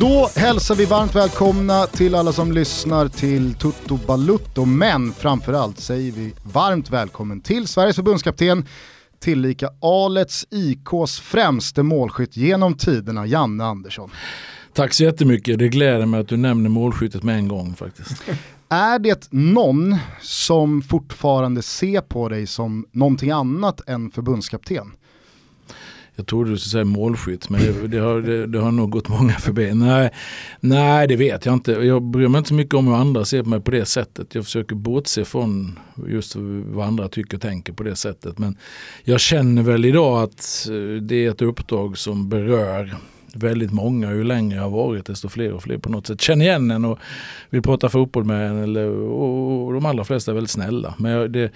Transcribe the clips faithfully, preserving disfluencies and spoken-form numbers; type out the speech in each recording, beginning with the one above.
Då hälsar vi varmt välkomna till alla som lyssnar till Tutto Balutto, men framförallt säger vi varmt välkommen till Sveriges förbundskapten, tillika Alets I K:s främste målskytt genom tiderna, Janne Andersson. Tack så jättemycket, det gläder mig att du nämner målskyttet med en gång faktiskt. Är det någon som fortfarande ser på dig som någonting annat än förbundskapten? Jag trodde du skulle säga målskytt, men det, det, har, det, det har nog gått många förbi. Nej, nej, det vet jag inte. Jag bryr mig inte så mycket om hur andra ser på mig på det sättet. Jag försöker bortse från just vad andra tycker och tänker på det sättet. Men jag känner väl idag att det är ett uppdrag som berör väldigt många. Ju längre jag har varit, desto fler och fler på något sätt känner igen en och vill prata fotboll med en. Eller, och de allra flesta är väldigt snälla. Men jag, det,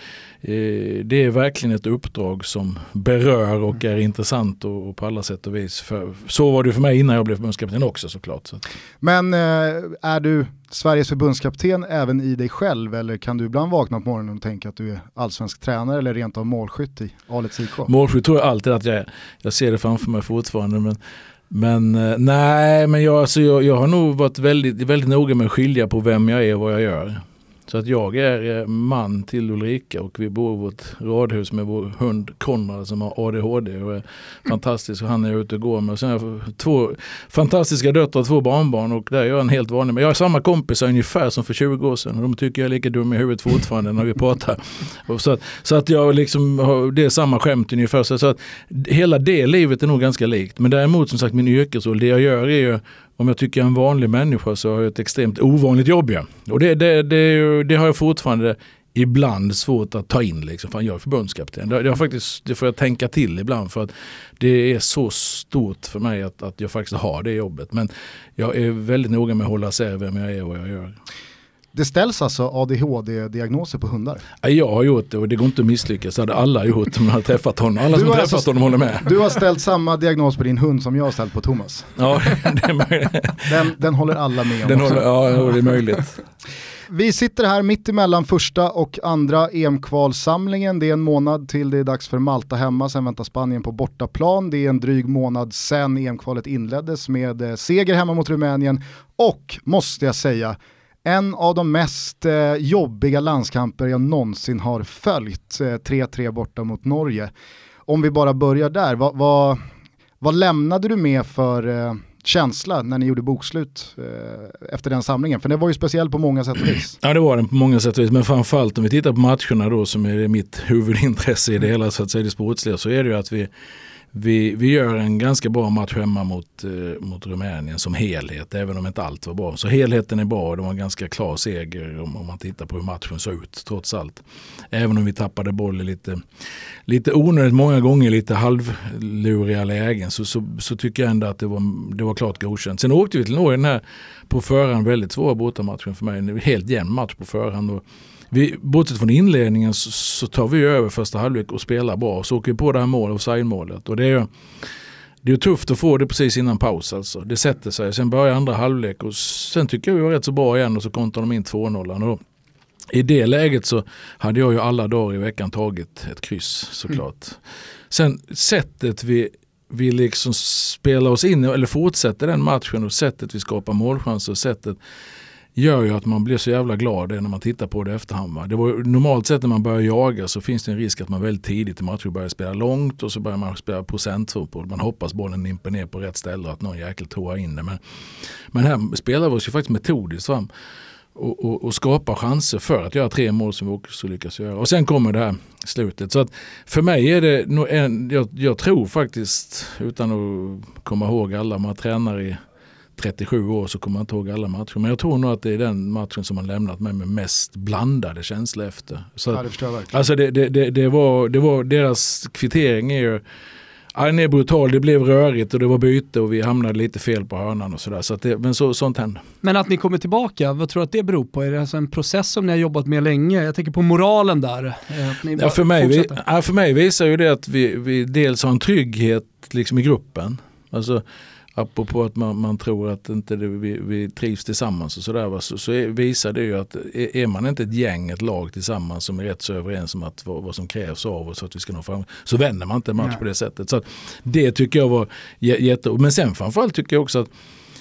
det är verkligen ett uppdrag som berör och är intressant och, och på alla sätt och vis. För, så var det för mig innan jag blev förbundskapten också såklart. Så. Men är du Sveriges förbundskapten även i dig själv, eller kan du ibland vakna på morgonen och tänka att du är allsvensk tränare eller rent av målskytt i Alets I K? Målskytt tror jag alltid att jag är. Jag ser det framför mig fortfarande, men Men nej, men jag, alltså, jag, jag har nog varit väldigt, väldigt noga med att skilja på vem jag är och vad jag gör. Så att jag är man till Ulrika och vi bor i vårt radhus med vår hund Konrad som har A D H D och är fantastisk och han är ute och går med. Och sen har jag två fantastiska döttrar och två barnbarn och där är jag en helt vanlig. Men jag har samma kompisar ungefär som för tjugo år sedan och de tycker jag är lika dum i huvudet fortfarande när vi pratar. Och så, att, så att jag liksom har, det är samma skämt ungefär. Så, så att hela det livet är nog ganska likt. Men däremot som sagt min yrkesroll, det jag gör är ju, om jag tycker jag är en vanlig människa så har jag ett extremt ovanligt jobb. Ja. Och det, det, det, det har jag fortfarande ibland svårt att ta in. Liksom, för jag är förbundskapten. Det, det, har faktiskt, det får jag tänka till ibland för att det är så stort för mig att, att jag faktiskt har det jobbet. Men jag är väldigt noga med att hålla sig vem jag är och vad jag gör. Det ställs alltså A D H D-diagnoser på hundar? Jag har gjort det och det går inte att misslyckas. Det hade alla gjort om de hade träffat honom. Alla som har träffat alltså, honom håller med. Du har ställt samma diagnos på din hund som jag har ställt på Thomas. Ja, det är möjligt. Den, den håller alla med om. Den håller, ja, det är möjligt. Vi sitter här mitt emellan första och andra E M-kvalsamlingen. Det är en månad till det är dags för Malta hemma. Sen väntar Spanien på bortaplan. Det är en dryg månad sen E M-kvalet inleddes med seger hemma mot Rumänien. Och, måste jag säga, en av de mest eh, jobbiga landskamper jag någonsin har följt. Eh, tre tre borta mot Norge. Om vi bara börjar där. Vad, vad, vad lämnade du med för eh, känsla när ni gjorde bokslut eh, efter den samlingen? För det var ju speciellt på många sätt och vis. Ja, det var den på många sätt och vis. Men framförallt om vi tittar på matcherna då som är mitt huvudintresse i det hela, så att säga, det sportsliga, så är det ju att vi Vi, vi gör en ganska bra match hemma mot, eh, mot Rumänien som helhet, även om inte allt var bra. Så helheten är bra och det var en ganska klar seger om, om man tittar på hur matchen såg ut trots allt. Även om vi tappade bollen lite, lite onödigt många gånger, lite halvluriga lägen, så, så, så tycker jag ändå att det var, det var klart godkänt. Sen åkte vi till Norge den här på förhand väldigt svåra bortamatchen för mig. En helt jämn match på förhand och vi, bortsett från inledningen så, så tar vi över första halvlek och spelar bra och så åker vi på det här målet, offside-målet. Och det är ju det är tufft att få det precis innan paus alltså. Det sätter sig. Sen börjar andra halvlek och sen tycker jag vi var rätt så bra igen och så kontar de in två noll. Och i det läget så hade jag ju alla dagar i veckan tagit ett kryss såklart. Mm. Sen sättet vi, vi liksom spelar oss in eller fortsätter den matchen och sättet vi skapar målchanser och sättet gör ju att man blir så jävla glad när man tittar på det efterhand. Va? Det var normalt sett när man börjar jaga så finns det en risk att man väldigt tidigt i matchen börjar spela långt och så börjar man spela procentfotboll. Man hoppas bollen nimper ner på rätt ställe och att någon jäkla tror in det. Men, men här spelar vi oss ju faktiskt metodiskt fram och, och, och skapar chanser för att göra tre mål som vi också lyckas göra. Och sen kommer det här slutet. Så att för mig är det nog en, jag, jag tror faktiskt, utan att komma ihåg alla, man tränar i trettiosju år så kommer man inte ihåg alla matcher. Men jag tror nog att det är den matchen som man lämnat med med mest blandade känslor efter. Så, ja, det förstår jag verkligen. Alltså det, det, det, det, var, det var deras kvittering är ju ja, den är brutal, det blev rörigt och det var byte och vi hamnade lite fel på hörnan och sådär. Så att det, men så, sånt händer. Men att ni kommer tillbaka, vad tror du att det beror på? Är det alltså en process som ni har jobbat med länge? Jag tänker på moralen där. Ja, för, mig, vi, ja, för mig visar ju det att vi, vi dels har en trygghet liksom i gruppen. Alltså apropå att man, man tror att inte det, vi, vi trivs tillsammans och sådär, så, så är, visar det ju att är, är man inte ett gäng, ett lag tillsammans som är rätt så överens om att, vad, vad som krävs av oss för att vi ska nå fram, så vänder man inte en match ja. på det sättet. Så att det tycker jag var j- jätte... Men sen framförallt tycker jag också att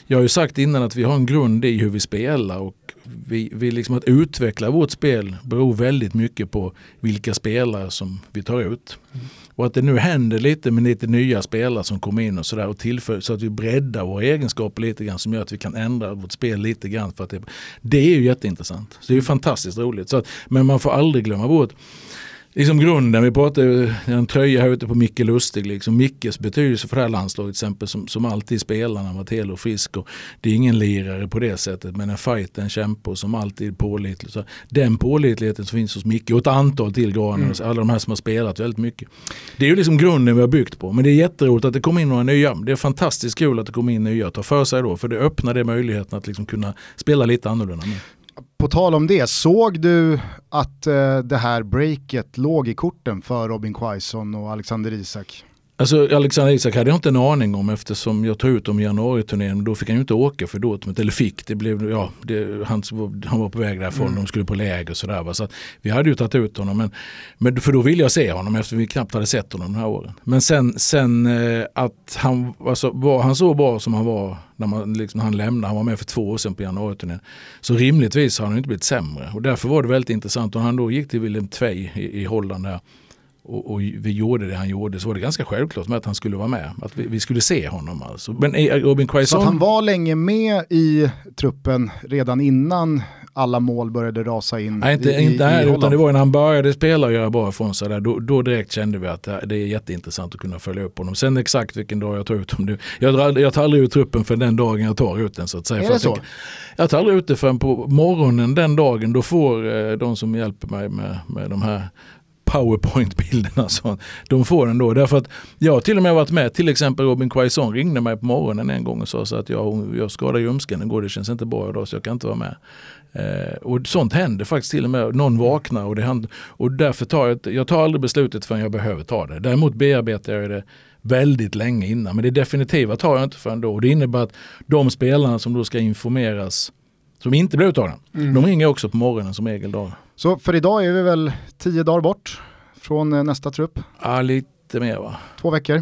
jag har ju sagt innan att vi har en grund i hur vi spelar och vi, vi liksom att utveckla vårt spel beror väldigt mycket på vilka spelare som vi tar ut. Mm. Och att det nu händer lite med lite nya spelare som kommer in och sådär och tillför så att vi breddar våra egenskaper lite grann som gör att vi kan ändra vårt spel lite grann. För att det, det är ju jätteintressant. Så det är ju fantastiskt roligt. Så att, men man får aldrig glömma bort liksom grunden. Vi pratar en tröja här ute på Micke Lustig. Liksom Mickes betydelse för det här landslaget till exempel som, som alltid spelar när han var hel och frisk. Och det är ingen lirare på det sättet men en fight, en kämpe som alltid är pålitlig. Så den pålitligheten som finns hos Micke och ett antal till granar, mm. alla de här som har spelat väldigt mycket. Det är ju liksom grunden vi har byggt på. Men det är jätteroligt att det kommer in några nya. Det är fantastiskt kul att det kommer in nya. Ta för sig då för det öppnar det möjligheten att liksom kunna spela lite annorlunda med. På tal om det, såg du att uh, det här breaket låg i korten för Robin Quaison och Alexander Isak? Alltså Alexander Isak hade jag inte en aning om eftersom jag tog ut dem i januari-turnén. Då fick han ju inte åka för då, eller fick, det blev, ja, det, han, han var på väg därifrån, mm. de skulle på läger och sådär. Så att vi hade ju tagit ut honom, men, men för då ville jag se honom eftersom vi knappt hade sett honom de här åren. Men sen, sen eh, att han, alltså, var, han så bra som han var när man, liksom, han lämnade, han var med för två år sedan på januari-turnén. Så rimligtvis har han inte blivit sämre och därför var det väldigt intressant. Och han då gick till Willem Tvei i, i Holland där. Och, och vi gjorde det han gjorde så var det ganska självklart med att han skulle vara med. Att vi, vi skulle se honom alltså. Men Robin Quaison... Så han var länge med i truppen redan innan alla mål började rasa in? Nej, inte, i, inte i, här, i utan det var när han började spela och göra bra från sig där. Då, då direkt kände vi att det är jätteintressant att kunna följa upp honom. Sen exakt vilken dag jag tar ut honom. Jag, drar, jag tar aldrig ut truppen för den dagen jag tar ut den så att säga. Är det så? Jag, jag tar aldrig ut det förrän på morgonen den dagen. Då får eh, de som hjälper mig med, med de här PowerPoint-bilderna så de får den då. Därför att jag har till och med varit med, till exempel Robin Quaison ringde mig på morgonen en gång och sa så att jag, jag skadar ljumsken igår, det känns inte bra idag så jag kan inte vara med. Eh, och sånt händer faktiskt till och med. Någon vaknar och det händer, och därför tar jag, jag tar aldrig beslutet förrän jag behöver ta det. Däremot bearbetar jag det väldigt länge innan, men det definitiva tar jag inte förrän då. Och det innebär att de spelarna som då ska informeras som inte blir uttagna, mm. de ringer också på morgonen som regel då. Så för idag är vi väl tio dagar bort från nästa trupp? Ja, lite mer va? Två veckor?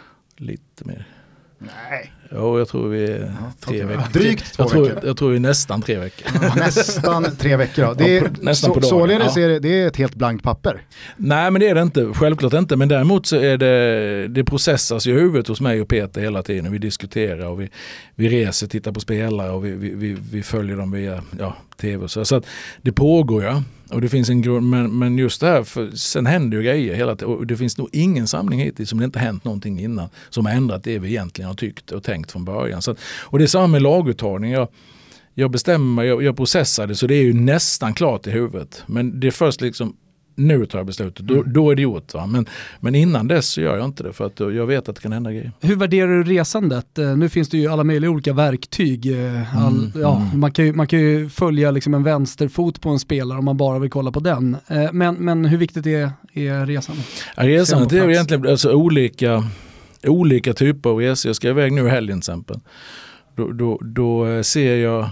Lite mer. Nej. Ja, jag tror vi är ja, tre veckor. Drygt två jag tror, veckor. Jag tror vi är nästan tre veckor. Ja, nästan tre veckor då. Det är, ja, nästan på dagen. Således ja. är det, det är ett helt blankt papper. Nej, men det är det inte. Självklart inte. Men däremot så är det, det processas i huvudet hos mig och Peter hela tiden. Vi diskuterar och vi, vi reser, tittar på spelare och vi, vi, vi, vi följer dem via ja, tv. Så, så att det pågår ja. Och det finns en grund, men, men just det här, för sen händer ju grejer hela tiden. Och det finns nog ingen samling hittills som det inte hänt någonting innan som har ändrat det vi egentligen har tyckt och tänkt från början. Så att, och det är samma med laguttagning. Jag, jag bestämmer mig, jag, jag processar det så det är ju nästan klart i huvudet. Men det är först liksom, nu tar jag beslutet, då, då är det gjort. Va? Men, men innan dess så gör jag inte det för att jag vet att det kan hända grejer. Hur värderar du resandet? Nu finns det ju alla möjliga olika verktyg. All, mm, ja, mm. Man, kan ju, man kan ju följa liksom en vänsterfot på en spelare om man bara vill kolla på den. Men, men hur viktigt är, är resandet? Ja, resandet är egentligen alltså olika, olika typer av resor. Jag ska iväg nu i helgen till exempel. Då, då, då ser jag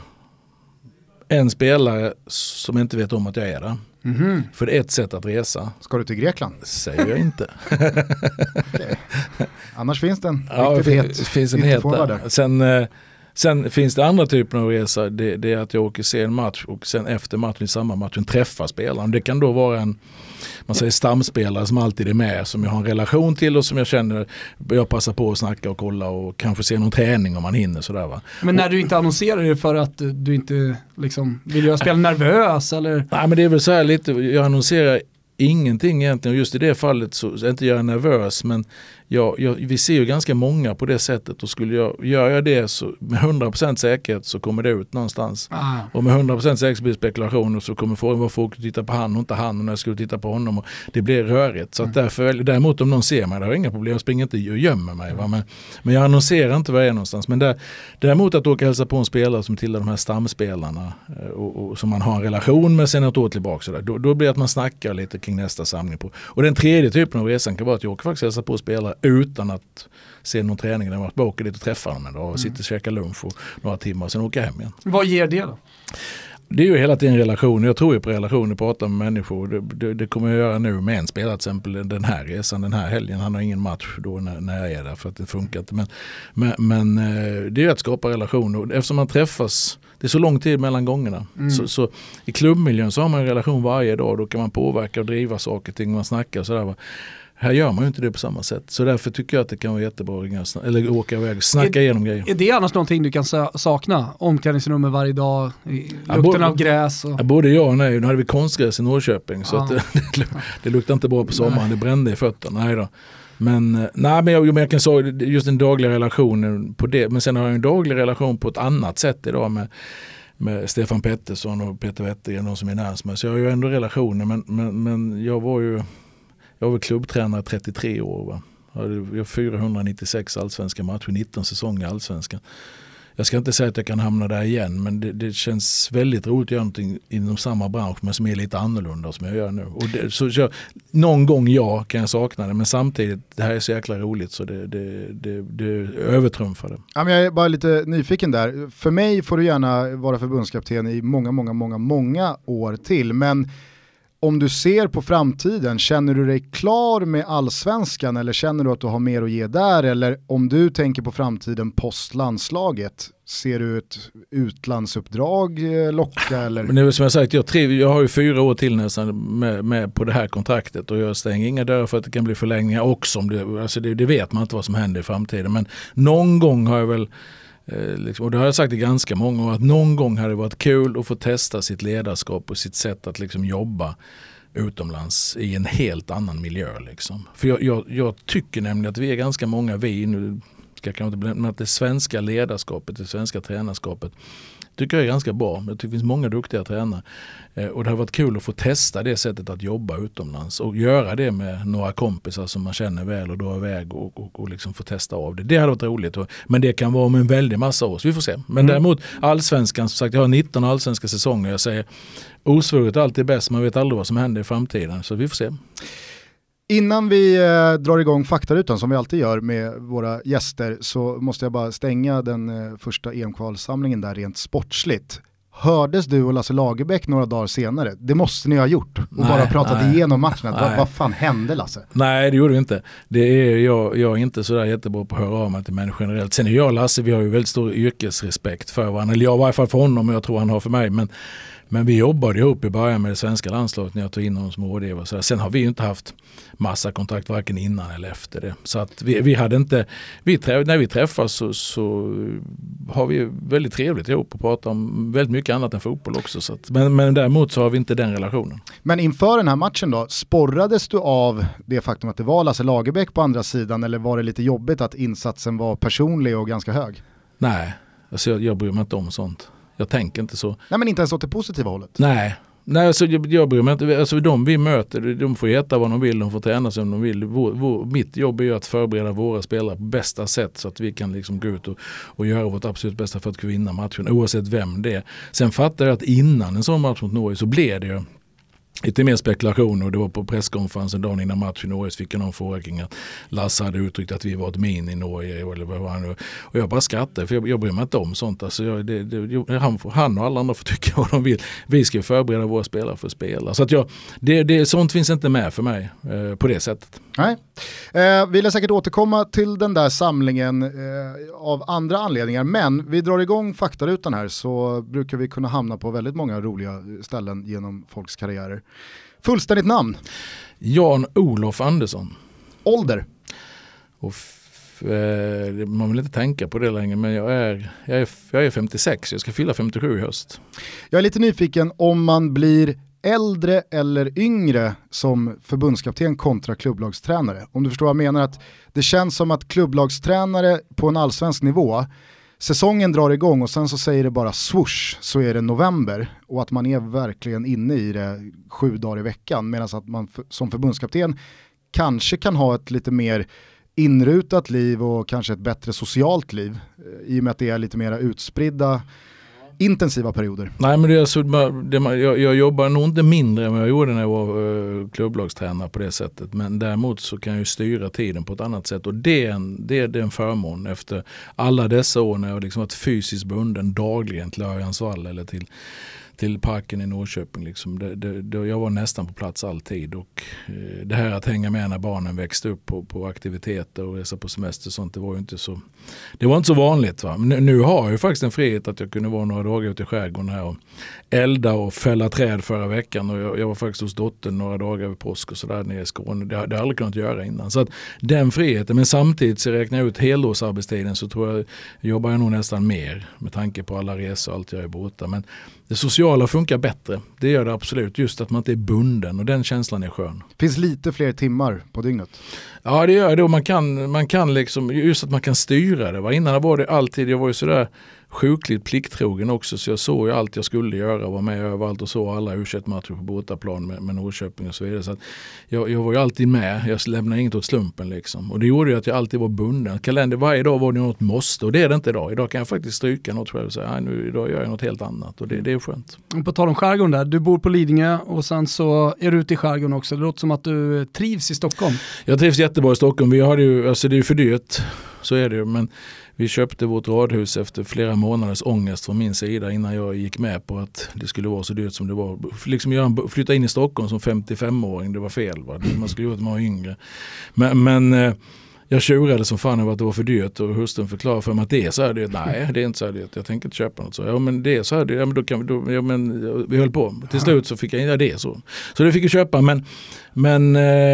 en spelare som inte vet om att jag är där. Mm-hmm. För det är ett sätt att resa. Ska du till Grekland? Säger jag inte. Okay. Annars finns det en ja, riktigt det het. Finns en het där. Sen, sen finns det andra typer av resa. Det, det är att jag åker se en match och sen efter matchen i samma matchen träffar spelaren. Det kan då vara en man säger stamspelare som alltid är med, som jag har en relation till och som jag känner jag passar på att snacka och kolla och kanske se någon träning om man hinner sådär va. Men när du inte annonserar det för att du inte liksom vill göra spela nervös eller? Nej, men det är väl så här lite, jag annonserar ingenting egentligen och just i det fallet så är inte jag nervös men jag, jag, vi ser ju ganska många på det sättet och skulle jag göra det så med hundra procent säkerhet så kommer det ut någonstans. Ah. Och med hundra procent säkerhet blir spekulationer så kommer folk vad folk titta på han och inte han och när jag skulle titta på honom och det blir rörigt. Så att mm. därför, däremot om någon ser mig, det har inga problem, jag springer inte och gömmer mig. Va? Men, men jag annonserar inte var jag är någonstans. Men där, däremot att åka och hälsa på en spelare som tillhör de här stamspelarna och, och som man har en relation med sen ett år tillbaka så där, då, då blir det att man snackar lite kring nästa samling på. Och den tredje typen av resan kan vara att jag åker faktiskt hälsa på spelare utan att se någon träning när man bara åker dit och träffar dem och mm. sitter och käkar lunch och några timmar och sen åker hem igen. Vad ger det då? Det är ju hela tiden relation. Jag tror ju på relationer, prata med människor. Det, det, det kommer jag göra nu med en spelare, till exempel den här resan, den här helgen. Han har ingen match då när, när jag är där för att det funkar inte. Men, men, men det är ju att skapa relationer. Eftersom man träffas, det är så lång tid mellan gångerna. Mm. Så, så i klubbmiljön så har man en relation varje dag. Då kan man påverka och driva saker och ting. Man snackar och sådär. Här gör man ju inte det på samma sätt. Så därför tycker jag att det kan vara jättebra att ringa, eller åka iväg och snacka är, igenom grejer. Är det annars någonting du kan sakna? Omklädningsrummet varje dag, lukten ja, både, av gräs? Och... Ja, både jag och nej. Nu hade vi konstgräs i Norrköping. Så ja. att det, det, det luktar inte bra på sommaren. Nej. Det brände i fötterna. Nej då. Men, nej, men jag, jag kan säga just den dagliga relationen på det. Men sen har jag en daglig relation på ett annat sätt idag med med Stefan Pettersson och Peter Wettergren, de som är närmast mig. Så jag har ju ändå relationer. Men, men, men jag var ju... Jag var klubbtränare trettiotre år. Va? Jag har fyrahundranittiosex allsvenska matcher, nitton säsonger i allsvenskan. Jag ska inte säga att jag kan hamna där igen, men det, det känns väldigt roligt att göra någonting inom samma bransch men som är lite annorlunda som jag gör nu. Och det, så, så, någon gång ja kan jag sakna det, men samtidigt det här är så jäkla roligt så det, det, det, det övertrumfar det. Ja, men jag är bara lite nyfiken där. För mig får du gärna vara förbundskapten i många, många, många, många år till, men om du ser på framtiden, känner du dig klar med allsvenskan eller känner du att du har mer att ge där? Eller om du tänker på framtiden post landslaget, ser du ett utlandsuppdrag locka? Eller? Men det är som jag sagt, jag, triv, jag har ju fyra år till nästan med, med på det här kontraktet och jag stänger inga dörrar för att det kan bli förlängningar också. Om det, alltså det, det vet man inte vad som händer i framtiden. Men någon gång har jag väl Eh, liksom, och det har jag sagt i ganska många år, att någon gång hade det varit kul att få testa sitt ledarskap och sitt sätt att liksom jobba utomlands i en helt annan miljö. Liksom. För jag, jag, jag tycker nämligen att vi är ganska många, vi nu ska jag inte blanda, men att det svenska ledarskapet, det svenska tränarskapet tycker jag är ganska bra. Jag tycker det finns många duktiga tränare. Eh, och det har varit kul att få testa det sättet att jobba utomlands. Och göra det med några kompisar som man känner väl och dra iväg och, och, och liksom få testa av det. Det hade varit roligt. Och, men det kan vara om en väldigt massa år. Så vi får se. Men mm. däremot allsvenskan, som sagt, jag har nitton allsvenska säsonger. Jag säger osvuret är alltid bäst. Man vet aldrig vad som händer i framtiden. Så vi får se. Innan vi eh, drar igång faktarutan som vi alltid gör med våra gäster så måste jag bara stänga den eh, första E M-kvalsamlingen där rent sportsligt. Hördes du och Lasse Lagerbäck några dagar senare? Det måste ni ha gjort och nej, bara pratat nej, igenom matchen. Vad, vad fan hände, Lasse? Nej, det gjorde vi inte. Det är, jag, jag är inte sådär jättebra på att höra av mig till människor generellt. Sen är jag och Lasse, vi har ju väldigt stor yrkesrespekt för varandra. Eller jag i varje fall för honom och jag tror han har för mig. Men, men vi jobbade ihop i början med det svenska landslaget när jag tog in honom som rådgivare. Så sen har vi ju inte haft massa kontakt varken innan eller efter det. Så att vi, vi hade inte, vi träff, när vi träffas så, så har vi väldigt trevligt ihop och pratar om väldigt mycket annat än fotboll också. Så att, men, men däremot så har vi inte den relationen. Men inför den här matchen då, sporrades du av det faktum att det var Lasse Lagerbäck på andra sidan eller var det lite jobbigt att insatsen var personlig och ganska hög? Nej, alltså jag, jag bryr mig inte om sånt. Jag tänker inte så. Nej, men inte ens åt det positiva hållet. Nej. Nej, alltså jag, jag bryr mig inte. Alltså de vi möter, de får heta vad de vill, de får träna som de vill. Vår, vår, mitt jobb är att förbereda våra spelare på bästa sätt så att vi kan liksom gå ut och, och göra vårt absolut bästa för att kunna vinna matchen, oavsett vem det är. Sen fattar jag att innan en sån match mot Norge så blev det ju lite mer spekulation och det var på presskonferensen dagen innan matchen i Norge fick jag någon fråga kring att Lasse hade uttryckt att vi var ett min i Norge eller vad var han nu. Och jag bara skrattade för jag, jag bryr mig inte om sånt. Alltså jag, det, det, han, han och alla andra får tycka vad de vill. Vi ska förbereda våra spelare för att spela. Så att jag, det, det, sånt finns inte med för mig eh, på det sättet. Nej. Eh, vill jag säkert återkomma till den där samlingen eh, av andra anledningar, men vi drar igång faktarutan här så brukar vi kunna hamna på väldigt många roliga ställen genom folks karriärer. Fullständigt namn? Jan-Olof Andersson. Ålder? Och f- eh, man vill inte tänka på det längre, men jag är, jag, är, jag är femtiosex, jag ska fylla femtiosju i höst. Jag är lite nyfiken om man blir äldre eller yngre som förbundskapten kontra klubblagstränare. Om du förstår vad jag menar, att det känns som att klubblagstränare på en allsvensk nivå, säsongen drar igång och sen så säger det bara swoosh så är det november och att man är verkligen inne i det sju dagar i veckan, medan att man f- som förbundskapten kanske kan ha ett lite mer inrutat liv och kanske ett bättre socialt liv i och med att det är lite mer utspridda intensiva perioder. Nej, men det är så, det, jag, jag jobbar nog inte mindre än vad jag gjorde när jag var uh, klubblagstränare på det sättet. Men däremot så kan jag ju styra tiden på ett annat sätt. Och det är en, det är en förmån efter alla dessa år när jag liksom varit fysiskt bunden dagligen till Örjansvall eller till, till parken i Norrköping. Liksom. Det, det, det, jag var nästan på plats alltid. Och, eh, det här att hänga med när barnen växte upp på, på aktiviteter och resa på semester och sånt, det var ju inte så, det var inte så vanligt. Va? Men nu har jag ju faktiskt en frihet att jag kunde vara några dagar ute i skärgården här och elda och fälla träd förra veckan. Och jag, jag var faktiskt hos dottern några dagar över påsk och sådär nere i Skåne. Det, det har jag aldrig kunnat göra innan. Så att den friheten, men samtidigt så räknar jag ut helårsarbetstiden, så tror jag jobbar jag nog nästan mer med tanke på alla resor och allt jag är borta. Men det sociala funkar bättre. Det gör det absolut. Just att man inte är bunden och den känslan är skön. Finns lite fler timmar på dygnet? Ja, det gör det. Och man kan, man kan liksom, just att man kan styra det. Va? Innan var det alltid, jag var ju sådär sjukligt plikttrogen också, så jag såg ju allt jag skulle göra, var med överallt och så alla U tjugoett-matcher på bortaplan med, med Norrköping och så vidare. Så att jag, jag var ju alltid med, jag lämnade inget åt slumpen liksom. Och det gjorde ju att jag alltid var bunden. Kalender, varje dag var det något måste, och det är det inte idag. Idag kan jag faktiskt stryka något själv och säga, nej, nu, idag gör jag något helt annat, och det, det är skönt. På tal om skärgården där, du bor på Lidingö och sen så är du ute i skärgården också. Det låter som att du trivs i Stockholm. Jag trivs jättebra i Stockholm. Vi hade ju, alltså det är ju för dyrt, så är det ju, men vi köpte vårt radhus efter flera månaders ångest från min sida innan jag gick med på att det skulle vara så dyrt som det var. Liksom jag flyttade in i Stockholm som femtiofem-åring, det var fel. Va? Man skulle göra att man var yngre. Men, men jag tjurade som fan över att det var för dyrt, och hustrun förklarade för mig att det är så här dyrt. Nej, det är inte så här dyrt. Jag tänker inte köpa något så. Ja, men det är så här dyrt. Ja, men då kan vi, då, ja, men vi höll på. Till slut så fick jag in, ja, det är så. Så det fick jag köpa, men Men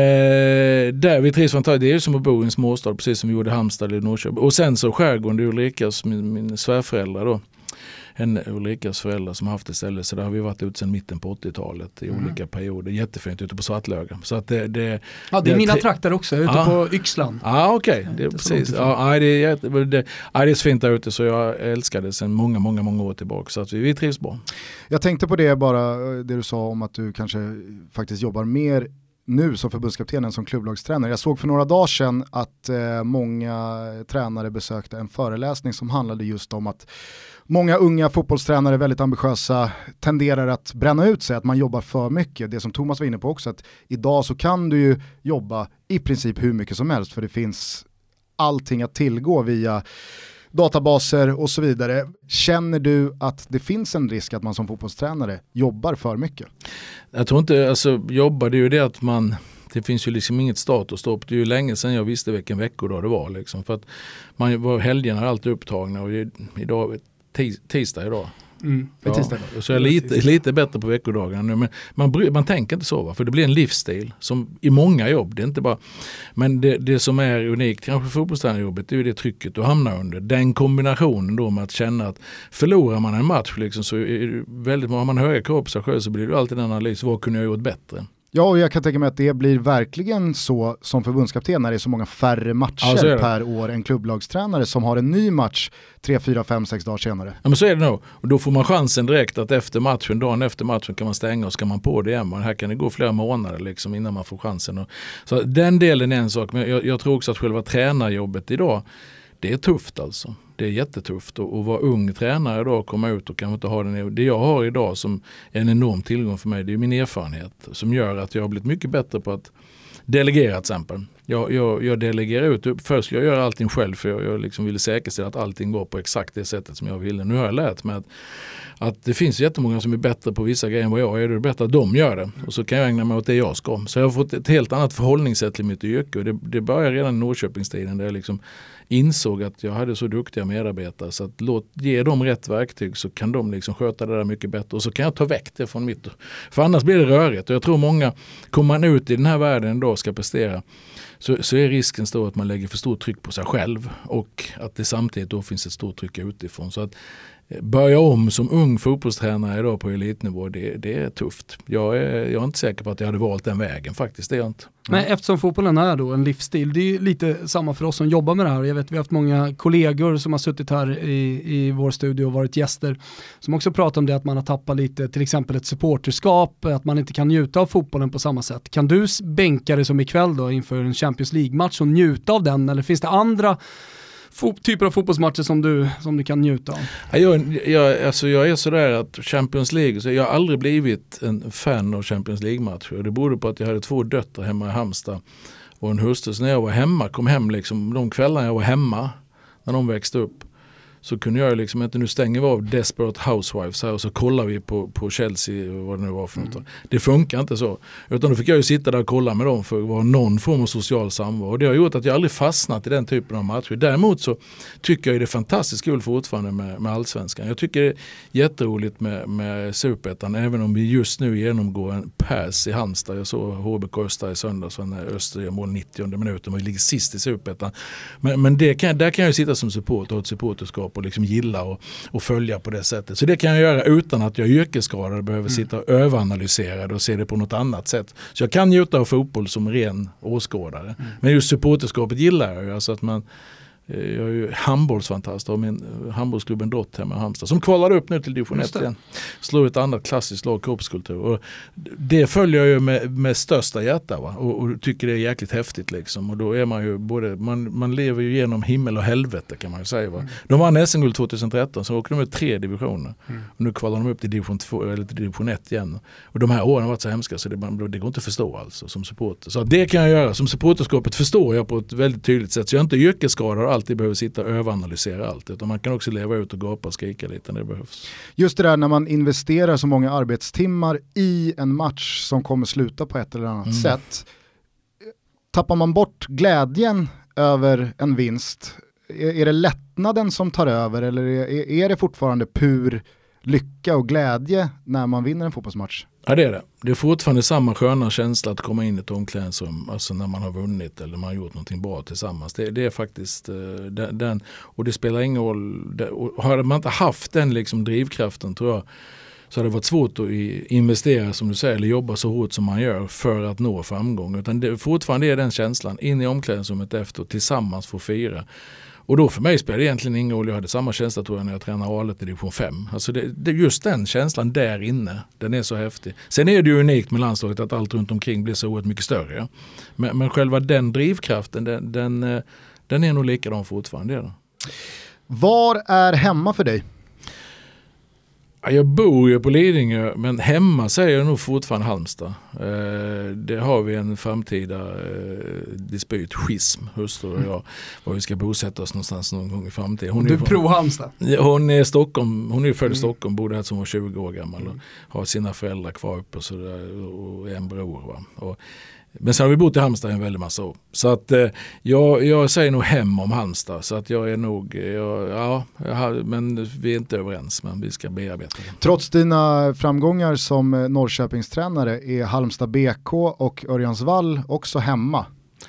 eh, där vi trivs fantastiskt, det är som att bo i en småstad, precis som vi gjorde i Halmstad eller Norrköping. Och sen så skärgården, det är Ulrikas, min, min svärföräldrar då. En Ulrikas föräldrar som har haft det stället, så där har vi varit ute sedan mitten på åttiotalet i mm. olika perioder. Jättefint ute på Svartlöga. Så att det, det, ja, det är det, mina tre... trakter också, ute ah. på Yxland. Ja, ah, okej. Okay. Det är precis. Ja, det, är, det, det, det är så fint där ute, så jag älskar det sedan många, många, många år tillbaka. Så att vi, vi trivs bra. Jag tänkte på det bara, det du sa om att du kanske faktiskt jobbar mer nu som förbundskapten än som klubblagstränare. Jag såg för några dagar sedan att eh, många tränare besökte en föreläsning som handlade just om att många unga fotbollstränare, väldigt ambitiösa, tenderar att bränna ut sig, att man jobbar för mycket. Det som Thomas var inne på också, att idag så kan du ju jobba i princip hur mycket som helst, för det finns allting att tillgå via databaser och så vidare. Känner du att det finns en risk att man som fotbollstränare jobbar för mycket? Jag tror inte, alltså jobba, det är ju det att man, det finns ju liksom inget statusstopp. Det är ju länge sedan jag visste vilken veckodag det var liksom, för att man var, helgerna alltid upptagna, och idag, tis, tisdag idag. Mm, ja, så jag är lite, lite bättre på veckodagarna nu, men man, man tänker inte så, va? För det blir en livsstil som i många jobb, det är inte bara, men det, det som är unikt kanske för fotbollstränarjobbet, det är ju det trycket du hamnar under, den kombinationen då med att känna att förlorar man en match liksom, så är det väldigt, har man höga krav på sig själv, så blir det alltid en analys, vad kunde jag gjort bättre? Ja, och jag kan tänka mig att det blir verkligen så som förbundskapten när det är så många färre matcher ja, per år än klubblagstränare som har en ny match tre, fyra, fem, sex dagar senare. Ja, men så är det nog. Och då får man chansen direkt att efter matchen, dagen efter matchen kan man stänga och ska man på det igen. Och här kan det gå flera månader liksom innan man får chansen. Och, så den delen är en sak, men jag, jag tror också att själva tränarjobbet idag, det är tufft alltså. Det är jättetufft att, att vara ung tränare idag och komma ut och kanske inte ha den. Det jag har idag som är en enorm tillgång för mig, det är min erfarenhet som gör att jag har blivit mycket bättre på att delegera till exempel. Jag, jag, jag delegerar ut, först jag gör allting själv, för jag, jag liksom ville säkerställa att allting går på exakt det sättet som jag ville. Nu har jag lärt mig att, att det finns jättemånga som är bättre på vissa grejer än vad jag är. Det är bättre att de gör det, och så kan jag ägna mig åt det jag ska. Så jag har fått ett helt annat förhållningssätt till mitt yrke, och det, det började redan i Norrköpingstiden där jag liksom insåg att jag hade så duktiga medarbetare, så att låt, ge dem rätt verktyg, så kan de liksom sköta det där mycket bättre, och så kan jag ta väck det från mitt. För annars blir det rörigt, och jag tror många, kommer man ut i den här världen då och ska prestera, så, så är risken stor att man lägger för stort tryck på sig själv, och att det samtidigt då finns ett stort tryck utifrån. Så att börja om som ung fotbollstränare idag på elitnivå, det, det är tufft. Jag är, jag är inte säker på att jag hade valt den vägen faktiskt, det är jag inte. Men eftersom fotbollen är då en livsstil, det är lite samma för oss som jobbar med det här. Jag vet, vi har haft många kollegor som har suttit här i, i vår studio och varit gäster, som också pratar om det, att man har tappat lite, till exempel ett supporterskap, att man inte kan njuta av fotbollen på samma sätt. Kan du bänka det som ikväll då inför en Champions League-match och njuta av den, eller finns det andra typer av fotbollsmatcher som du, som du kan njuta av? Jag, jag, alltså jag är sådär att Champions League, så jag har aldrig blivit en fan av Champions League-matcher. Det berodde på att jag hade två döttrar hemma i Halmstad och en hustru. Så när jag var hemma, kom hem liksom, de kvällarna jag var hemma, när de växte upp, så kunde jag liksom inte, nu stänger vi av Desperate Housewives här och så kollar vi på, på Chelsea, vad det nu var för något. Mm. Det funkar inte så. Utan då fick jag ju sitta där och kolla med dem för att vara någon form av social samvaro. Och det har gjort att jag aldrig fastnat i den typen av matcher. Däremot så tycker jag det är fantastiskt kul fortfarande med, med Allsvenskan. Jag tycker det är jätteroligt med, med Superettan, även om vi just nu genomgår en pass i Halmstad. Jag såg H B K Öster i söndags när Öster gör mål nittionde minuten och vi ligger sist i Superettan. Men, men det kan, där kan jag sitta som support och ett supporterskap och liksom gilla och, och följa på det sättet. Så det kan jag göra utan att jag är yrkesskadad och behöver mm. sitta och överanalysera det och se det på något annat sätt. Så jag kan njuta av fotboll som ren åskådare. Mm. Men just supporterskapet gillar jag ju. Alltså att man, jag är ju handbollsfantast av min handbollsklubben Drott hemma i Halmstad som kvalade upp nu till division ett igen. Slår ett annat klassiskt lag, kroppskultur. Och det följer jag ju med, med största hjärta, va? Och, och tycker det är jäkligt häftigt liksom. Och då är man ju både, man, man lever ju genom himmel och helvete kan man ju säga, va? Mm. De vann S M-guld tjugohundratretton, så åkte de ut tre divisioner. Mm. Och nu kvalar de upp till division två eller till division ett igen. Och de här åren har varit så hemska så det, det går inte att förstå alltså som supporter. Så det kan jag göra. Som supporterskapet förstår jag på ett väldigt tydligt sätt. Så jag är inte yrkesskadad och alltid behöver sitta och överanalysera allt. Utan man kan också leva ut och gapa och skrika lite när det behövs. Just det där när man investerar så många arbetstimmar i en match som kommer sluta på ett eller annat mm. sätt. Tappar man bort glädjen över en vinst? Är, är det lättnaden som tar över eller är, är det fortfarande pur lycka och glädje när man vinner en fotbollsmatch? Ja, det är det. Det är fortfarande samma sköna känsla att komma in i ett omklädningsrum, alltså när man har vunnit eller man har gjort någonting bra tillsammans. Det, det är faktiskt uh, den, den, och det spelar ingen roll. Det, och hade man inte haft den liksom drivkraften tror jag, så hade det varit svårt att investera som du säger eller jobba så hårt som man gör för att nå framgång. Utan det, fortfarande är den känslan in i omklädningsrummet efter och tillsammans få fira. Och då för mig spelar det egentligen ingen roll. Jag hade samma känsla tror jag när jag tränade A-let i division fem. Alltså det, det, just den känslan där inne, den är så häftig. Sen är det ju unikt med landslaget att allt runt omkring blir så oerhört mycket större. Ja? Men, men själva den drivkraften, den, den, den är nog likadan fortfarande. Då. Var är hemma för dig? Ja, jag bor ju på Lidingö, men hemma säger jag nog fortfarande Halmstad. Eh, det har vi en framtida eh, dispyt, schism, hustru och jag, var vi ska bosätta oss någonstans någon gång i framtiden. Hon du är pro Halmstad? Hon är Stockholm, hon är född i mm. Stockholm, bodde här som var tjugo år gammal och har sina föräldrar kvar uppe och, så där, och en bror. Va? Och, men sen har vi bott i Halmstad en väldigt massa år. Så att eh, jag, jag säger nog hem om Halmstad. Så att jag är nog, jag, ja, jag har, men vi är inte överens, men vi ska bearbeta det. Trots dina framgångar som Norrköpingstränare är Halmstad B K och Örjansvall också hemma.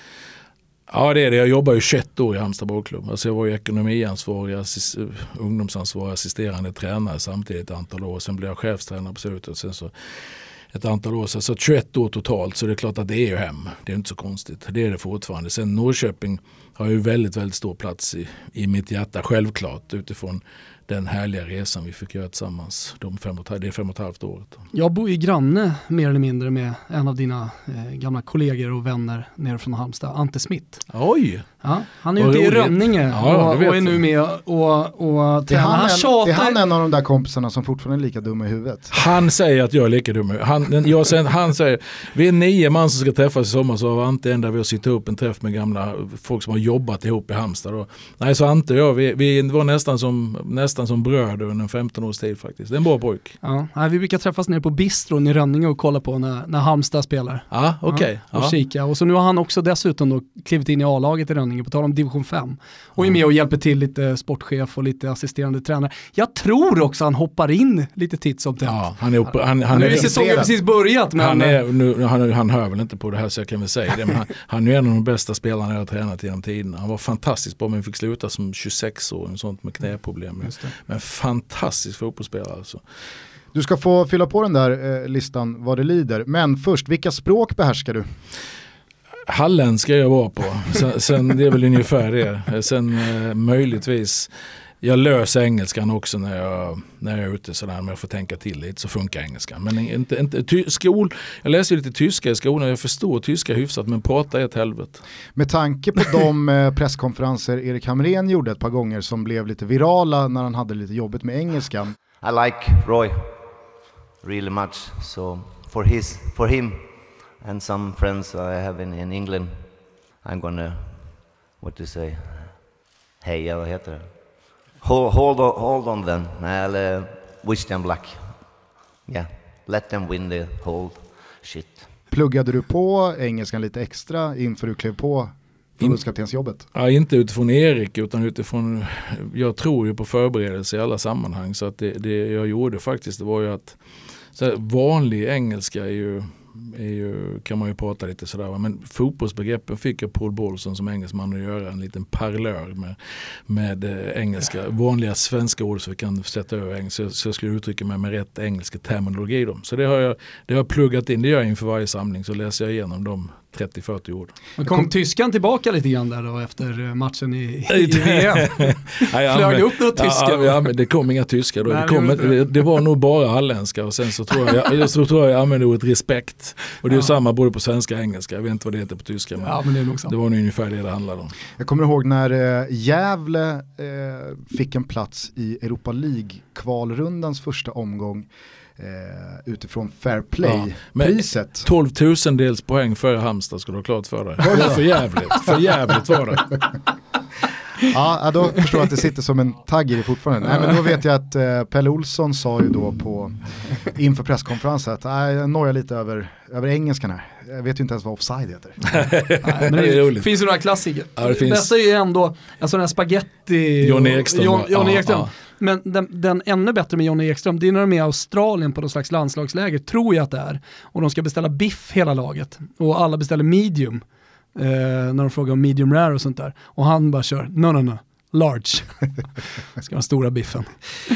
Ja, det är det. Jag jobbar ju tjugoett år i Halmstad bollklubb. Alltså jag var ju ekonomiansvarig, assist, ungdomsansvarig, assisterande tränare samtidigt ett antal år. Sen blev jag chefstränare på slutet. Sen så ett antal år, så tjugoett år totalt, så det är klart att det är ju hem. Det är inte så konstigt. Det är det fortfarande. Sen Norrköping har ju väldigt, väldigt stor plats i, i mitt hjärta, självklart, utifrån den härliga resan vi fick göra tillsammans. De fem och, det är fem och ett halvt året. Jag bor i granne mer eller mindre med en av dina eh, gamla kollegor och vänner nere från Halmstad, Ante Smith. Oj! Ja, han är ute i Rönninge ja, och, och är nu med och, och tränar. Han, han är han en av de där kompisarna som fortfarande är lika dumma i huvudet? Han säger att jag är lika dum. Han, jag säger, han säger, vi är nio man som ska träffas i sommar, så var Ante enda vi att sitta upp en träff med gamla folk som har jobbat ihop i Halmstad. Och, nej, så Ante och jag, vi, vi var nästan som, nästan som bröder under femton års tid faktiskt. Det är en bra pojk. Ja, nej, vi brukar träffas nere på Bistron i Rönninge och kolla på när, när Halmstad spelar. Ja, okej. Okay. Ja, och ja. kika. Och så nu har han också dessutom då klivit in i A-laget i Rönninge på tal om division fem. Och är med och hjälper till lite sportchef och lite assisterande tränare. Jag tror också han hoppar in lite titt som tätt. Ja, han är uppe, han, han, han är, är säsongen precis börjat. Men han, är, nu, han, han hör väl inte på det här så jag kan väl säga det. Men han, han är en av de bästa spelarna jag har tränat genom tiden. Han var fantastiskt bra men fick sluta som tjugosex år och sånt med knäproblem. Men fantastisk fotbollsspelare alltså. Du ska få fylla på den där eh, listan vad det lider. Men först, vilka språk behärskar du? Halländska jag var på. Sen, sen det är väl ungefär det. Sen eh, möjligtvis, jag löser engelskan också när jag, när jag är ute sådär, men jag får tänka till lite så funkar engelskan. Men inte, inte ty, skol, jag läser lite tyska i skolan, jag förstår tyska hyfsat men pratar är ett helvete. Med tanke på de eh, presskonferenser Erik Hamrén gjorde ett par gånger som blev lite virala när han hade lite jobbigt med engelskan. I like Roy really much, so for his, for him and some friends I have in, in England, I'm gonna, what to say, heja, vad heter det? hold, hold, on, hold on then. I'll uh, wish them luck. Yeah, let them win the whole shit. Pluggade du på engelskan lite extra inför du klev på förbundskaptensjobbet? Ja, inte utifrån Erik utan utifrån, jag tror ju på förberedelse i alla sammanhang, så att det, det jag gjorde faktiskt, det var ju att så här, vanlig engelska är ju, är ju, kan man ju prata lite sådär, va? Men fotbollsbegreppen fick jag Paul Bolson som engelsman att göra en liten parlör med, med eh, engelska, vanliga svenska ord så vi kan sätta över engelska, så jag skulle uttrycka mig med rätt engelska terminologi då. Så det har jag, det har jag pluggat in, det gör jag inför varje samling, så läser jag igenom dem trettio fyrtio ord. Men kom, kom tyskan tillbaka lite grann där då efter matchen i, i V M? Flög upp något tyska? Ja, ja, men det kom inga tyskar då. Nej, det, kom det, det. det var nog bara halländska och sen så tror jag jag, så tror jag, jag använde ordet respekt. Och det är ju ja. samma både på svenska och engelska. Jag vet inte vad det heter på tyska, men, ja, men det, är nog det var nog ungefär det det handlade om. Jag kommer ihåg när eh, Gävle eh, fick en plats i Europa League-kvalrundans första omgång. Uh, utifrån Fair Play-priset. Ja, tolv tusendels poäng före Halmstad skulle du ha klart för dig. Det var för jävligt, för jävligt var det. Ja, då förstår jag att det sitter som en tagg i det fortfarande. Nej, men då vet jag att uh, Pelle Olsson sa ju då på inför presskonferensen att uh, jag nojar lite över, över engelskan här. Jag vet ju inte ens vad offside heter. Nej, men det, det finns ju några klassiker. Ja, det det finns... bästa är ju ändå alltså den här spaghetti Johnny Ekström. John, Johnny ja, Ekström. Ja. Men den, den ännu bättre med Johnny Ekström, det är när de är i Australien på något slags landslagsläger, tror jag att det är. Och de ska beställa biff hela laget. Och alla beställer medium. Eh, när de frågar om medium rare och sånt där. Och han bara kör, no no no, large. Ska ha stora biffen.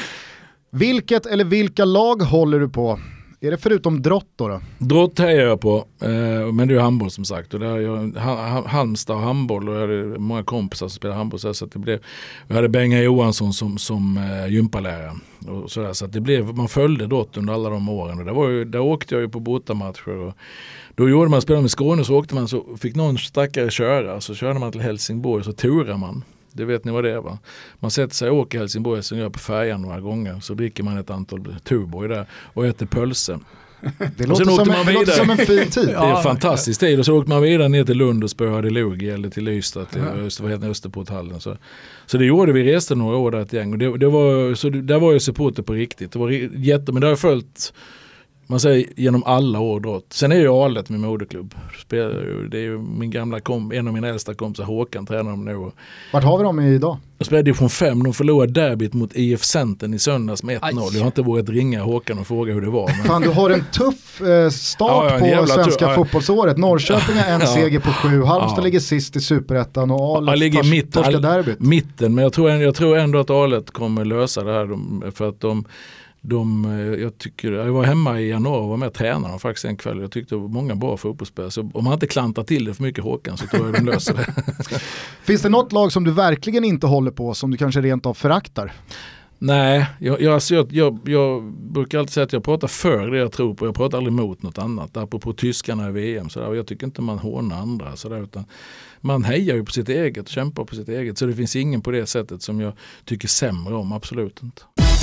Vilket eller vilka lag håller du på? Är det förutom drott då? då? Drott hejar jag på, eh, men det är ju handboll som sagt. Och där är jag, ha, Halmstad och handboll, och jag hade många kompisar som spelade handboll. Så att det blev, jag hade Benga Johansson som, som eh, gympalärare. Och sådär, så att det blev, man följde drott under alla de åren. Och där, var ju, där åkte jag ju på bortamatcher. Och då gjorde man, spelade med Skåne, så åkte man, så fick någon stackare köra. Så körde man till Helsingborg, så turade man. Det vet ni vad det är, va? Man sätter sig och åker Helsingborg som gör på färjan några gånger. Så dricker man ett antal Tuborg där och äter pölse. Det låter, som, man det låter som en fin tid. Det är en fantastisk tid. Och så åkte man vidare ner till Lund och spöade Lugi eller till Ystad, till ja. Öster, vad heter Österporthallen. Så, så det gjorde vi, reste några år där ett gäng. Och det, det var, så det, där var ju supporter på riktigt. Det var jätte, men det har följt, man säger, genom alla år då. Sen är ju Alet min moderklubb. Det är ju min gamla kom, en av mina äldsta kompisar, Håkan, tränar dem nu. Vart har vi dem idag? Jag spelade från fem, de förlorade derbyt mot I F Centern i söndags med ett noll. Jag har inte vågat ringa Håkan och fråga hur det var. Men... Fan, du har en tuff eh, start ja, ja, på svenska tuff. fotbollsåret. Norrköping har en ja. seger på sju, Halmstad ja. ligger sist i Superettan och Alet ja, ligger i mitten, torska derbyt. Mitten, men jag tror, jag tror ändå att Alet kommer lösa det här för att de De, jag, tycker, jag var hemma i januari och var med och tränade faktiskt en kväll. Jag tyckte det var många bra fotbollsspelare. Så om man inte klantar till det för mycket, Håkan, så tror jag de löser det. Finns det något lag som du verkligen inte håller på, som du kanske rent av föraktar? Nej, jag, jag, alltså jag, jag, jag brukar alltid säga att jag pratar för det jag tror på. Jag pratar aldrig mot något annat. Apropå tyskarna i V M. Sådär. Och jag tycker inte man hånar andra. Sådär, utan man hejar ju på sitt eget och kämpar på sitt eget. Så det finns ingen på det sättet som jag tycker sämre om. Absolut inte.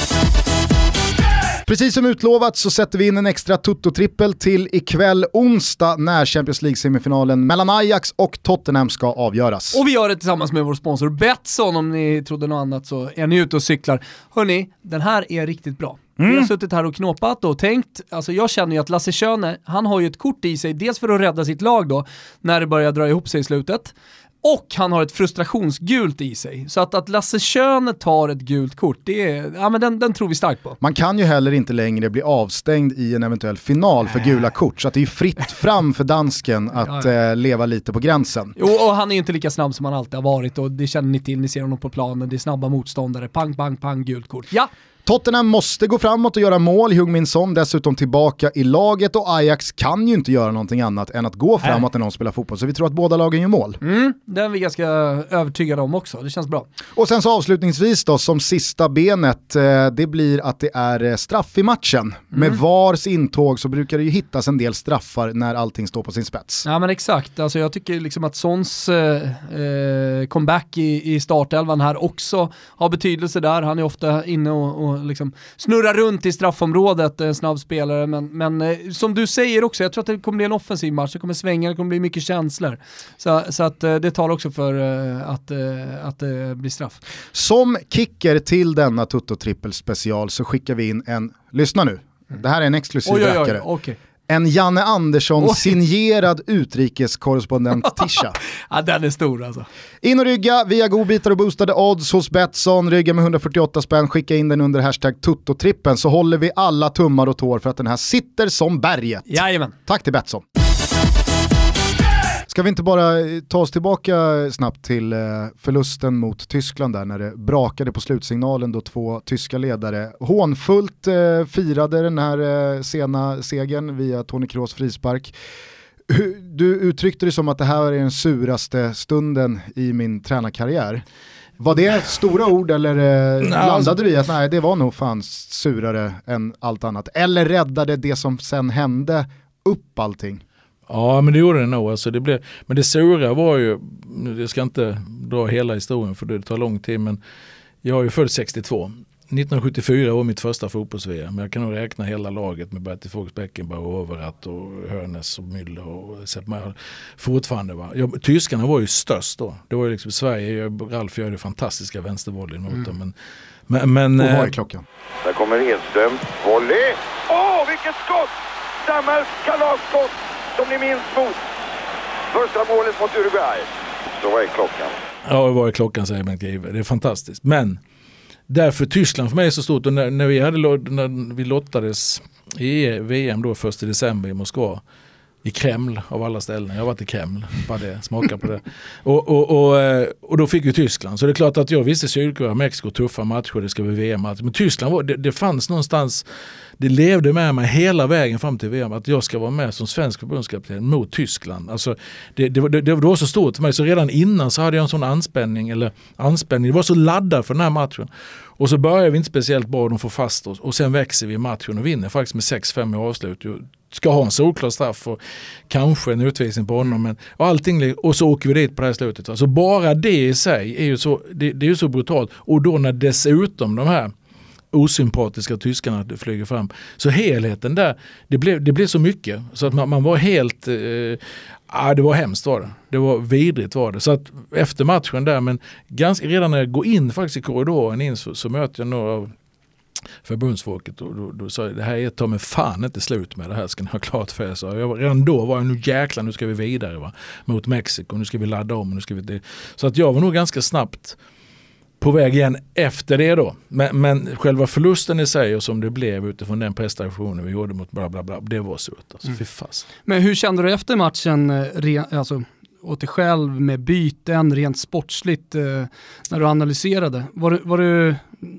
Precis som utlovat så sätter vi in en extra Toto-trippel till ikväll onsdag när Champions League-semifinalen mellan Ajax och Tottenham ska avgöras. Och vi gör det tillsammans med vår sponsor Betsson. Om ni trodde något annat så är ni ute och cyklar. Hörrni, den här är riktigt bra. Mm. Vi har suttit här och knåpat och tänkt, alltså jag känner ju att Lasse Schöne, han har ju ett kort i sig, dels för att rädda sitt lag då, när det börjar dra ihop sig i slutet. Och han har ett frustrationsgult i sig. Så att, att Lasse Schöne tar ett gult kort, det är, ja, men den, den tror vi starkt på. Man kan ju heller inte längre bli avstängd i en eventuell final för gula kort. Så att det är fritt fram för dansken att ja, ja. Eh, leva lite på gränsen. Jo, och han är ju inte lika snabb som han alltid har varit. Och det känner ni till, ni ser honom på planen. Det är snabba motståndare. Pang, pang, pang, gult kort. Ja! Tottenham måste gå framåt och göra mål. Heung-min Son dessutom tillbaka i laget och Ajax kan ju inte göra någonting annat än att gå framåt när de spelar fotboll. Så vi tror att båda lagen gör mål. Mm, det är vi ganska övertygade om också. Det känns bra. Och sen så avslutningsvis då, som sista benet, eh, det blir att det är straff i matchen. Mm. Med V A Rs intåg så brukar det ju hittas en del straffar när allting står på sin spets. Ja men exakt. Alltså, jag tycker liksom att Sons eh, eh, comeback i, i startelvan här också har betydelse där. Han är ofta inne och, och och liksom snurra runt i straffområdet, en snabb spelare. Men, men eh, som du säger också, jag tror att det kommer bli en offensiv match. Det kommer svänga, det kommer bli mycket känslor. Så, så att eh, det talar också för eh, att, eh, att det eh, blir straff. Som kicker till denna Toto-trippel special så skickar vi in en, lyssna nu, det här är en exklusiv oj, oj, oj, rackare. Okay. En Janne Andersson Oj. signerad utrikeskorrespondent Tisha. Ja, den är stor alltså. In och rygga via godbitar och boostade odds hos Betsson. Rygga med hundrafyrtioåtta spänn, skicka in den under hashtag Toto-trippen så håller vi alla tummar och tår för att den här sitter som berget. Jajamän. Tack till Betsson. Ska vi inte bara ta oss tillbaka snabbt till förlusten mot Tyskland där när det brakade på slutsignalen då två tyska ledare hånfullt eh, firade den här eh, sena segern via Toni Kroos frispark. Du uttryckte det som att det här är den suraste stunden i min tränarkarriär. Var det stora ord eller eh, nej, landade alltså, du i att nej, det var nog fan surare än allt annat? Eller räddade det som sen hände upp allting? Ja, men det gjorde det nog. Alltså det blev, men det sura var ju, jag ska inte dra hela historien för det tar lång tid, men jag är ju född sextiotvå. nittonhundrasjuttiofyra var mitt första fotbolls-V M, men jag kan nog räkna hela laget med Bertil Fox, Beckenbauer, Overath och Hörnes och Müller och Sepp Maier fortfarande. Va? Jag, tyskarna var ju störst då. Det var ju liksom Sverige, Ralf gör det fantastiska vänstervolleyn mot mm. dem. Men, men, men, och vad är klockan? Där kommer Edström, volley! Åh, oh, vilket skott! Sammels kalasskott! Som ni minns mot första målet mot Uruguay. Så vad är klockan? Ja, vad är klockan, säger Bengt Grive. Det är fantastiskt. Men därför Tyskland för mig är så stort. Och när, när, vi, hade, när vi lottades i V M då första december i Moskva, i Kreml av alla ställen. Jag har varit i Kreml, bara det, smaka på det. Och, och, och, och då fick vi Tyskland. Så det är klart att jag visste Sydkorea, Mexiko, tuffa matcher, det ska bli V M-match. Men Tyskland, var, det, det fanns någonstans, det levde med mig hela vägen fram till V M att jag ska vara med som svensk förbundskapten mot Tyskland. Alltså, det, det, det, det var så stort för mig, så redan innan så hade jag en sån anspänning, eller anspänning, det var så laddad för den här matchen. Och så börjar vi inte speciellt bra, de får fast oss. Och sen växer vi i matchen och vinner faktiskt med sex fem i avslut. Ska ha en solklar straff och kanske en utvisning på honom. Men, och, allting, och så åker vi dit på det här slutet. Alltså bara det i sig är ju så, det, det är ju så brutalt. Och då när dessutom de här osympatiska tyskarna flyger fram. Så helheten där, det blev, det blev så mycket. Så att man, man var helt... Eh, ja, det var hemskt var det. Det var vidrigt var det. Så att efter matchen där, men ganska, redan när jag går in faktiskt i korridoren in så, så möter jag några av förbundsfolket och då, då sa jag, det här är ta mig fan inte slut med det här, ska ni ha klart för er. Så jag, redan då var jag, nu jäklar, nu ska vi vidare va? Mot Mexiko, nu ska vi ladda om. Nu ska vi, det. Så att jag var nog ganska snabbt på väg igen efter det då. Men, men själva förlusten i sig och som det blev utifrån den prestationen vi gjorde mot bla bla bla, det var surt. Alltså, mm. fy fast. Men hur kände du efter matchen, re, alltså, åt dig själv med byten, rent sportsligt, eh, när du analyserade? Var du, var du,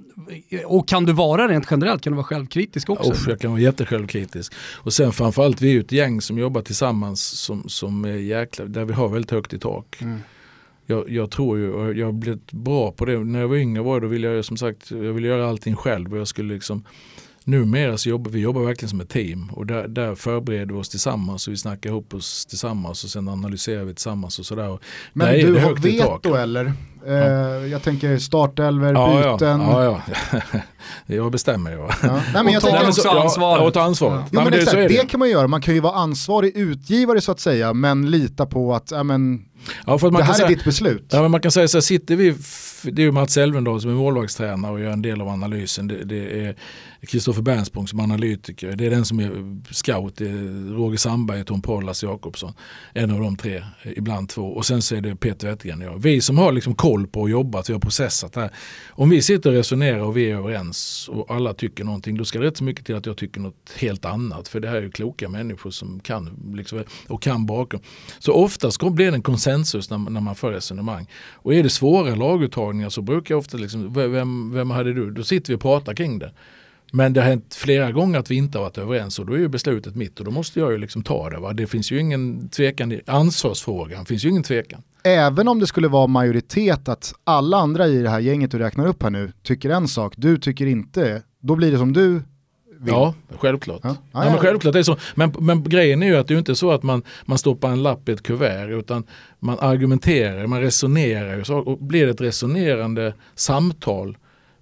och kan du vara rent generellt, kan du vara självkritisk också? Oh, jag kan vara jättesjälvkritisk. Och sen framförallt vi är ett gäng som jobbar tillsammans som, som är jäkla, där vi har väldigt högt i tak. Mm. Jag, jag tror ju, och jag har blivit bra på det. När jag var yngre var då ville jag som sagt, jag ville göra allting själv och jag skulle liksom, numera så jobbar vi jobbar verkligen som ett team och där, där förbereder vi oss tillsammans och vi snackar ihop oss tillsammans och sen analyserar vi tillsammans och sådär. Och men du har veto eller? Eh, ja. Jag tänker startelver, ja, byten. Ja, ja, ja. Jag bestämmer ju. Ja. Ja. Nej, men jag och ta också ansvaret. Ja, och ta ansvar. Ja. Jo, men det, exakt, det. det kan man göra. Man kan ju vara ansvarig utgivare så att säga, men lita på att ja, men, ja, för att man det här kan är säga, ditt beslut. Ja, men man kan säga så här, sitter vi, det är ju Mats Elvendal som är målvaktstränare och gör en del av analysen. Det, det är Kristoffer Bernsprung som analytiker. Det är den som är scout. Det är Roger Sandberg, Tom Pollas, Jakobsson. En av de tre, ibland två. Och sen så är det Peter Wettergren och jag. Vi som har liksom koll på och jobbat, vi har processat det här. Om vi sitter och resonerar och vi är överens och alla tycker någonting, då ska det rätt så mycket till att jag tycker något helt annat. För det här är ju kloka människor som kan liksom, och kan bakom. Så oftast blir det en konsensus när man, när man för resonemang. Och är det svåra laguttagningar så brukar jag ofta liksom, vem, vem hade du? Då sitter vi och pratar kring det. Men det har hänt flera gånger att vi inte har varit överens och då är ju beslutet mitt och då måste jag ju liksom ta det. Va? Det finns ju ingen tvekan i ansvarsfrågan, finns ju ingen tvekan. Även om det skulle vara majoritet att alla andra i det här gänget du räknar upp här nu tycker en sak, du tycker inte, då blir det som du vill. Ja, självklart. Ja. Ja, ja, men självklart är det så. Men, men grejen är ju att det är inte så att man, man stoppar en lapp i ett kuvert utan man argumenterar, man resonerar och blir det ett resonerande samtal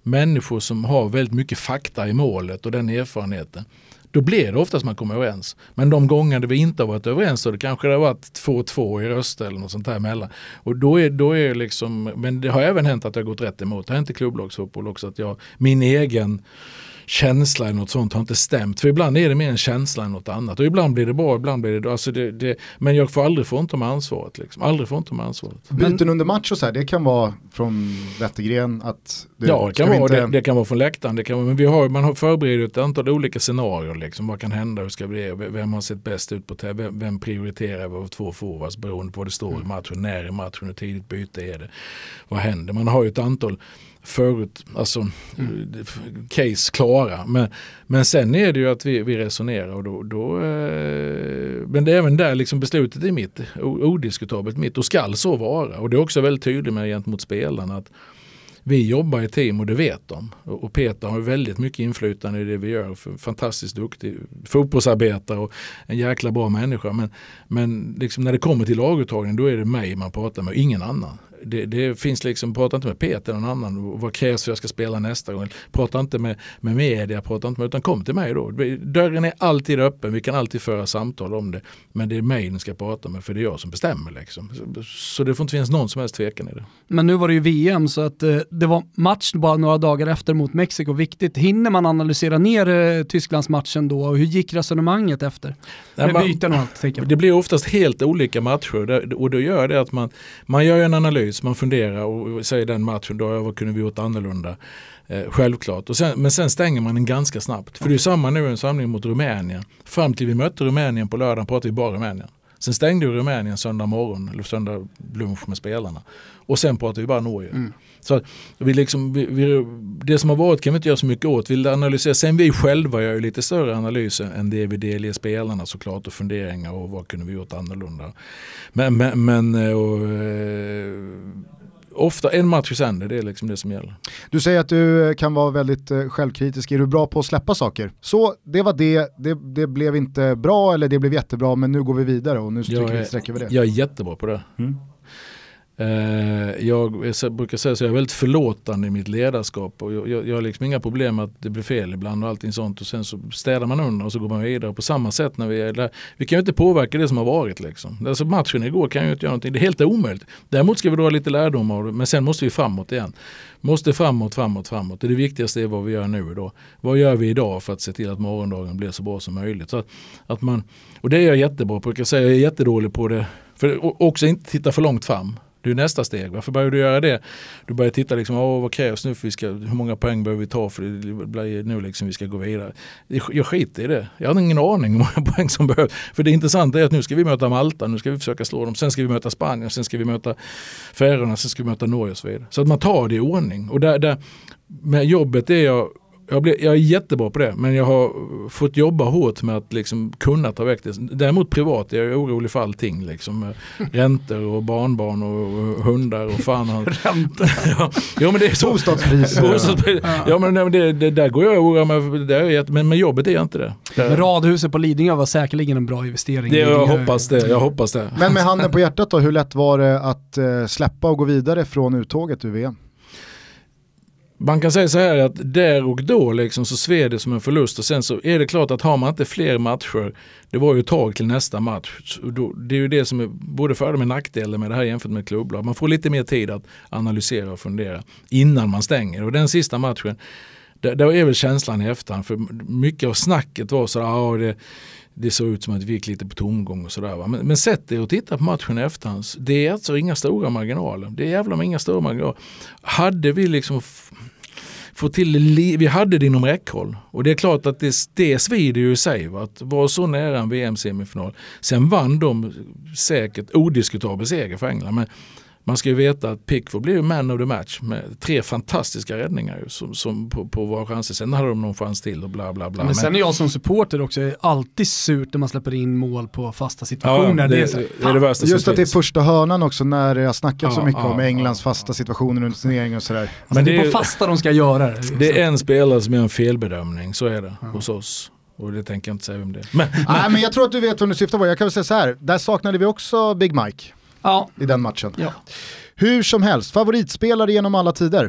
människor som har väldigt mycket fakta i målet och den erfarenheten, då blir det oftast man kommer överens. Men de gånger vi inte har varit överens så det kanske det har varit två två i röst eller något sånt här emellan. Och då är, då är liksom, men det har även hänt att jag har gått rätt emot. Det har inte klubblagsfotboll också, att jag, min egen känsla eller något sånt har inte stämt. För ibland är det mer en känsla än något annat. Och ibland blir det bra, ibland blir det, alltså det, det men jag får aldrig få inte med ansvaret. Liksom. Aldrig få inte med ansvaret. Byten under match och så här, det kan vara från Wettergren att... Du, ja, det kan, vara, inte... det, det kan vara från läktaren. Det kan vara, men vi har, man har förberett ett antal olika scenarier. Liksom. Vad kan hända? Hur ska det bli? Vem har sett bäst ut på tävling? Vem, vem prioriterar av två forwards beroende på vad det står mm. i matchen? När i matchen? Hur tidigt byte är det? Vad händer? Man har ju ett antal förut, alltså mm. case klara. Men, men sen är det ju att vi, vi resonerar och då, då eh, men det är även där liksom beslutet är mitt, odiskutabelt mitt och skall så vara. Och det är också väldigt tydligt med gentemot spelarna att vi jobbar i team och det vet de. Och, och Peter har väldigt mycket inflytande i det vi gör. För fantastiskt duktig fotbollsarbetare och en jäkla bra människa. Men, men liksom när det kommer till laguttagning då är det mig man pratar med, ingen annan. Det, det finns liksom, prata inte med Peter eller någon annan, vad krävs för att jag ska spela nästa gång, prata inte med, med media, prata inte med, utan kom till mig då. Dörren är alltid öppen, vi kan alltid föra samtal om det, men det är mig ni ska prata med för det är jag som bestämmer liksom. Så, så det får inte finnas någon som helst tvekan i det. Men nu var det ju V M så att eh, det var match bara några dagar efter mot Mexiko, viktigt. Hinner man analysera ner eh, Tysklandsmatchen då och hur gick resonemanget efter? Nej, man, byten och allt, tänker jag. Det blir oftast helt olika matcher och då gör det att man, man gör en analys, man funderar och säger den matchen då, vad kunde vi gjort annorlunda? Eh, självklart. Och sen, men sen stänger man den ganska snabbt. För det är samma nu en samling mot Rumänien. Fram till vi mötte Rumänien på lördagen pratade vi bara Rumänien. Sen stängde vi Rumänien söndag morgon eller söndag lunch med spelarna. Och sen pratade vi bara Norge. Mm. Så vi liksom, vi, vi, det som har varit kan vi inte göra så mycket åt. Vi analyserar. Sen vi själva gör ju lite större analyser än det vi delger spelarna såklart och funderingar och vad kunde vi gjort annorlunda. Men, men, men och, ofta en match i sänder, det är liksom det som gäller. Du säger att du kan vara väldigt eh, självkritisk. Är du bra på att släppa saker? Så det var det, det, det blev inte bra eller det blev jättebra, men nu går vi vidare och nu sträcker vi sträcker vi det. Jag är jättebra på det. Mm. Uh, jag, jag brukar säga så jag är väldigt förlåtande i mitt ledarskap och jag, jag, jag har liksom inga problem att det blir fel ibland och allting sånt och sen så städar man under och så går man vidare på samma sätt när vi är där. Vi kan ju inte påverka det som har varit liksom. Alltså matchen igår kan ju inte göra någonting, det är helt omöjligt. Däremot ska vi dra lite lärdom av det, men sen måste vi framåt igen. Måste framåt, framåt, framåt. Det, det viktigaste är vad vi gör nu då. Vad gör vi idag för att se till att morgondagen blir så bra som möjligt? Så att, att man, och det är jag jättebra på, jag kan säga jag är jättedålig på det. För också inte titta för långt fram. Det är nästa steg. Varför börjar du göra det? Du börjar titta liksom, åh, vad krävs nu för vi ska, hur många poäng behöver vi ta för det blir nu liksom vi ska gå vidare. Jag skiter i det. Jag har ingen aning hur många poäng som behövs. För det intressanta är att nu ska vi möta Malta, nu ska vi försöka slå dem, sen ska vi möta Spanien, sen ska vi möta Färöarna, sen ska vi möta Norge och så vidare. Så att man tar det i ordning. Och där, där med jobbet är jag Jag, blir, jag är jättebra på det, men jag har fått jobba hårt med att liksom kunna ta väck det. Däremot privat är jag orolig för allting. Liksom, räntor och barnbarn och hundar och fan. Räntor? ja, ja, men det är så. Bostadspriser. ja, men det, det, där går jag och oroar mig. Det är, men med jobbet är jag inte det. det. Radhuset på Lidingö var säkerligen en bra investering. Det, jag, hoppas det, jag hoppas det. Men med handen på hjärtat då, hur lätt var det att uh, släppa och gå vidare från uttåget ur V M? Man kan säga så här att där och då liksom så sved det som en förlust och sen så är det klart att har man inte fler matcher, det var ju ett tag till nästa match, då, det är ju det som är både för med nackdelar med det här jämfört med klubblag. Man får lite mer tid att analysera och fundera innan man stänger och den sista matchen, där, där är väl känslan i efterhand för mycket av snacket var så ja det Det såg ut som att vi gick lite på tomgång och sådär. Va? Men, men sätt det och titta på matchen i efterhand. Det är alltså inga stora marginaler. Det är jävla inga stora marginaler. Hade vi liksom f- fått till, vi hade det inom räckhåll. Och det är klart att det, det svider ju i sig. Va? Att vara så nära en V M-semifinal. Sen vann de säkert odiskutabel seger för England. Men man ska ju veta att Pickford blev man of the match med tre fantastiska räddningar ju, som, som på, på våra chanser. Sen hade de någon chans till och bla bla bla. Men, men sen är jag som supporter också är alltid surt när man släpper in mål på fasta situationer. Ja, det, det, är, så, det är det värsta. Just att det är första hörnan också när jag snackat ja, så mycket ja, om Englands ja, fasta situationer under turneringen och sådär. Alltså men det, det är på fasta de ska göra det. Det är en spelare som är en felbedömning, så är det ja. hos oss. Och det tänker jag inte säga vem det är. Men, Nej, men jag tror att du vet vad du syftar på. Jag kan väl säga så här, där saknade vi också Big Mike ja. i den matchen. Ja. Hur som helst, favoritspelare genom alla tider.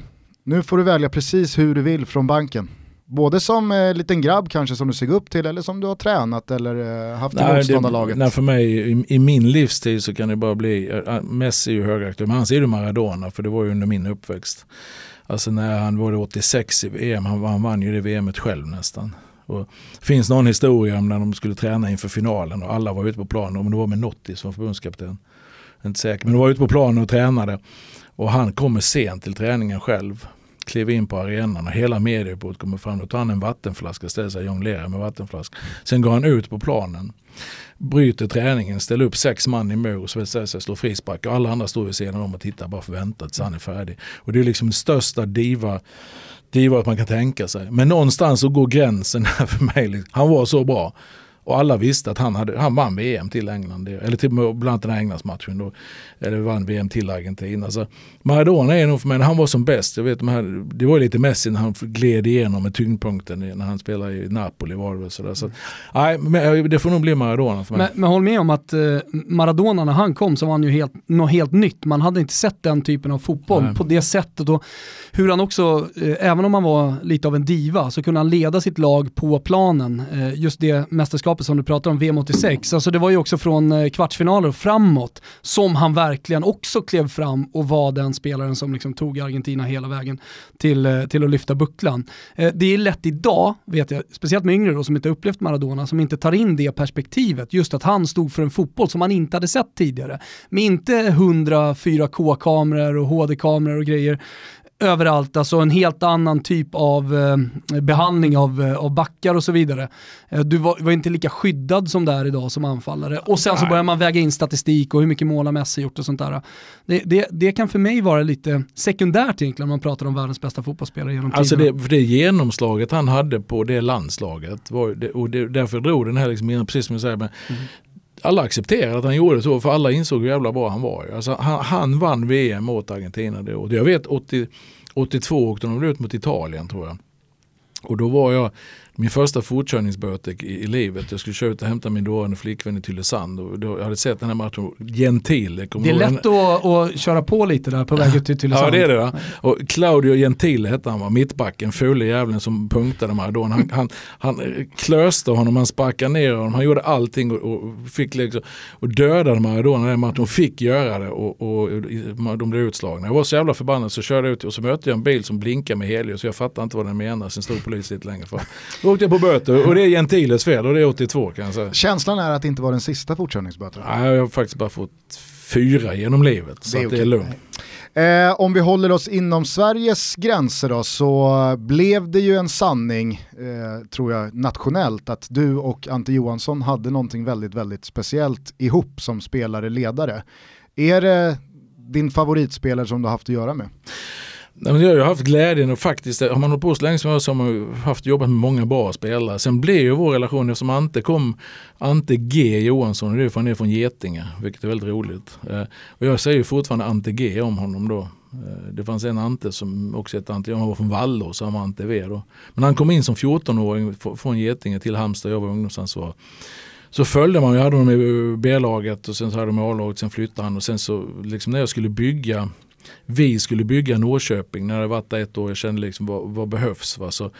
Nu får du välja precis hur du vill från banken. Både som eh, liten grabb kanske som du ser upp till eller som du har tränat eller eh, haft i motståndarlaget. Nej, för mig i, i min livstid så kan det bara bli, äh, Messi är ju högaktuell, men han ser ju Maradona för det var ju under min uppväxt. Alltså när han var åttiosex i V M, han, han vann ju det V M:et själv nästan. Och det finns någon historia om när de skulle träna inför finalen och alla var ute på planen, om det var med Notti som förbundskapten. Inte säker, men de var ute på planen och tränade och han kommer sent till träningen själv. Kliver in på arenan och hela mediebåt kommer fram och tar han en vattenflaska, ställer sig och jonglerar med vattenflaska. Sen går han ut på planen, bryter träningen, ställer upp sex man i mur och så ställer sig, slår frispark och alla andra står vid sidan om och tittar bara förväntat så han är färdig. Och det är liksom den största diva, diva att man kan tänka sig. Men någonstans så går gränsen här för mig. Han var så bra. Och alla visste att han, hade, han vann V M till England. Eller till bland annat den här Englandsmatchen då. Eller vann V M till Argentina. Alltså, Maradona är nog för mig, han var som bäst. Jag vet, de här, det var lite Messi när han gled igenom med tyngdpunkten när han spelade i Napoli. Var det så där. Så, nej, men det får nog bli Maradona för mig. Men, men håll med om att eh, Maradona när han kom så var han ju helt, något helt nytt. Man hade inte sett den typen av fotboll nej. På det sättet. Och hur han också, eh, även om han var lite av en diva, så kunde han leda sitt lag på planen. Eh, just det mästerskap som du pratar om, V M åttiosex. Alltså det var ju också från kvartsfinaler och framåt som han verkligen också klev fram och var den spelaren som liksom tog Argentina hela vägen till, till att lyfta bucklan. Det är lätt idag, vet jag, speciellt med yngre då, som inte upplevt Maradona, som inte tar in det perspektivet. Just att han stod för en fotboll som man inte hade sett tidigare. Med inte hundra fyra K-kameror och H D-kameror och grejer överallt, alltså en helt annan typ av eh, behandling av, eh, av backar och så vidare. Eh, du var, var inte lika skyddad som det är idag som anfallare. Och sen så börjar man väga in statistik och hur mycket mål har Messi gjort och sånt där. Det, det, det kan för mig vara lite sekundärt egentligen när man pratar om världens bästa fotbollsspelare genom tiden. Alltså det, för det genomslaget han hade på det landslaget var, det, och det, därför drog den här liksom, precis som jag säger, men mm. alla accepterade att han gjorde så, för alla insåg hur jävla bra han var. Alltså, han, han vann V M åt Argentina det året. Jag vet åttio, åttiotvå åkte de ut mot Italien tror jag. Och då var jag min första fortkörningsböte i, i livet. Jag skulle köra ut och hämta min dåvarande flickvän i Tylösand. Och då, jag hade sett den här matchen Gentile. Det är lätt att, att köra på lite där på väg ut till Tylösand. Ja, det är det va? Och Claudio Gentile hette han, var mittbacken, fulle jävlen som punktade Maradona. Han, han, han klöste honom, han sparkade ner honom, han gjorde allting och, och fick liksom, och dödade Maradona den matchen och fick göra det och, och, och de blev utslagna. Jag var så jävla förbannad så körde jag ut och så mötte jag en bil som blinkade med helium så jag fattade inte vad den menade. Sen stod polis lite längre fram. Då åkte jag på böter och det är Gentiles fel och det är åttiotvå kan jag säga. Känslan är att det inte var den sista fortkörningsböten? Nej, jag har faktiskt bara fått fyra genom livet så det är, att det är lugnt. Eh, om vi håller oss inom Sveriges gränser då, så blev det ju en sanning, eh, tror jag, nationellt att du och Ante Johansson hade någonting väldigt, väldigt speciellt ihop som spelare-ledare. Är det din favoritspelare som du har haft att göra med? Jag har ju haft glädjen och faktiskt har man hållit på så länge som jag som har haft jobbat med många bra spelare. Sen blev ju vår relation eftersom Ante kom, Ante G Johansson, och det är från, det är från Getinge, vilket är väldigt roligt. Och jag säger ju fortfarande Ante G om honom då. Det fanns en Ante som också hette Ante, jag var från Vallå så han var Ante V då. Men han kom in som fjortonåring från Getinge till Halmstad, jag var ungdomsansvar. Så följde man, jag hade honom i B-laget och sen så hade de i A-laget, sen flyttade han och sen så liksom när jag skulle bygga vi skulle bygga Norrköping när det var ett år, jag kände liksom vad, vad behövs va? Så,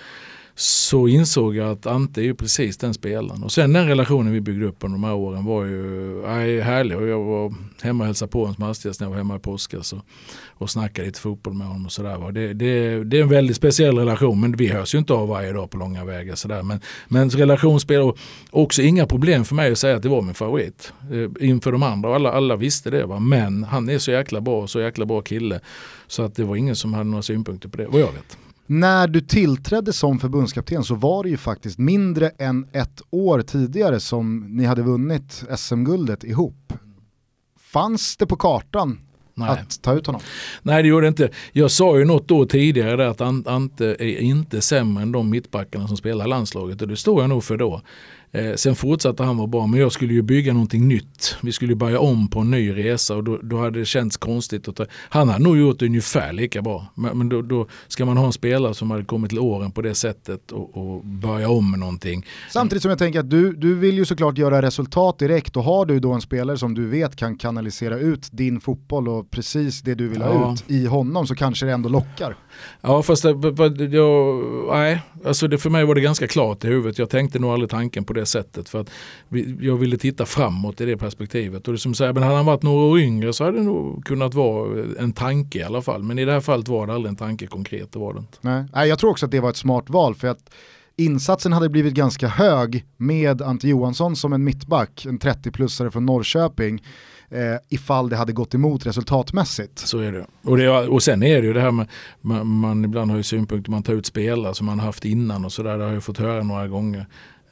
så insåg jag att Ante är ju precis den spelaren. Och sen den relationen vi byggde upp under de här åren var ju aj, härlig och jag var hemma och hälsade på honom som hastigast när jag var hemma i påskas och, och snackade lite fotboll med honom och sådär. Det, det, det är en väldigt speciell relation men vi hörs ju inte av varje dag på långa vägar sådär. Men, men relationsspel och också inga problem för mig att säga att det var min favorit eh, inför de andra och alla, alla visste det va. Men han är så jäkla bra, så jäkla bra kille så att det var ingen som hade några synpunkter på det, vad jag vet. När du tillträdde som förbundskapten så var det ju faktiskt mindre än ett år tidigare som ni hade vunnit S M-guldet ihop. Fanns det på kartan Nej. att ta ut honom? Nej, det gjorde det inte. Jag sa ju något år tidigare där att Ante är inte sämre än de mittbackarna som spelar landslaget och det står jag nog för då. Eh, sen fortsatte han vara bra, men jag skulle ju bygga någonting nytt. Vi skulle ju börja om på en ny resa och då, då hade det känts konstigt. Att ta, han hade nog gjort det ungefär lika bra. Men, men då, då ska man ha en spelare som hade kommit till åren på det sättet och, och börja om med någonting. Samtidigt som jag tänker att du, du vill ju såklart göra resultat direkt, och har du då en spelare som du vet kan kanalisera ut din fotboll och precis det du vill ha ja. ut i honom, så kanske det ändå lockar. Ja, fast det, jag, nej, alltså det, för mig var det ganska klart i huvudet. Jag tänkte nog aldrig tanken på det sättet, för att vi, jag ville titta framåt i det perspektivet. Och det som säger, men hade han varit några år yngre så hade det nog kunnat vara en tanke i alla fall. Men i det här fallet var det aldrig en tanke konkret, det var det inte. Nej, nej, jag tror också att det var ett smart val, för att insatsen hade blivit ganska hög med Ante Johansson som en mittback, en trettio-plussare från Norrköping, eh, ifall det hade gått emot resultatmässigt. Så är det. Och, det, och sen är det ju det här med, man, man ibland har ju synpunkter, man tar ut spelare som man haft innan och sådär, det har jag fått höra några gånger.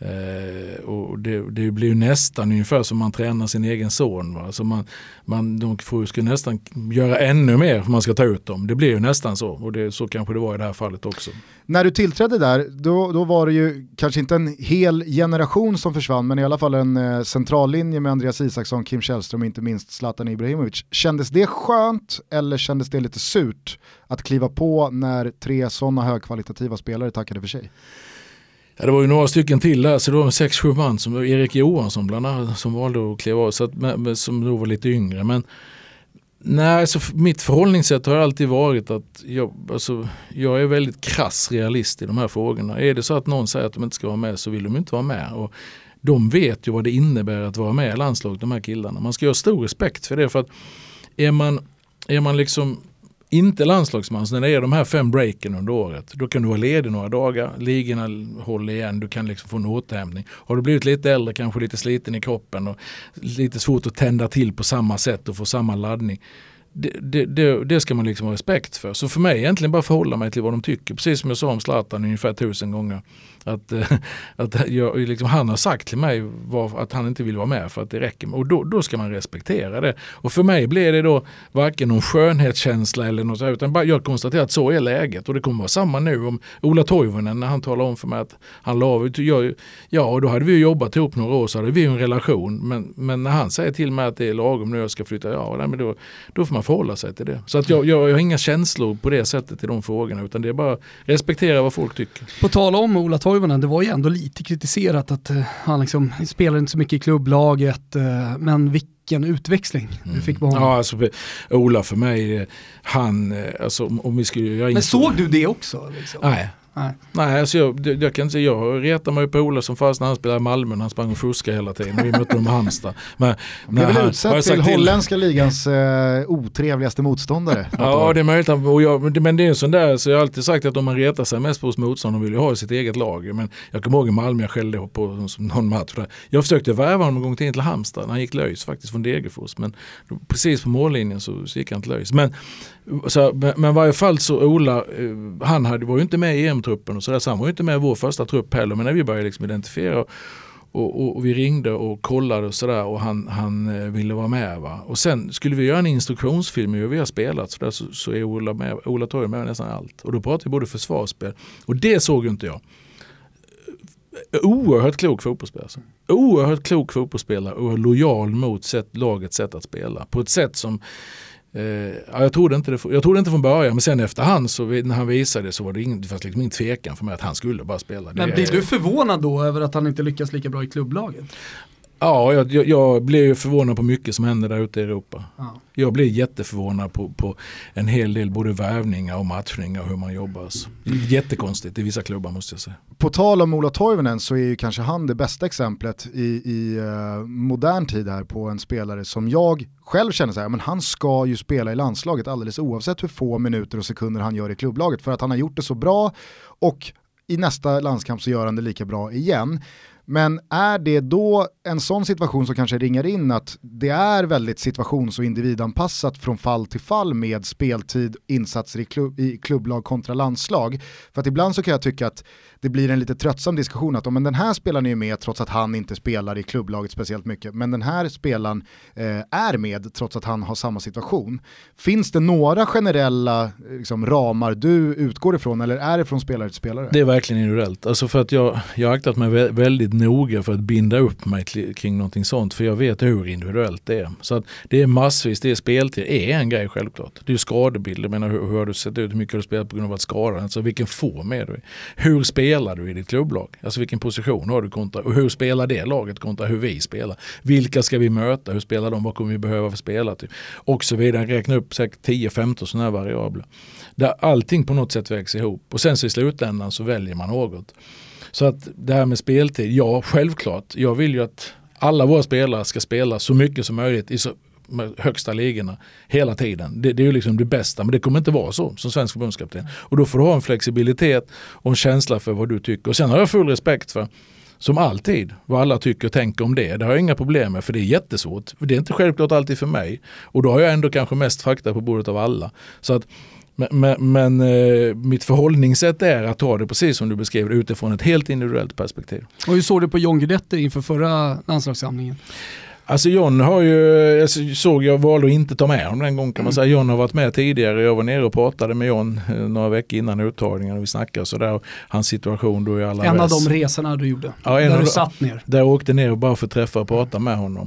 Eh, och det, det blir ju nästan ungefär som man tränar sin egen son. Va? Alltså man, man, de får ju nästan göra ännu mer för man ska ta ut dem. Det blir ju nästan så, och det, så kanske det var i det här fallet också. När du tillträdde där, då, då var det ju kanske inte en hel generation som försvann, men i alla fall en eh, centrallinje med Andreas Isaksson, Kim Källström och inte minst Zlatan Ibrahimovic. Kändes det skönt eller kändes det lite surt att kliva på när tre sådana högkvalitativa spelare tackade för sig? Ja, det var ju några stycken till där, så det var sex sju man, som Erik Johansson bland annat, som valde att kliva av, så att, med, som då var lite yngre. Men nej, så mitt förhållningssätt har alltid varit att jag, alltså, jag är väldigt krass realist i de här frågorna. Är det så att någon säger att de inte ska vara med, så vill de inte vara med. Och de vet ju vad det innebär att vara med i landslaget, de här killarna. Man ska ha stor respekt för det, för att är man, är man liksom inte landslagsman, så när det är de här fem breaken under året, då kan du vara ledig några dagar, ligorna håller igen, du kan liksom få en återhämtning. Har du blivit lite äldre, kanske lite sliten i kroppen och lite svårt att tända till på samma sätt och få samma laddning, det, det, det, det ska man liksom ha respekt för. Så för mig egentligen bara förhålla mig till vad de tycker, precis som jag sa om Zlatan ungefär tusen gånger. Att, att jag, liksom, han har sagt till mig var, att han inte vill vara med för att det räcker. Och då, då ska man respektera det. Och för mig blir det då varken någon skönhetskänsla eller något, utan bara jag konstaterar att så är läget. Och det kommer vara samma nu om Ola Toivonen, när han talar om för mig att han la av. Ja, och då hade vi jobbat ihop några år, så hade vi en relation. Men, men när han säger till mig att det är lagom nu jag ska flytta, ja, nej, men då, då får man förhålla sig till det. Så att jag, jag, jag har inga känslor på det sättet i de frågorna, utan det är bara respektera vad folk tycker. På tal om Ola Toivonen, det var ju ändå lite kritiserat att uh, han liksom spelar inte så mycket i klubblaget, uh, men vilken utväxling du fick på honom. Ja, alltså Ola för mig, han, alltså om vi skulle göra. Men såg du det också? Liksom? Nej. Nej, Nej alltså jag, jag, jag kan säga, jag retar mig på Ola som fast när han spelade i Malmö, han sprang och fuskade hela tiden. Vi mötte dem i Halmstad. Men det är väl utsett till holländska ligans eh, otrevligaste motståndare. Ja, det är möjligt. Och jag, men det är en sån där, så jag har alltid sagt att om man retar sig mest på oss motståndare, vill ju ha sitt eget lag. Men jag kommer ihåg i Malmö, jag skällde på någon match där. Jag försökte värva honom en gång till, till Halmstad. Han gick lös faktiskt från Degerfors. Men precis på mållinjen så, så gick han till lös. Men Så, men, men i varje fall så Ola, han hade, var ju inte med i E M-truppen och så, där, så han var ju inte med i vår första trupp heller, men när vi började liksom identifiera och, och, och vi ringde och kollade och sådär, och han, han ville vara med, va? Och sen skulle vi göra en instruktionsfilm hur vi har spelat, så, där, så, så är Ola, med, Ola Toivonen med nästan allt, och då pratade vi både försvarsspel, och det såg ju inte jag. Oerhört klok fotbollsspelare. Oerhört klok fotbollsspelare och lojal mot sätt, lagets sätt att spela på ett sätt som Eh, ja, jag trodde inte det, jag trodde inte från början, men sen efterhand så när han visade det så var det ingen, det fanns liksom ingen tvekan för mig att han skulle bara spela. Men det, blir du förvånad då över att han inte lyckas lika bra i klubblaget? Ja, jag, jag, jag blev förvånad på mycket som händer där ute i Europa. Ja. Jag blev jätteförvånad på, på en hel del både värvningar och matchningar och hur man jobbar. Så. Jättekonstigt i vissa klubbar, måste jag säga. På tal om Ola Toivonen så är ju kanske han det bästa exemplet i, i uh, modern tid här på en spelare som jag själv känner så här, men han ska ju spela i landslaget alldeles oavsett hur få minuter och sekunder han gör i klubblaget, för att han har gjort det så bra, och i nästa landskamp så gör han det lika bra igen. Men är det då en sån situation som kanske ringar in att det är väldigt situations- och individanpassat från fall till fall med speltid, insatser i, klubb, i klubblag kontra landslag? För att ibland så kan jag tycka att det blir en lite tröttsam diskussion att om den här spelaren är med trots att han inte spelar i klubblaget speciellt mycket, men den här spelaren eh, är med trots att han har samma situation. Finns det några generella liksom, ramar du utgår ifrån, eller är det från spelare till spelare? Det är verkligen individuellt. Alltså för att jag, jag har aktat mig väldigt noga för att binda upp mig kring någonting sånt, för jag vet hur individuellt det är. Så att det är massvis, det är speltid, är en grej självklart. Det är ju skadebilder, menar hur, hur har du sett ut, hur mycket har du spelat på grund av att skada, alltså vilken form är du i? Hur spelar du i ditt klubblag? Alltså vilken position har du kontra, och hur spelar det laget kontra hur vi spelar? Vilka ska vi möta? Hur spelar de? Vad kommer vi behöva för spela till? Och så vidare, räkna upp säkert tio femton sådana här variabler. Där allting på något sätt vägs ihop. Och sen så i slutändan så väljer man något. Så att det här med speltid, ja självklart. Jag vill ju att alla våra spelare ska spela så mycket som möjligt i så högsta ligorna hela tiden. Det, det är ju liksom det bästa, men det kommer inte vara så som svensk förbundskapten. Och då får du ha en flexibilitet och en känsla för vad du tycker. Och sen har jag full respekt för, som alltid, vad alla tycker och tänker om det. Det har jag inga problem med, för det är jättesvårt. Det är inte självklart alltid för mig. Och då har jag ändå kanske mest fakta på bordet av alla. Så att Men, men, men eh, mitt förhållningssätt är att ta det precis som du beskrev utifrån ett helt individuellt perspektiv. Och hur såg du på John Guidetti inför förra landslagssamlingen? Alltså John har ju, jag såg jag valde att inte ta med honom den gången kan man säga. John har varit med tidigare, jag var nere och pratade med John några veckor innan uttagningen och vi snackade och sådär. Hans situation då i alla En väst. av de resorna du gjorde, ja, en där av du de, satt ner. Där jag åkte ner och bara för att träffa och prata med honom.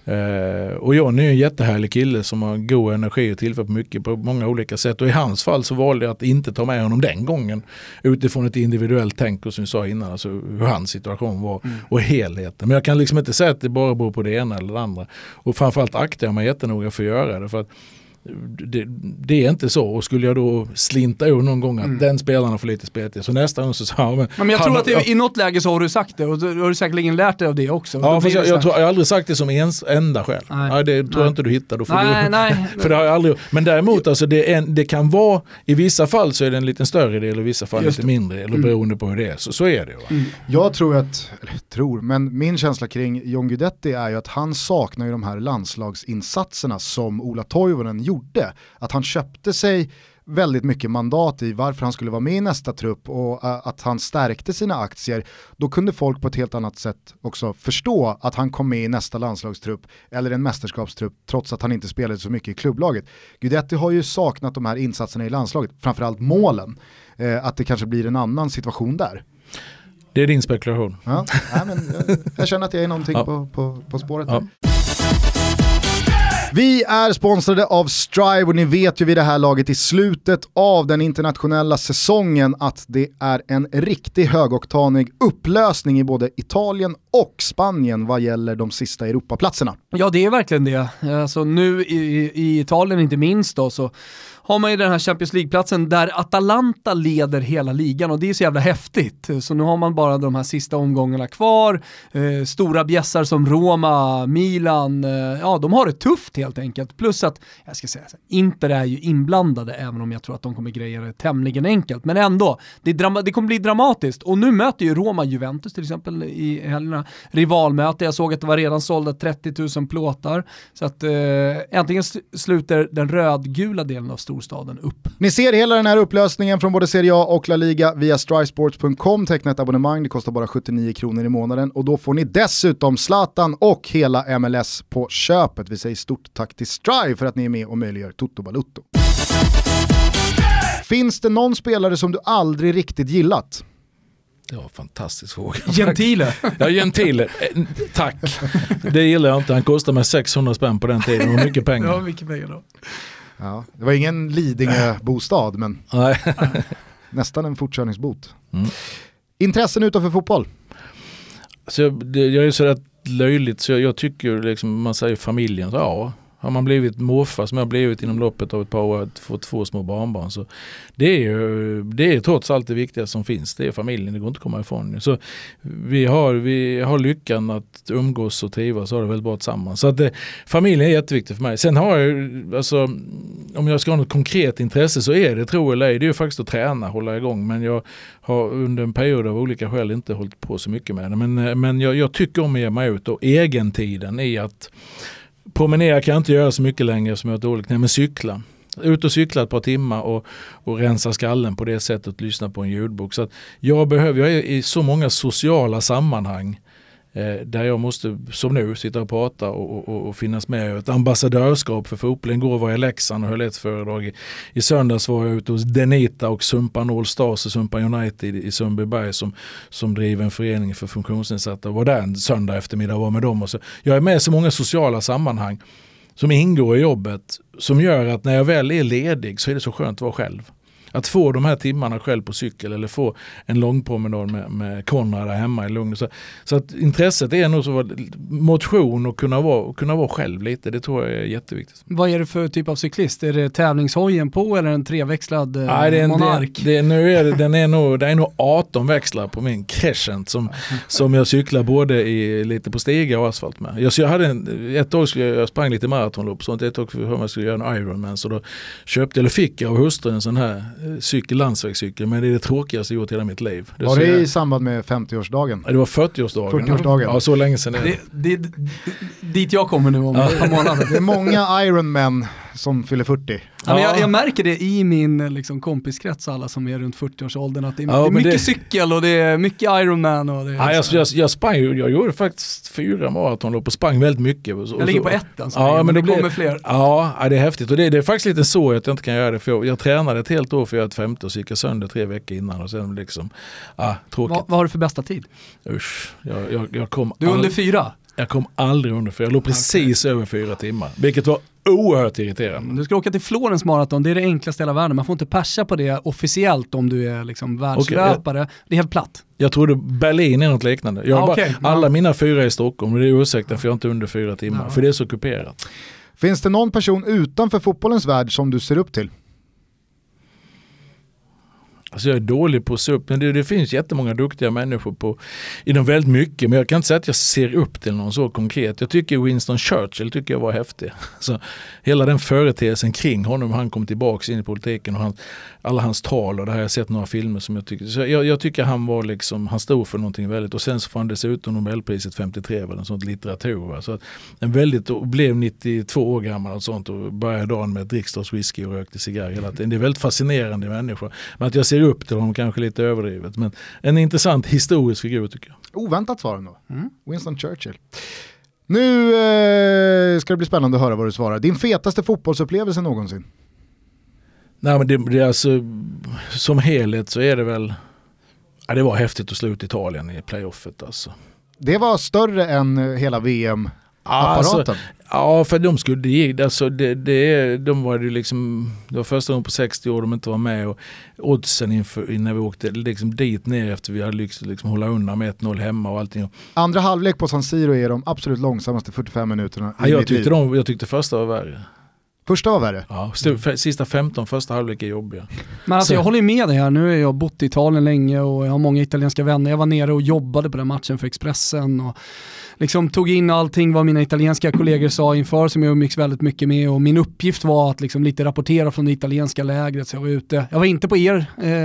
Uh, och John är en jättehärlig kille som har god energi och tillför mycket på många olika sätt, och i hans fall så valde jag att inte ta med honom den gången utifrån ett individuellt tänk och som jag sa innan, alltså hur hans situation var mm. och helheten. Men jag kan liksom inte säga att det bara beror på det ena eller det andra, och framförallt aktar jag mig jättenoga för att göra det, för att Det, det är inte så, och skulle jag då slinta ur någon gång att mm. den spelaren får lite speltid, så nästa gång så sa jag, men, men jag han, tror att det, jag, i något läge så har du sagt det, och då har du säkerligen lärt dig av det också. Ja, fast jag, jag, tror, jag har aldrig sagt det som ens enda skäl. Nej. Nej, det tror nej. jag inte du hittar. Då får nej, du, nej. För det har jag aldrig. Men däremot, alltså, det, är en, det kan vara, i vissa fall så är det en lite större del och i vissa fall lite mindre del, mm. beroende på hur det är. Så, så är det. Va? Mm. Jag tror att, eller tror, men min känsla kring John Guidetti är ju att han saknar ju de här landslagsinsatserna som Ola Toivonen gjorde. Att han köpte sig väldigt mycket mandat i varför han skulle vara med i nästa trupp, och uh, att han stärkte sina aktier. Då kunde folk på ett helt annat sätt också förstå att han kom med i nästa landslagstrupp eller en mästerskapstrupp trots att han inte spelade så mycket i klubblaget. Guidetti har ju saknat de här insatserna i landslaget, framförallt målen. Uh, att det kanske blir en annan situation där. Det är din spekulation. Ja, nej, men jag, jag känner att jag är någonting ja. på, på, på spåret. Ja. Vi är sponsrade av Strive, och ni vet ju vid det här laget i slutet av den internationella säsongen att det är en riktigt högoktanig upplösning i både Italien och Spanien vad gäller de sista Europaplatserna. Ja, det är verkligen det. Alltså, nu i, i Italien inte minst då, så har man ju den här Champions League-platsen där Atalanta leder hela ligan, och det är så jävla häftigt. Så nu har man bara de här sista omgångarna kvar. Eh, stora bjässar som Roma, Milan, eh, ja de har det tufft helt enkelt. Plus att, jag ska säga så, Inter är ju inblandade, även om jag tror att de kommer greja det tämligen enkelt. Men ändå, det, drama- det kommer bli dramatiskt. Och nu möter ju Roma Juventus till exempel i helgerna. Rivalmöte, jag såg att det var redan sålda trettio tusen plåtar. Så att eh, äntligen sluter den rödgula delen av storstaden upp. Ni ser hela den här upplösningen från både Serie A och La Liga via strivesports punkt com. Teckna ett abonnemang, det kostar bara sjuttionio kronor i månaden, och då får ni dessutom Zlatan och hela M L S på köpet. Vi säger stort tack till Strive för att ni är med och möjliggör Toto Balutto. Finns det någon spelare som du aldrig riktigt gillat? Det var en fantastisk fråga. Gentile. Ja, Gentile. Tack. Det gillar jag inte. Han kostade mig sexhundra spänn på den tiden. Det var mycket pengar. Ja, mycket pengar då. Ja, det var ingen Lidingö-bostad, men Nej. nästan en fortkörningsbot. Mm. Intressen utanför fotboll? Så jag, det, jag är så rätt löjligt, så jag, jag tycker liksom, man säger familjen, så ja, har man blivit morfar som jag har blivit inom loppet av ett par år, fått två små barnbarn, så det är ju det är trots allt det viktigaste som finns, det är familjen, det går inte att komma ifrån. Så vi har, vi har lyckan att umgås och trivas, så har det väldigt bra tillsammans. Så att det, familjen är jätteviktig för mig. Sen har jag, alltså, om jag ska ha något konkret intresse, så är det, tro eller ej, det är ju faktiskt att träna, hålla igång, men jag har under en period av olika skäl inte hållit på så mycket med det. Men, men jag, jag tycker om att ge mig ut, och egentiden i att promenera kan jag inte göra så mycket längre som jag har dåligt, nej, men cykla. Ut och cykla ett par timmar och, och rensa skallen på det sättet, lyssna på en ljudbok. Så att jag behöver, jag är i så många sociala sammanhang Eh, där jag måste, som nu, sitta och prata och, och, och finnas med. Ett ambassadörskap för fotbollen. Igår var jag i Leksand och höll ett föredrag. I, i söndags var jag ute hos Denita och Sumpan All Stars och Sumpan United i, i Sundbyberg som, som driver en förening för funktionsnedsatta. Och var där en söndag eftermiddag och var med dem. Och så, jag är med i så många sociala sammanhang som ingår i jobbet som gör att när jag väl är ledig så är det så skönt att vara själv. Att få de här timmarna själv på cykel eller få en lång promenad med, med Konrad där hemma i lugn. Så, så att intresset är nog så motion och kunna vara, kunna vara själv lite. Det tror jag är jätteviktigt. Vad är det för typ av cyklist? Är det tävlingshojen på eller en treväxlad eh, Nej, det är en, Monark? Det, det, nu är det, den är nog, det är nog arton växlar på min Crescent som, som jag cyklar både i, lite på stiga och asfalt med. Jag, så jag hade en, ett år skulle jag, jag sprang lite maratonlopp sånt, ett år för hur man skulle göra en Ironman så då köpte eller fick jag av hustrun en sån här cykel, landsvägscykel, men det är det tråkigaste jag gjort hela mitt liv. Det var det jag, i samband med femtioårsdagen? Det var fyrtioårsdagen. fyrtioårsdagen. Ja, så länge sedan är det. Det, det, dit jag kommer nu om ett par månader. Det är många Ironman som fyller fyrtio. Ja, men jag, jag märker det i min liksom, kompiskrets, alla som är runt fyrtio-årsåldern, att det är, ja, det är mycket det... cykel och det är mycket Ironman. Och det är ja, jag, jag, jag sprang jag gjorde faktiskt fyra maratonlopp och sprang väldigt mycket. Och så, jag ligger på ettan, ja, men, men det, det kommer blir, fler. Ja, ja, det är häftigt och det, det är faktiskt lite så att jag inte kan göra det för jag, jag tränade ett helt år för att göra ett femte och så gick jag sönder tre veckor innan och sen liksom, ja, tråkigt. Va, vad har du för bästa tid? Usch, jag, jag, jag kom Du är under all... fyra? Jag kom aldrig under för jag låg precis okay. över fyra timmar, vilket var oerhört irriterande. Du ska åka till Florens maraton, det är det enklaste i hela världen. Man får inte persa på det officiellt om du är liksom världslöpare. Okay, jag... Det är helt platt. Jag trodde Berlin är något liknande. Jag ah, okay. bara, alla mina fyra är i Stockholm och det är ursäkta för jag är inte under fyra timmar. Ja. För det är så kuperat. Finns det någon person utanför fotbollens värld som du ser upp till? Alltså jag är dålig på att se upp, men det, det finns jättemånga duktiga människor på, inom väldigt mycket, men jag kan inte säga att jag ser upp till någon så konkret. Jag tycker Winston Churchill tycker jag var häftig. Så hela den företeelsen kring honom, han kom tillbaka in i politiken och han, alla hans tal och det här har jag sett några filmer som jag tycker, så jag, jag tycker han var liksom, han stod för någonting väldigt och sen så får han dessutom Nobelpriset femtiotre eller en sånt litteratur. Va? Så att en väldigt, och blev nittiotvå år gammal och sånt och började dagen med drickstås whisky och rökte cigarr hela tiden. Det är väldigt fascinerande människor. Men att jag ser upp till honom kanske lite överdrivet. Men en intressant historisk figur tycker jag. Oväntat svar ändå. Mm. Winston Churchill. Nu eh, ska det bli spännande att höra vad du svarar. Din fetaste fotbollsupplevelse någonsin? Nej, men det, det är alltså, som helhet så är det väl, ja, det var häftigt att slå ut Italien i playoffet alltså. Det var större än hela V M-apparaten? Alltså, ja, för de skulle det, alltså det, det, de var ju liksom, det var första gången på sextio år de inte var med och oddsen inför, när vi åkte liksom dit ner efter vi hade lyckats liksom hålla undan med ett noll hemma och allting. Andra halvlek på San Siro är de absolut långsammaste fyrtiofem minuterna. Ja, jag, tyckte de, jag tyckte första var värre. Första var värre? Ja, sista femton, första halvlek är jobbiga. Men alltså, jag håller med dig här, nu har jag bott i Italien länge och jag har många italienska vänner. Jag var nere och jobbade på den matchen för Expressen och liksom tog in allting vad mina italienska kollegor sa inför som jag umgicks väldigt mycket med och min uppgift var att liksom lite rapportera från det italienska lägret så jag var ute. Jag var inte på er,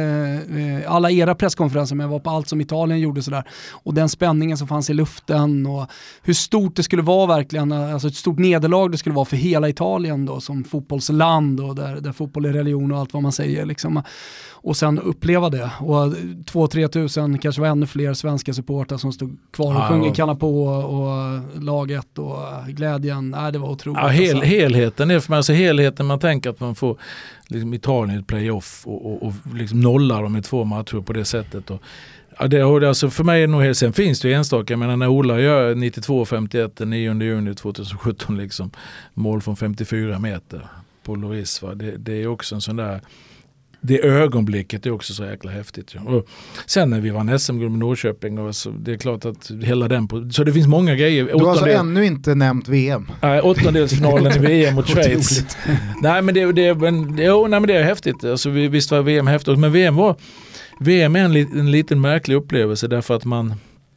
eh, alla era presskonferenser men jag var på allt som Italien gjorde sådär och den spänningen som fanns i luften och hur stort det skulle vara verkligen, alltså ett stort nederlag det skulle vara för hela Italien då som fotbollsland och där, där fotboll är religion och allt vad man säger liksom. Och sen uppleva det. Och två tre tusen, kanske var ännu fler svenska supportrar som stod kvar och ja, sjöng Kanna på och laget och glädjen. Nej, det var otroligt. Ja, hel, helheten är för mig, alltså helheten man tänker att man får liksom Italien i ett playoff och, och, och liksom nollar dem i två matcher på det sättet. Och, ja, det, alltså för mig är det nog helt, sen finns det ju enstaka, jag menar när Ola gör nittiotvå femtioett den nionde juni tjugosjutton liksom mål från femtiofyra meter på Loris, va? Det, det är också en sån där. Det ögonblicket är också så jäkla häftigt. Ja. Och sen när vi vann S M-guld med Norrköping, och så, det är klart att hela den... På, så det finns många grejer. Du har alltså ännu inte nämnt V M? Nej, åttondelsfinalen i V M mot Schweiz. nej, men det, det, men, jo, nej, men det är häftigt. Alltså, vi, visst var V M häftigt, men V M var... V M är en, en liten märklig upplevelse därför att man...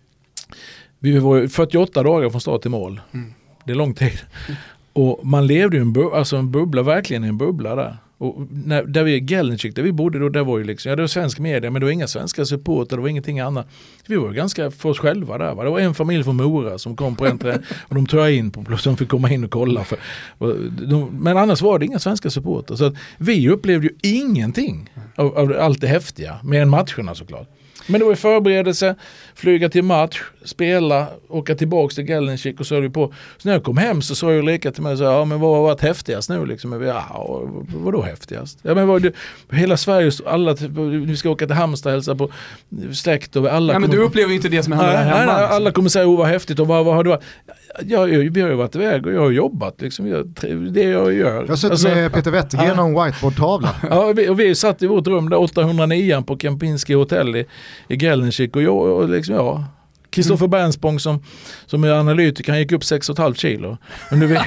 Vi var fyrtioåtta dagar från start till mål. Mm. Det är lång tid. Och man levde ju en, bu- alltså en bubbla, verkligen en bubbla där. Och när, där vi i Gelnicik, där vi bodde då, där var ju liksom, ja det var svensk media, men det var inga svenska supporter, det var ingenting annat. Vi var ganska för oss själva där, va? Det var en familj från Mora som kom på en trä och de tog in på, de fick komma in och kolla. För, och de, men annars var det inga svenska supporter. Så att vi upplevde ju ingenting av, av allt det häftiga, med en matcherna såklart. Men det var förberedelse, flyga till match, spela, åka tillbaka till Gelsenkirchen och så höll vi på. Så när jag kom hem så sa Ulrika till mig så, ja men vad har varit häftigast nu liksom? Ja, vad då häftigast? Ja men vad det, hela Sverige, alla, vi ska åka till Halmstad och hälsa på släkt och alla. Ja men kommer, du upplever ju inte det som händer här hemma. Nej, alla kommer säga, oh vad häftigt och vad, vad har du varit? Ja, vi har ju varit iväg och jag har jobbat liksom, jag, det jag gör. Jag har suttit alltså, med Peter Wettergren ja. om whiteboardtavla. Ja, vi, och vi satt i vårt rum där åttahundranio på Kempinski hotell i, i Gelsenkirchen och jag och liksom, ja, Kristoffer mm. Bernsbong som, som är analytiker, han gick upp sex komma fem kilo. Men nu vet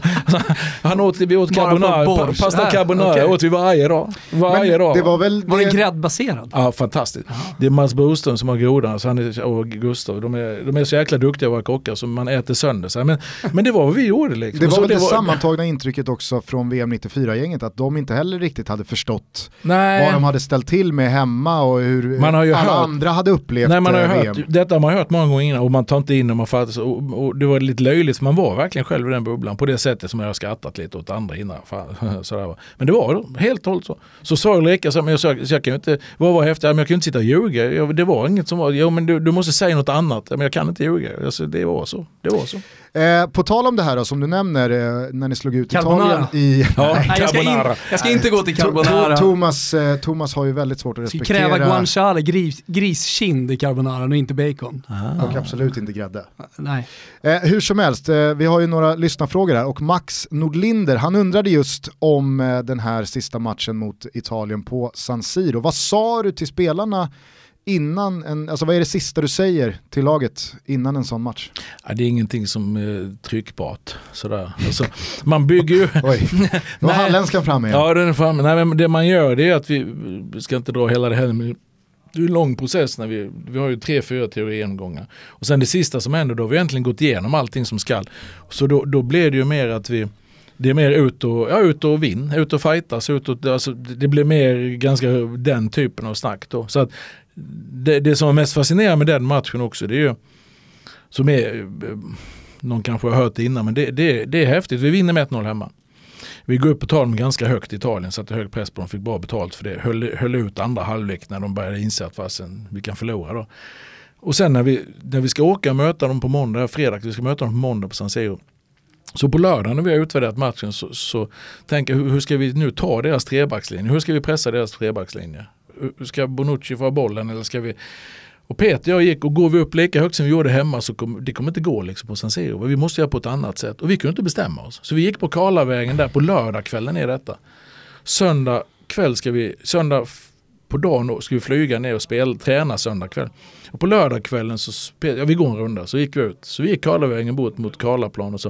han åt, vi åt carbonara, pasta carbonara, okay. åt vi varje dag. Varje dag. Det var väl det... Var det gräddbaserad? Ja, fantastiskt. Aha. Det är Mats Broström som har grodan så han är, och Gustav. De är, de är så jäkla duktiga våra kockar som man äter sönder. Så men, men det var vad vi gjorde. Liksom. Det var så väl det, det var... sammantagna intrycket också från V M nittiofyra-gänget att de inte heller riktigt hade förstått Nej. vad de hade ställt till med hemma och hur man har ju alla hört... andra hade upplevt Nej, man har ju V M. hört, detta har man hört många gånger innan och man tar inte in och man fattar och, och det var lite löjligt för man var verkligen själv i den bubblan på det sättet som jag har skrattat lite åt andra innan. Sådär. Men det var då, helt hållet så. Så sa Ulrika så, men jag, så, så jag kan ju inte, vad var häftigt? Men jag kan ju inte sitta och ljuga. Jag, det var inget som var, jo men du, du måste säga något annat. Men jag kan inte ljuga. Alltså, det var så. Det var så. Eh, på tal om det här då, som du nämner eh, när ni slog ut carbonara. Italien i... Ja, Nej, jag, ska in, jag ska inte gå till carbonara. Thomas, eh, Thomas har ju väldigt svårt att respektera... Jag ska kräva guanciale, gris, griskind i carbonara och inte bacon. Ah. Och absolut inte grädde. Nej. Eh, hur som helst, eh, vi har ju några lyssnarfrågor här och Max Nordlinder, han undrade just om eh, den här sista matchen mot Italien på San Siro. Vad sa du till spelarna innan en, alltså vad är det sista du säger till laget innan en sån match? Ja, det är ingenting som är tryckbart sådär. Alltså, man bygger ju... Oj, då var halländskan framme igen. Ja, den är framme. Nej, men det man gör det är att vi, vi ska inte dra hela det här, men det är en lång process när vi, vi har ju tre, fyra teorigenomgångar. Och sen det sista som händer, då har vi egentligen gått igenom allting som skall. Så då, då blir det ju mer att vi, det är mer ut och, ja, ut och vinn, ut och fightas, ut och, alltså, det blir mer ganska den typen av snack då. Så att det, det som är mest fascinerande med den matchen också, det är ju, som är, någon kanske har hört det innan, men det, det, det är häftigt. Vi vinner med ett noll hemma. Vi går upp på tal med ganska högt i Italien, satte hög press på dem, fick bra betalt för det. Höll, höll ut andra halvlek när de började inse att fasen, vi kan förlora då. Och sen när vi, när vi ska åka och möta dem på måndag, fredag, vi ska möta dem på måndag på San Siro. Så på lördag när vi har utvärderat matchen så, så tänker jag, hur, hur ska vi nu ta deras trebackslinje? Hur ska vi pressa deras trebackslinje? Ska Bonucci få bollen eller ska vi... Och Peter och jag gick och går vi upp lika högt som vi gjorde hemma så kom, det kommer inte gå liksom på San Siro. Vi måste göra på ett annat sätt. Och vi kunde inte bestämma oss. Så vi gick på Karlavägen där på lördagskvällen är detta. Söndag kväll ska vi, söndag på dagen ska vi flyga ner och spela, träna söndag kväll. Och på lördagskvällen så spel, ja, vi går en runda så gick vi ut. Så vi gick Karlavägen bort mot Karlaplan och så.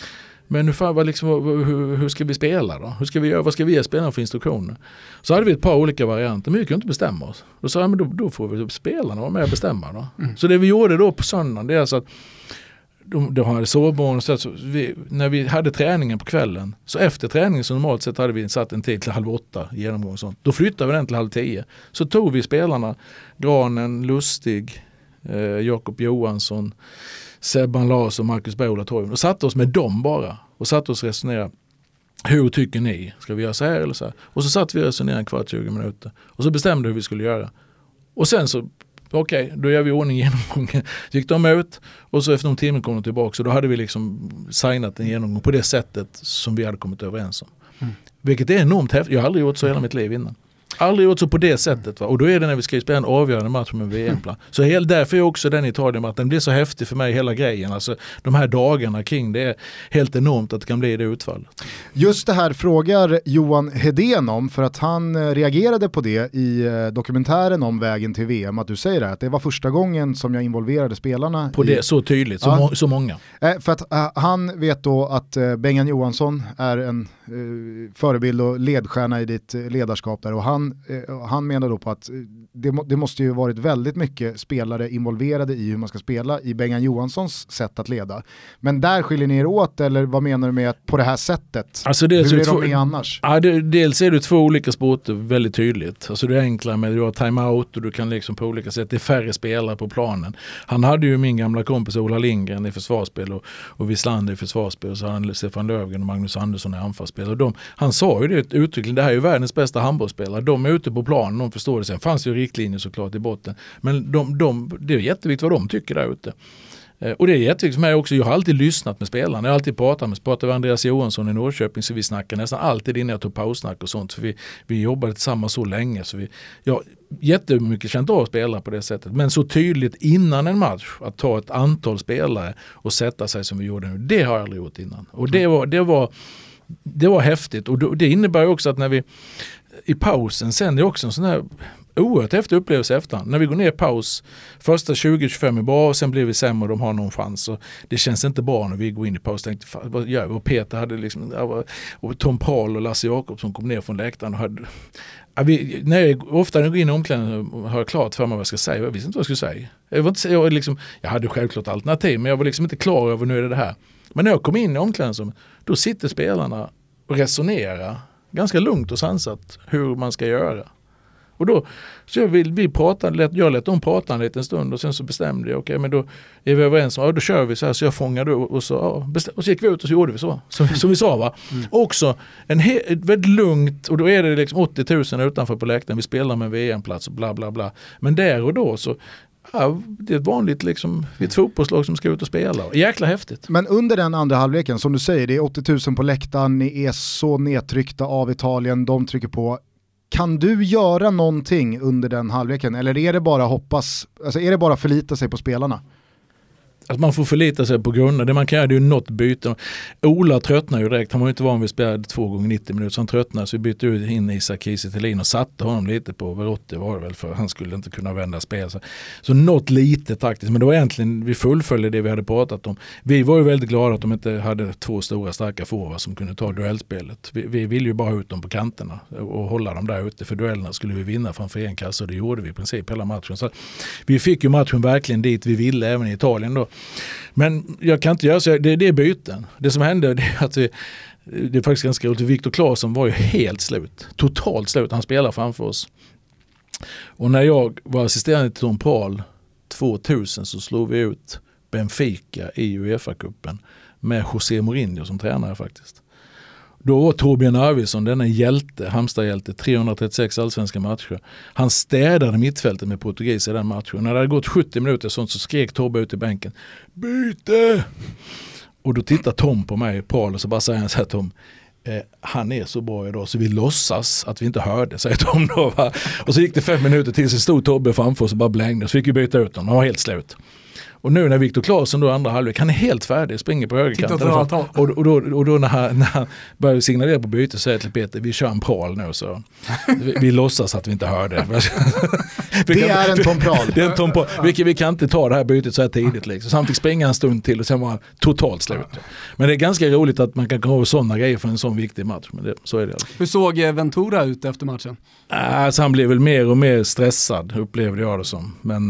Men hur, vad liksom, hur, hur ska vi spela då? Hur ska vi göra? Vad ska vi ge spelarna för instruktioner? Så hade vi ett par olika varianter, men vi kunde inte bestämma oss. Då sa jag, men då, då får vi spelarna vara med och bestämma då. Mm. Så det vi gjorde då på söndagen, det är alltså att de, de hade sovbarn och så, så vi, när vi hade träningen på kvällen, så efter träningen så normalt sett hade vi satt en tid till halv åtta genomgång och sånt. Då flyttade vi den till halv tio. Så tog vi spelarna, Granen, Lustig, eh, Jakob Johansson, Sebban Lars och Marcus Bola Torgen och satte oss med dem bara och satte oss och resonerade. Hur tycker ni? Ska vi göra så här eller så här? Och så satt vi och resonerade en kvart, tjugo minuter. Och så bestämde hur vi skulle göra. Och sen så, okej, okay, då gör vi ordning genomgången. Så gick de ut och så efter någon timme kom de tillbaka. Så då hade vi liksom signat en genomgång på det sättet som vi hade kommit överens om. Mm. Vilket är enormt häftigt. Jag har aldrig gjort så hela mitt liv innan. Aldrig gjort så på det sättet. Va? Och då är det när vi ska spela en avgörande match med V M-plan. Så helt, därför är också den Italien-matchen blir så häftig för mig hela grejen. Alltså, de här dagarna kring det är helt enormt att det kan bli det utfallet. Just det här frågar Johan Hedén om för att han reagerade på det i dokumentären om vägen till V M. Att du säger det, att det var första gången som jag involverade spelarna. På i... det så tydligt, så, ja. må, så många. Eh, för att eh, han vet då att eh, Bengan Johansson är en eh, förebild och ledstjärna i ditt ledarskap där och han Han, han menar då på att det, må, det måste ju varit väldigt mycket spelare involverade i hur man ska spela i Bengan Johanssons sätt att leda. Men där skiljer ni er åt eller vad menar du med att på det här sättet? Alltså det är Hur är två, de med annars? Ja, det, dels är det två olika sporter väldigt tydligt. Alltså det är enklare med att du har timeout och du kan liksom på olika sätt, det är färre spelare på planen. Han hade ju min gamla kompis Ola Lindgren i försvarsspel och, och Wislander i försvarsspel och så han Stefan Löfgren och Magnus Andersson i anfallsspel. Och de, han sa ju det uttryckligen, det här är ju världens bästa handbollsspelare. De är ute på planen, de förstår det. Sen fanns ju riktlinjer såklart i botten. Men de, de, det är jätteviktigt vad de tycker där ute. Och det är jätteviktigt för mig också, jag har alltid lyssnat med spelarna, jag har alltid pratat med, pratat med Andreas Johansson i Norrköping så vi snackar nästan alltid innan jag tog paussnack och sånt för vi, vi jobbade tillsammans så länge så vi, jag jättemycket känt av spelare på det sättet, men så tydligt innan en match att ta ett antal spelare och sätta sig som vi gjorde nu, det har jag aldrig gjort innan och det var, det var, det var häftigt och det innebär också att när vi i pausen sen är det också en sån här oerhört efter upplevelse efter. När vi går ner i paus, första tjugo till tjugofem är bra och sen blir vi sämre och de har någon chans. Och det känns inte bra när vi går in i paus. Tänkte, vad gör vi? Och Peter hade liksom, och Tom Paul och Lasse Jakobsson kom ner från läktaren och hade, ja, vi, när jag, ofta när jag går in i omklädningen har jag klart för mig vad jag ska säga. Jag visste inte vad jag skulle säga. Jag, var inte, jag, liksom, jag hade självklart alternativ men jag var liksom inte klar över nu är det det här. Men när jag kom in i omklädningen då sitter spelarna och resonerar ganska lugnt och sansat hur man ska göra. Och då så jag vill vi prata lätt jag lät dem prata en liten stund och sen så bestämde jag okej okay, men då är vi överens om ja, då kör vi så här så jag fångade och, och så ja, bestäm, och så gick vi ut och så gjorde vi så som, som vi sa va. Mm. Också en he, ett väldigt lugnt och då är det liksom åttio tusen utanför på läktaren vi spelar med en V M-plats och bla bla bla. Men där och då så ja, det är ett vanligt liksom, ett fotbollslag som ska ut och spela. Jäkla häftigt. Men under den andra halvleken, som du säger, det är åttio tusen på läktaren, ni är så nedtryckta av Italien, de trycker på. Kan du göra någonting under den halvleken? Eller är det bara hoppas, alltså är det bara förlita sig på spelarna? Att man får förlita sig på grunden. Det man kan göra det är ju något byte. Ola tröttnar ju direkt. Han var ju inte van vid att spela två gånger nittio minuter. Så han tröttnar så vi bytte ut in Isak Kiese Thelin och satte honom lite på över åttio var det väl för han skulle inte kunna vända spel. Så, så något lite taktiskt. Men det var egentligen, vi fullföljde det vi hade pratat om. Vi var ju väldigt glada att de inte hade två stora starka forwards som kunde ta duellspelet. Vi, vi ville ju bara ha ut dem på kanterna och hålla dem där ute. För duellerna skulle vi vinna framför en kasse och det gjorde vi i princip hela matchen. Så vi fick ju matchen verkligen dit vi ville även i Italien då. Men jag kan inte göra så, det, det är byten. Det som hände det är att vi, det är faktiskt ganska roligt, Viktor Claesson var ju helt slut, totalt slut, han spelar framför oss. Och när jag var assisterande till Tom Paul tvåtusen så slog vi ut Benfica i UEFA-cupen med José Mourinho som tränare faktiskt. Då var Torbjörn Arvidsson, denna hjälte, Halmstad-hjälte, trehundratrettiosex allsvenska matcher. Han städade mittfältet med portugis i den matchen. När det hade gått sjuttio minuter sånt så skrek Tobbe ut i bänken. Byte! Och då tittar Tom på mig, Paul, och så bara säger han så här, Tom, eh, han är så bra idag så vi låtsas att vi inte hörde, säger Tom då. Va? Och så gick det fem minuter till så stod Tobbe framför oss och bara blängde. Så fick vi byta ut honom, han var helt slut. Och nu när Viktor Claesson då andra halvlek, han är helt färdig, springer på högerkanten. Och, och, då, och då när han, när han börjar signalera på byte så säger till Peter, vi kör en pral nu så vi, vi låtsas att vi inte hörde. det kan, är en Tom Pral. Det är en Tom Pral. Vi, vi kan inte ta det här bytet så här tidigt. Liksom. Så han fick springa en stund till och sen var han totalt slut. Men det är ganska roligt att man kan ha sådana grejer för en sån viktig match. Men det, så är det. Alltså. Hur såg Ventura ut efter matchen? Alltså, han blev väl mer och mer stressad, upplevde jag det som. Men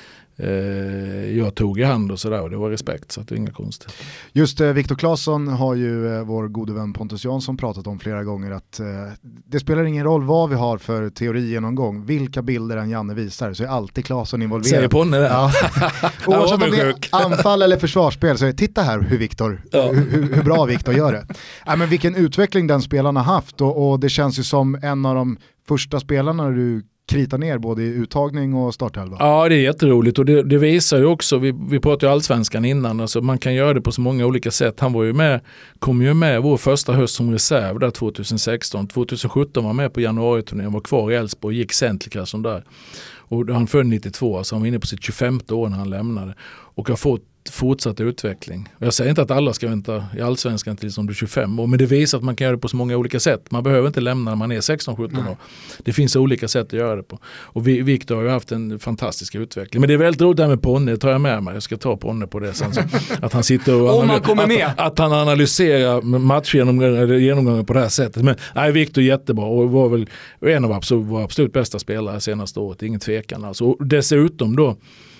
jag tog i hand och sådär och det var respekt så att det är inga konstigt. Just eh, Viktor Claesson har ju eh, vår gode vän Pontus Jansson pratat om flera gånger att eh, det spelar ingen roll vad vi har för teori genomgång, vilka bilder än Janne visar så är alltid Claesson involverad. Säger Ponne det? Ja. Oavsett om det är anfall eller försvarsspel så är titta här hur Viktor, ja. hur, hur bra Viktor gör det. Ja, men vilken utveckling den spelaren har haft och, och det känns ju som en av de första spelarna du krita ner både i uttagning och startelva. Ja, det är jätteroligt och det, det visar ju också, vi, vi pratade ju allsvenskan innan, alltså man kan göra det på så många olika sätt. Han var ju med, kom ju med vår första höst som reserv där tjugohundrasexton. tjugohundrasjutton var med på januariturnén, var kvar i Älvsborg och gick centriklas som där. Och han född nittiotvå, så han var inne på sitt tjugofemte år när han lämnade och har fått fortsatt utveckling. Jag säger inte att alla ska vänta i allsvenskan tills de blir tjugofem år, men det visar att man kan göra det på så många olika sätt. Man behöver inte lämna när man är sexton sjutton år. Det finns olika sätt att göra det på. Och vi, Viktor har ju haft en fantastisk utveckling. Men det är väldigt roligt där med Ponne, det tar jag med mig. Jag ska ta Ponne på det sen. Så att han sitter och Om han kommer med. Att, att han analyserar matchgenomgången på det här sättet. Men nej, Viktor jättebra och var väl en av absolut, var absolut bästa spelare senaste året. Ingen tvekan. Alltså. Och dessutom då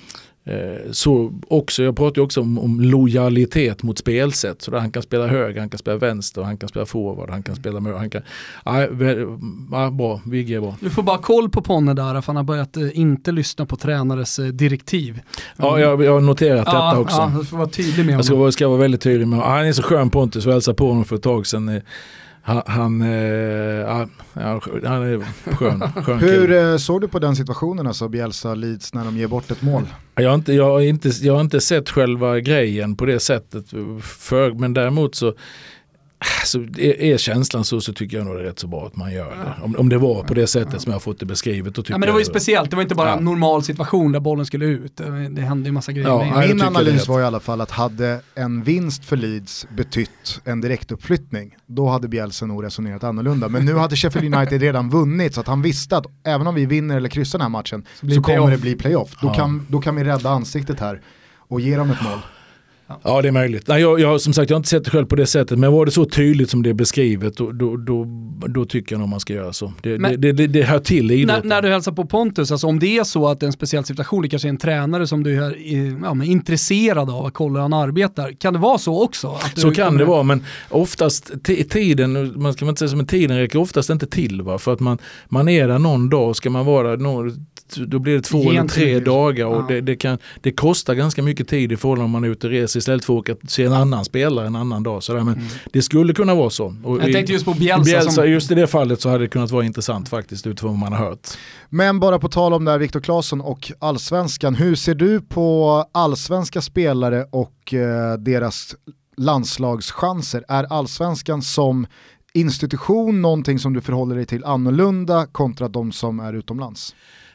Så också, jag pratar ju också om, om lojalitet mot spelsätt, så där han kan spela höger, han kan spela vänster, han kan spela forward, han kan spela med, han kan, ja, ja, bra, Vigge är bra. Du får bara koll på Ponne där, för han har börjat eh, inte lyssna på tränares eh, direktiv. Mm. Ja, jag, jag har noterat ja, detta också. Ja, du får vara tydlig med honom. Jag ska, ska vara väldigt tydlig med honom. Han är så skön, Pontus, och hälsa på honom för ett tag sedan. Han, han, eh, ja, han är skön. skön Hur eh, såg du på den situationen, alltså Bielsa Leeds, när de ger bort ett mål? Jag har, inte, jag, har inte, jag har inte sett själva grejen på det sättet för, men däremot så alltså, är, är känslan så, så tycker jag nog det är rätt så bra att man gör det. Om, om det var på det sättet ja. som jag har fått det beskrivet. Då ja, men det var ju jag, speciellt, det var inte bara ja. en normal situation där bollen skulle ut. Det hände ju massa grejer. Ja, med. Min analys var i alla fall att hade en vinst för Leeds betytt en direktuppflyttning, då hade Bielsa nog resonerat annorlunda. Men nu hade Sheffield United redan vunnit, så att han visste att även om vi vinner eller kryssar den här matchen så, så kommer det bli playoff. Då, ja. kan, då kan vi rädda ansiktet här och ge dem ett mål. Ja, det är möjligt. Nej, jag, jag, som sagt, jag har inte sett det själv på det sättet, men var det så tydligt som det är beskrivet, då, då, då, då tycker jag nog man ska göra så. Det, men, det, det, det hör till i idrotten. När, när du hälsar på Pontus, alltså om det är så att det är en speciell situation, det kanske är en tränare som du är ja, men intresserad av att kolla hur han arbetar, kan det vara så också? Att så du, kan det vara, men oftast t- tiden, man ska inte säga som en tiden räcker oftast inte till, va? För att man, man är där någon dag, ska man vara där någon, då blir det två Egentligen. eller tre dagar och ja. det, det, kan, det kostar ganska mycket tid i förhållande om man är ute och reser istället för att åka se en annan spelare en annan dag. Sådär. Men mm. det skulle kunna vara så. Och jag tänkte just på Bielsa. Bielsa som... Just i det fallet så hade det kunnat vara intressant faktiskt utifrån vad man har hört. Men bara på tal om det här, Viktor Claesson och allsvenskan. Hur ser du på allsvenska spelare och eh, deras landslagschanser? Är allsvenskan som institution någonting som du förhåller dig till annorlunda kontra de som är utomlands?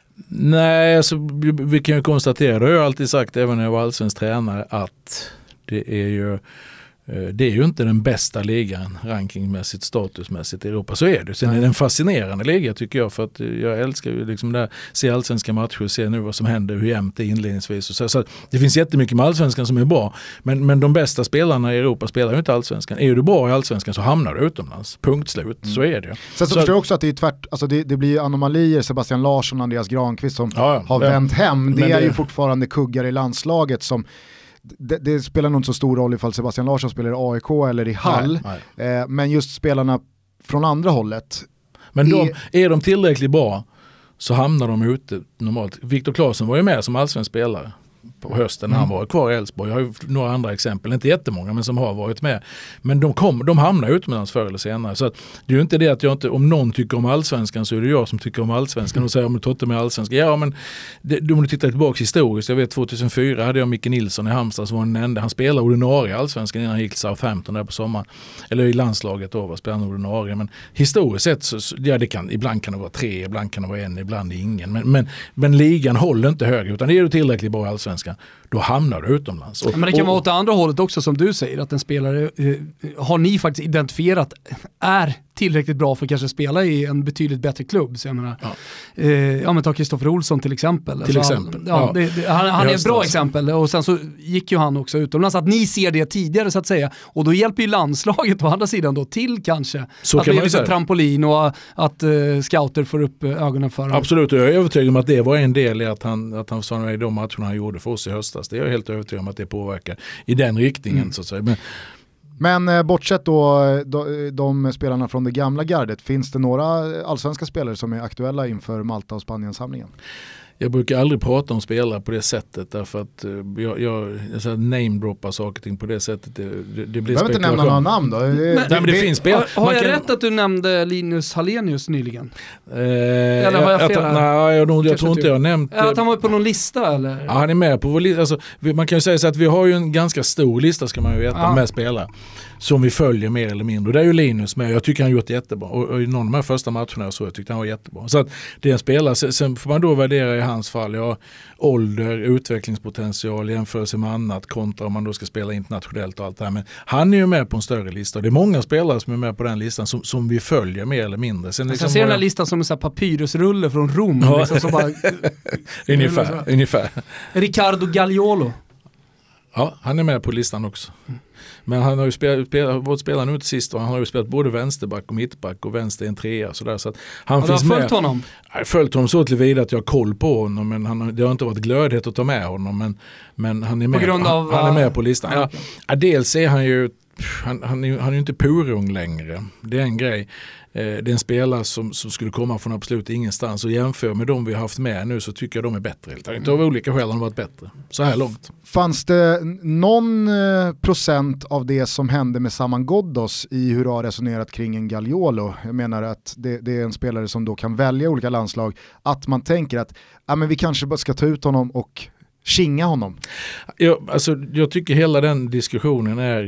Nej, alltså, vi kan ju konstatera, det har jag alltid sagt även när jag var allsvensk tränare, att det är ju det är ju inte den bästa ligan rankingmässigt, statusmässigt i Europa. Så är det. Sen är det en fascinerande liga tycker jag, för att jag älskar ju liksom där, se allsvenska matcher, se nu vad som händer, hur jämnt det är inledningsvis. Och så, så det finns jättemycket med allsvenskan som är bra, men, men de bästa spelarna i Europa spelar ju inte allsvenskan. Är du bra i allsvenskan så hamnar du utomlands. Punkt slut. Mm. Så är det. Sen så, så förstår jag också att det är tvärt, alltså det, det blir anomalier, Sebastian Larsson och Andreas Granqvist som ja, har ja. vänt hem. Det men är det... ju fortfarande kuggar i landslaget som Det, det spelar nog inte så stor roll ifall Sebastian Larsson spelar i A I K eller i Hall. Nej, nej. Eh, men just spelarna från andra hållet. Men de, är, är de tillräckligt bra så hamnar de ute normalt. Viktor Claesson var ju med som allsvensk spelare på hösten när mm. han var kvar i Elfsborg. Jag har ju några andra exempel, inte jättemånga, men som har varit med. Men de, kom, de hamnar utomlands förr eller senare. Så att, det är ju inte det att jag inte, om någon tycker om allsvenskan så är det jag som tycker om allsvenskan och säger om du tar med allsvenskan. Ja, men det, om du tittar tillbaka historiskt, jag vet tjugohundrafyra hade jag Micke Nilsson i Halmstad som var den enda. Han spelade ordinarie allsvenskan innan han gick till Southampton där på sommaren. Eller i landslaget då var spelande ordinarie. Men historiskt sett, så, ja, det kan, ibland kan det vara tre, ibland kan det vara en, ibland ingen. Men, men, men ligan håller inte högre, utan det är du tillräckligt bra i allsvenskan, då hamnar du utomlands. Och, men det kan och, vara åt det andra hållet också, som du säger, att en spelare eh, har ni faktiskt identifierat är tillräckligt bra för att kanske spela i en betydligt bättre klubb. Så jag menar, ja. Eh, ja men ta Kristoffer Olsson till exempel. Till alltså, exempel. Han, ja, det, det, han, han är ett bra alltså. exempel, och sen så gick ju han också utomlands. Att ni ser det tidigare så att säga, och då hjälper ju landslaget på andra sidan då till kanske. Så att kan det man är lite trampolin och att uh, scouter får upp ögonen för honom. Absolut, och jag är övertygad om att det var en del i att han, att han sa i de matcherna han gjorde för oss i höstas. Det är jag helt övertygad om att det påverkar i den riktningen mm. så att säga. Men, Men eh, bortsett då de, de spelarna från det gamla gardet, finns det några allsvenska spelare som är aktuella inför Malta och Spanien-samlingen? Jag brukar aldrig prata om spelare på det sättet, därför att jag, jag, jag namedroppar saker ting på det sättet. Det, det, det blir jag behöver inte nämna några namn då. Det, men, nej, men det det, finns spelare. Har, har jag kan... rätt att du nämnde Linus Hallenius nyligen? Eh, eller har jag fel? Jag, nej, jag, jag, jag tror inte jag har nämnt... Ja, att han var på någon lista eller? Ja, han är med på vår lista. Alltså, man kan ju säga så att vi har ju en ganska stor lista, ska man ju veta, ja. med spelare som vi följer mer eller mindre. Och det är ju Linus med. Jag tycker han har gjort jättebra. Och, och i någon av de här första matcherna så jag tyckte han var jättebra. Så att det är en spelare. Sen, sen får man då värdera i hans fall, ja, ålder, utvecklingspotential, jämförelse med annat kontra om man då ska spela internationellt och allt det här. Men han är ju med på en större lista. Och det är många spelare som är med på den listan som, som vi följer mer eller mindre. Sen liksom jag ser den här listan som en sån här papyrusrulle från Rom. Ja. Liksom, som bara... ungefär, ungefär. Riccardo Gagliolo. Ja, han är med på listan också. Mm. Men han har ju spelat, spelat, vårt spelare nu inte sist och han har ju spelat både vänsterback och mittback och vänster en trea. Sådär, så att han har finns du med. följt honom? Jag har följt honom så tillvida att jag har koll på honom, men han, det har inte varit glödhet att ta med honom. Men, men han, är med, på grund av, han, han är med på listan. Ja, ja, okay. ja, dels är han ju Han, han, är, han är ju inte purung längre. Det är en grej. Eh, det är en spelare som, som skulle komma från absolut ingenstans, och jämför med de vi har haft med nu så tycker jag de är bättre. Helt enkelt. Av olika skäl har de varit bättre. Så här långt. Fanns det någon procent av det som hände med Saman Ghoddos i hur du har resonerat kring en Gagliolo? Jag menar att det, det är en spelare som då kan välja olika landslag. Att man tänker att ja, men vi kanske bara ska ta ut honom och kinga honom. Jag, alltså, jag tycker hela den diskussionen är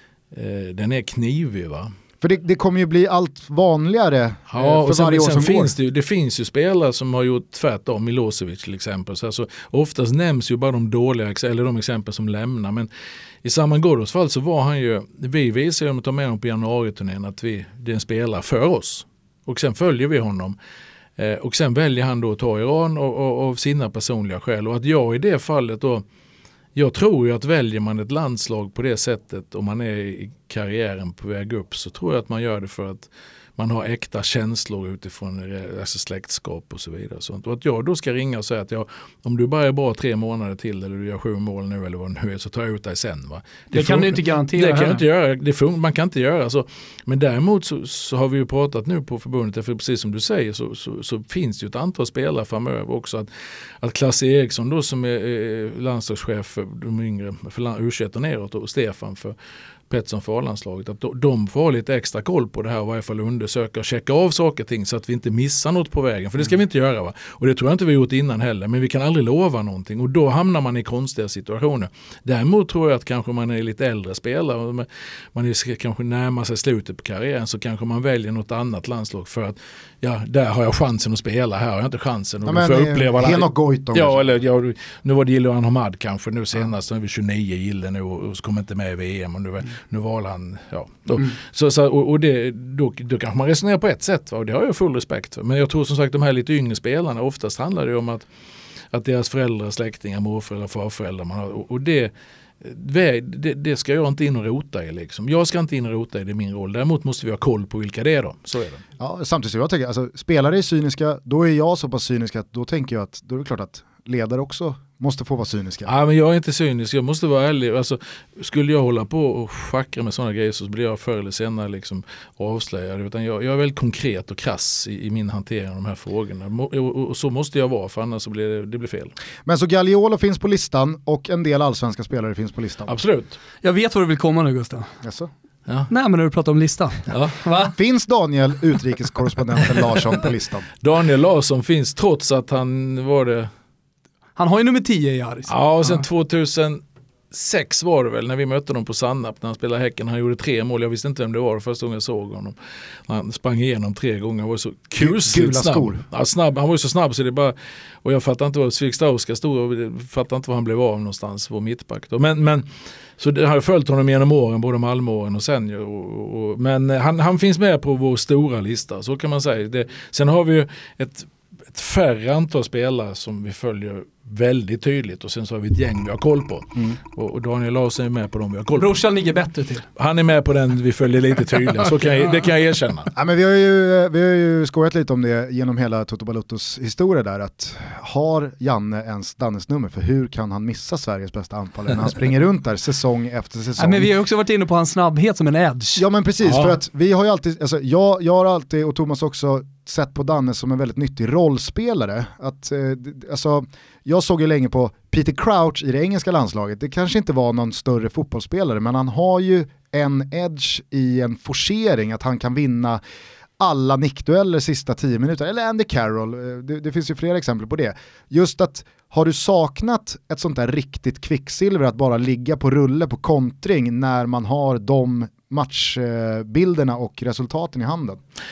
Eh, den är knivig, va? För det, det kommer ju bli allt vanligare eh, ja, för sen, varje år sen som finns går. det, det finns ju spelare som har gjort tvärtom, Milosevic till exempel. Så alltså, oftast nämns ju bara de dåliga eller de exempel som lämnar. Men i Saman Ghoddos fall så var han ju, vi visar ju om att ta med honom på januariturnén att vi, det är en spelare för oss. Och sen följer vi honom. Eh, och sen väljer han då att ta Iran och, och, och av sina personliga skäl. Och att jag i det fallet då, jag tror ju att väljer man ett landslag på det sättet, om man är i karriären på väg upp, så tror jag att man gör det för att man har äkta känslor utifrån alltså släktskap och så vidare. Sånt. Och att jag då ska ringa och säga att jag, om du bara är bra tre månader till eller du gör sju mål nu eller vad det nu är, så tar jag ut dig sen. Va? Det, det kan du inte garantera. Det kan jag inte göra. Det fun- man kan inte göra så. Men däremot så, så har vi ju pratat nu på förbundet, för precis som du säger så, så, så finns det ju ett antal spelare framöver också. Att, att Klasse Eriksson då som är, är landslagschef för de yngre, för U tjugoett och neråt, och Stefan för Pettersson för A-landslaget, att de får lite extra koll på det här och i varje fall undersöka och checka av saker och ting så att vi inte missar något på vägen. För det ska vi inte göra, va? Och det tror jag inte vi har gjort innan heller, men vi kan aldrig lova någonting och då hamnar man i konstiga situationer. Däremot tror jag att kanske man är lite äldre spelare och man är kanske närmar sig slutet på karriären, så kanske man väljer något annat landslag för att ja, där har jag chansen att spela, här har jag inte chansen. Och ja, får jag uppleva Henok Goitom. Ja, eller ja, nu var det Jiloan Hamad kanske nu senast, ja. Nu är vi tjugonio gille nu och så kommer inte med i V M och nu, mm. nu var han, ja. Då, mm. så, så, och, och det, då, då kanske man resonerar på ett sätt, va? Och det har jag full respekt för. Men jag tror som sagt de här lite yngre spelarna, oftast handlar det om att, att deras föräldrar, släktingar, morföräldrar, farföräldrar, man har, och, och det Det, det ska jag inte in och rota i. Liksom. Jag ska inte in och rota i, det är min roll. Däremot måste vi ha koll på vilka det är då. Så är det. Ja, samtidigt så jag tänker, alltså, spelare är cyniska, då är jag så pass cynisk att då tänker jag att då är det klart att ledare också måste få vara cyniska. Ja, men jag är inte cynisk, jag måste vara ärlig. Alltså, skulle jag hålla på och schackra med sådana grejer så blir jag förr eller senare liksom avslöjad. Utan jag, jag är väldigt konkret och krass i, i min hantering av de här frågorna. Och, och, och så måste jag vara, för annars så blir det, det blir fel. Men så Gagliolo finns på listan och en del allsvenska spelare finns på listan. Absolut. Jag vet var du vill komma nu, Gustav. Jaså? Ja. Nej, men när du pratar om listan. Ja. Va? Finns Daniel, utrikeskorrespondenten Larsson, på listan? Daniel Larsson finns trots att han var det... Han har ju nummer tio i Aris. Ja, och sen ja. tjugohundrasex var det väl när vi mötte honom på Sannap när han spelade Häcken. Han gjorde tre mål, jag visste inte vem det var första gången jag såg honom. Han sprang igenom tre gånger, han var så kusligt snabb. Skor. Ja, snabb. Han var ju så snabb så det bara... Och jag fattar inte vad Svikstauska stod och jag fattar inte vad han blev av någonstans, vår mittback då. Men... men så det har jag följt honom genom åren, både Malmöåren och sen. Och, och, men han, han finns med på vår stora lista, så kan man säga. Det, sen har vi ju ett, ett färre antal spelare som vi följer väldigt tydligt och sen så har vi ett gäng vi har koll på. Mm. Och, och Daniel Larsson är med på dem vi har koll på. Brorsan ligger bättre till. Han är med på den vi följer lite tydligt, så kan jag, det kan jag erkänna. Ja, men vi har ju, vi har ju skojat lite om det genom hela Toto Balottos historia där, att har Janne ens Dannes nummer, för hur kan han missa Sveriges bästa anfallare när han springer runt där säsong efter säsong? Ja, men vi har också varit inne på hans snabbhet som en edge. Ja, men precis, ja. För att vi har ju alltid, alltså, jag, jag har alltid och Thomas också sett på Danne som en väldigt nyttig rollspelare. Att, eh, alltså, jag såg ju länge på Peter Crouch i det engelska landslaget. Det kanske inte var någon större fotbollsspelare, men han har ju en edge i en forcering att han kan vinna alla nickdueller sista tio minuter. Eller Andy Carroll, det, det finns ju flera exempel på det. Just att har du saknat ett sånt där riktigt kvicksilver att bara ligga på rulle på kontring när man har de matchbilderna och resultaten i handen?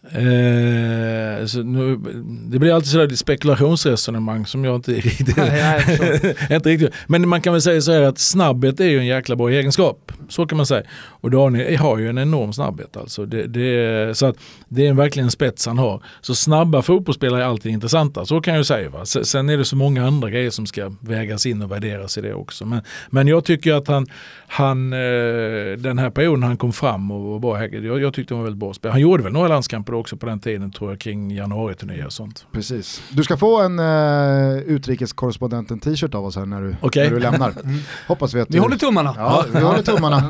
Eh, så nu, det blir alltid sådär spekulationsresonemang som jag inte är riktigt, Nej, jag inte riktigt. Men man kan väl säga så här att snabbhet är ju en jäkla bra egenskap. Så kan man säga. Och Daniel har ju en enorm snabbhet. Alltså. Det, det, så att det är verkligen en spets han har. Så snabba fotbollsspelare är alltid intressanta. Så kan jag säga. Va? Sen är det så många andra grejer som ska vägas in och värderas i det också. Men, men jag tycker att han, han den här perioden han kom fram och var bra. Jag, jag tyckte han var väldigt bra spelare. Han gjorde väl några landskamper också på den tiden, tror jag, kring januari-turnéer och sånt. Precis. Du ska få en uh, utrikeskorrespondenten t-shirt av oss här när du, okay. när du lämnar. Mm. Hoppas vi att du... Vi håller tummarna. Ja, vi håller tummarna.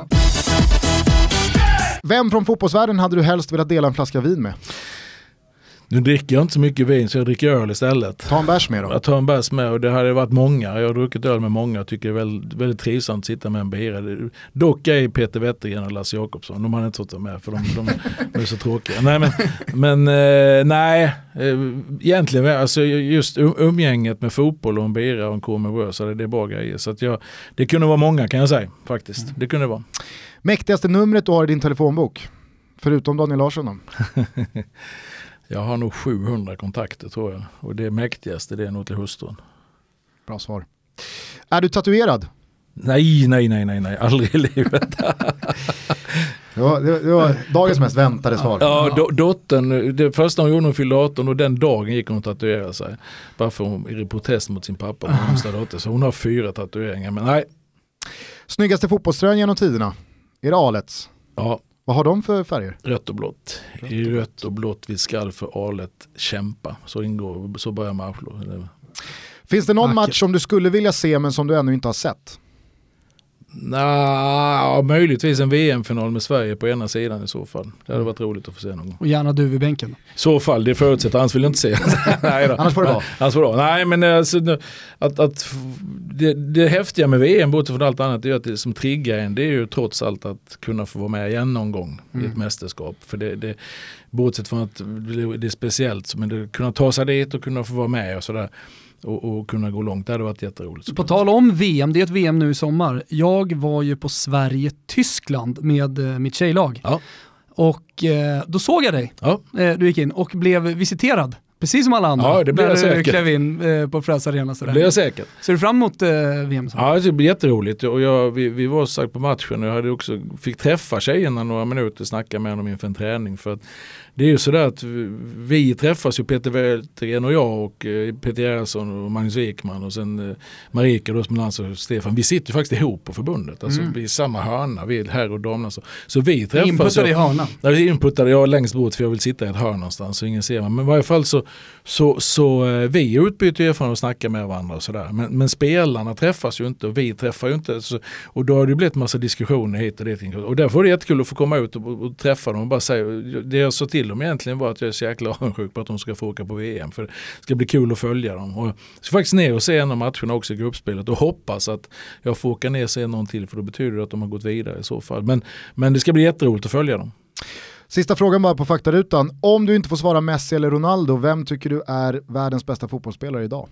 Vem från fotbollsvärlden hade du helst velat dela en flaska vin med? Nu dricker jag inte så mycket vin så jag dricker öl istället. Ta en bärs med då. Jag tar en bärs med och det hade varit många. Jag har druckit öl med många och tycker det är väldigt, väldigt trivsamt att sitta med en bira. Dock är Peter Wettergren och Lasse Jakobsson. De har inte fått med för de, de, de är så tråkiga. Nej, men, men eh, nej. Eh, egentligen alltså just um, umgänget med fotboll och en bira och en korv med rör, så det är bra grejer. Så att jag, det kunde vara många kan jag säga faktiskt. Mm. Det kunde vara. Mäktigaste numret du har i din telefonbok? Förutom Daniel Larsson då? Jag har nog sjuhundra kontakter tror jag. Och det mäktigaste det är nog till hustrun. Bra svar. Är du tatuerad? Nej, nej, nej, nej, nej. Aldrig i livet. det, var, det, det var dagens mest väntade svar. Ja, do, dottern, det första hon gjorde hon fyllde arton och den dagen gick hon att tatuera sig. Bara för hon i protest mot sin pappa och yngsta dotter. Så hon har fyra tatueringar, men nej. Snyggaste fotbollströjan genom tiderna? Är det Alets? Ja. Vad har de för färger? Rött och blått. Rött I rött och blått vi skall för Alet kämpa. Så ingår, så börjar matchen. Finns det någon Vacker. match som du skulle vilja se men som du ännu inte har sett? Nah, möjligtvis en V M-final med Sverige på ena sidan i så fall. Det hade varit roligt att få se någon gång. Och gärna du vid bänken. I så fall, det förutsätter. Annars vill jag inte se. Nej då. Annars får det vara. Annars får det vara. Nej, men alltså, att, att det, det häftiga med V M, bortsett från allt annat, är att det som triggar en, det är ju trots allt att kunna få vara med igen någon gång mm. i ett mästerskap. För det, det bortsett från att det är speciellt, men det, kunna ta sig dit och kunna få vara med och sådär. Och, och kunna gå långt. Det hade varit jätteroligt. På tal om V M, det är ett V M nu i sommar. Jag var ju på Sverige-Tyskland med eh, mitt tjejlag. Ja. Och eh, då såg jag dig. Ja. Eh, du gick in och blev visiterad. Precis som alla andra. Ja, det blev jag säkert. När du klev in eh, på Frös Arena. Det blev jag säkert. Ser du fram emot eh, V M? Ja, det blir jätteroligt. Och jag, vi, vi var sagt på matchen och jag hade också, fick träffa tjejerna några minuter och snacka med dem inför en träning. För att det är ju sådär att vi träffas ju, Peter Wettergren och jag och eh, Peter Gerhardsson och Magnus Ekman och sen eh, Marika Rosmelans och Stefan. Vi sitter ju faktiskt ihop på förbundet. Alltså mm. vi är samma hörna, vi är herr och damerna. Så, så vi träffas. Inputtade i hörnan. Ja, vi inputtade jag längst bort för jag vill sitta i ett hörn någonstans så ingen ser mig. Men i varje fall så, så, så eh, vi utbyter erfarenhet och snackar med varandra och sådär. Men, men spelarna träffas ju inte och vi träffar ju inte. Så, och då har det blivit massa diskussioner hit och dit. Och därför är det jättekul att få komma ut och, och träffa dem och bara säga, det jag så till dem egentligen var att jag är så jäkla avundsjuk på att de ska få åka på V M. För det ska bli kul att följa dem. Och jag ska faktiskt ner och se en av matcherna också i gruppspelet och hoppas att jag får åka ner och se någon till för då betyder det att de har gått vidare i så fall. Men, men det ska bli jätteroligt att följa dem. Sista frågan bara på faktarutan. Om du inte får svara Messi eller Ronaldo, vem tycker du är världens bästa fotbollsspelare idag?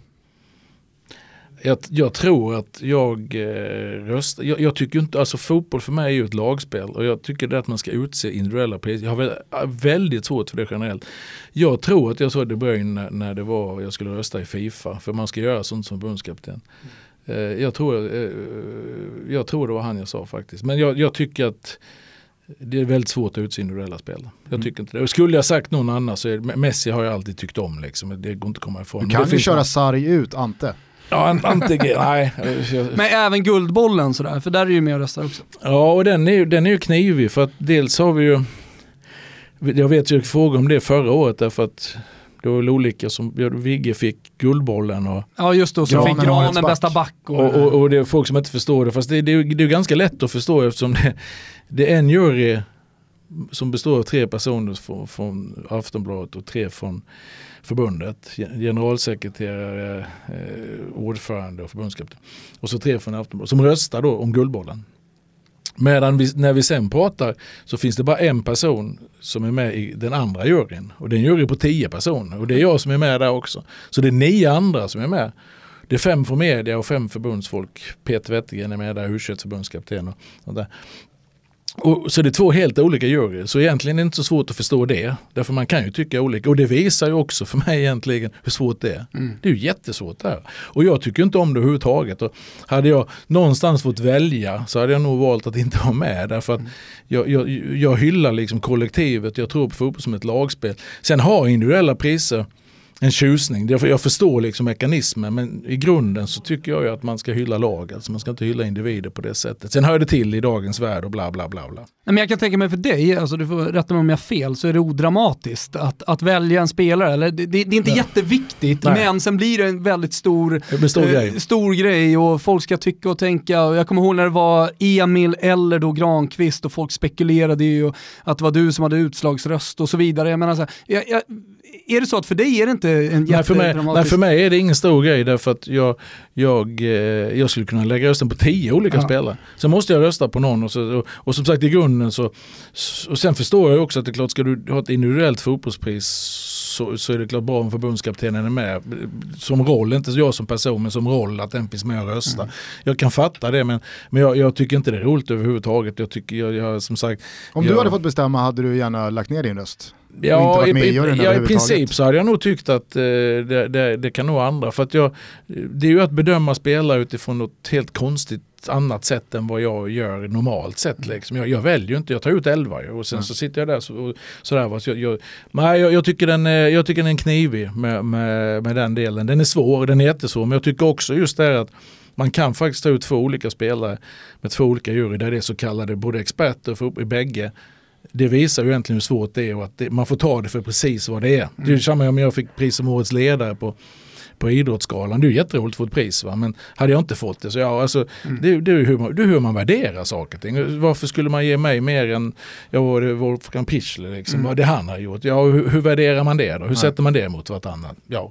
Jag, jag tror att jag eh, röstar, jag, jag tycker inte, alltså fotboll för mig är ju ett lagspel och jag tycker det att man ska utse individuella priser. Jag har väl, väldigt svårt för det generellt. Jag tror att jag såg De Bruyne när, när det var, jag skulle rösta i FIFA, för man ska göra sånt som förbundskapten. Eh, jag, tror, eh, jag tror det var han jag sa faktiskt. Men jag, jag tycker att det är väldigt svårt att utse individuella spel. Jag tycker inte det. Och skulle jag sagt någon annan så är, Messi har jag alltid tyckt om liksom. Det går inte att komma ifrån. Du kan ju köra sarg ut, Ante. Ja, Ante, nej. Men även Guldbollen sådär, för där är ju med och röstar också. Ja, och den är ju, den är ju knivig för att dels har vi ju, jag vet ju fråga om det förra året därför att det var olika som Vigge fick Guldbollen och ja just då, så Granen fick Granen bästa back och, och, och, och det är folk som inte förstår det, fast det, det, det är ganska lätt att förstå eftersom det, det är en jury som består av tre personer från, från Aftonbladet och tre från förbundet, generalsekreterare, eh, ordförande och förbundskapten. Och så tre från Aftonbladet som röstar då om Guldbollen. Medan vi, när vi sen pratar så finns det bara en person som är med i den andra juryn. Och det är en jury på tio personer. Och det är jag som är med där också. Så det är nio andra som är med. Det är fem från media och fem förbundsfolk. Peter Wettergren är med där, U tjugoett förbundskapten och, och där. Och, så det är två helt olika juryer, så egentligen är det inte så svårt att förstå det. Därför man kan ju tycka olika, och det visar ju också för mig egentligen hur svårt det är. Mm. Det är ju jättesvårt det här. Och jag tycker inte om det överhuvudtaget. Och hade jag någonstans fått välja så hade jag nog valt att inte vara med. Därför att mm. jag, jag, jag hyllar liksom kollektivet, jag tror på fotboll som ett lagspel. Sen har individuella priser en tjusning. Därför jag förstår liksom mekanismen, men i grunden så tycker jag ju att man ska hylla lag. Alltså man ska inte hylla individer på det sättet. Sen hör det till i dagens värld och bla bla bla bla. Men jag kan tänka mig för dig, alltså du får rätta mig om jag har fel, så är det odramatiskt att, att välja en spelare. Eller det, det är inte ja. jätteviktigt, Nej. men sen blir det en väldigt stor, stor, eh, grej. stor grej och folk ska tycka och tänka. Och jag kommer ihåg när det var Emil eller då Granqvist och folk spekulerade ju att det var du som hade utslagsröst och så vidare. Jag menar så här, jag, jag, är det så att för dig är det inte en nej, för mig, nej, för mig är det ingen stor grej, därför att jag, jag, jag skulle kunna lägga rösten på tio olika ja. spelare. Sen måste jag rösta på någon och, så, och, och som sagt i grunden så, och sen förstår jag också att det är klart, ska du ha ett individuellt fotbollspris så, så är det klart bra om förbundskaptenen är med som roll, inte jag som person men som roll att den finns med och rösta. Mm. Jag kan fatta det, men, men jag, jag tycker inte det är roligt överhuvudtaget. Jag tycker, jag, jag, som sagt, om jag, du hade fått bestämma hade du gärna lagt ner din röst? Ja, i, i, ja, i princip så hade jag nog tyckt att eh, det, det, det kan nog andra. För att jag, det är ju att bedöma spelare utifrån något helt konstigt annat sätt än vad jag gör normalt sett. Liksom. Jag, jag väljer ju inte, jag tar ut elva och sen mm. så sitter jag där så, och, sådär. Så jag, jag, nej, jag, jag, tycker den, jag tycker den är knivig med, med, med den delen. Den är svår, den är jättesvår. Men jag tycker också just det att man kan faktiskt ta ut två olika spelare med två olika jury där det är så kallade både experter för, i bägge. Det visar ju egentligen hur svårt det är och att det, man får ta det för precis vad det är. Mm. Det är ju samma om jag fick pris som årets ledare på, på idrottsskalan. Det är ju jätteroligt att få ett pris, va? Men hade jag inte fått det så ja, alltså, mm. det, det, är hur man, det är hur man värderar saker och ting. Varför skulle man ge mig mer än jag var det Wolfgang Pichler liksom, mm. vad det han har gjort? Ja, hur, hur värderar man det då? Hur Nej. sätter man det mot vartannat? Ja.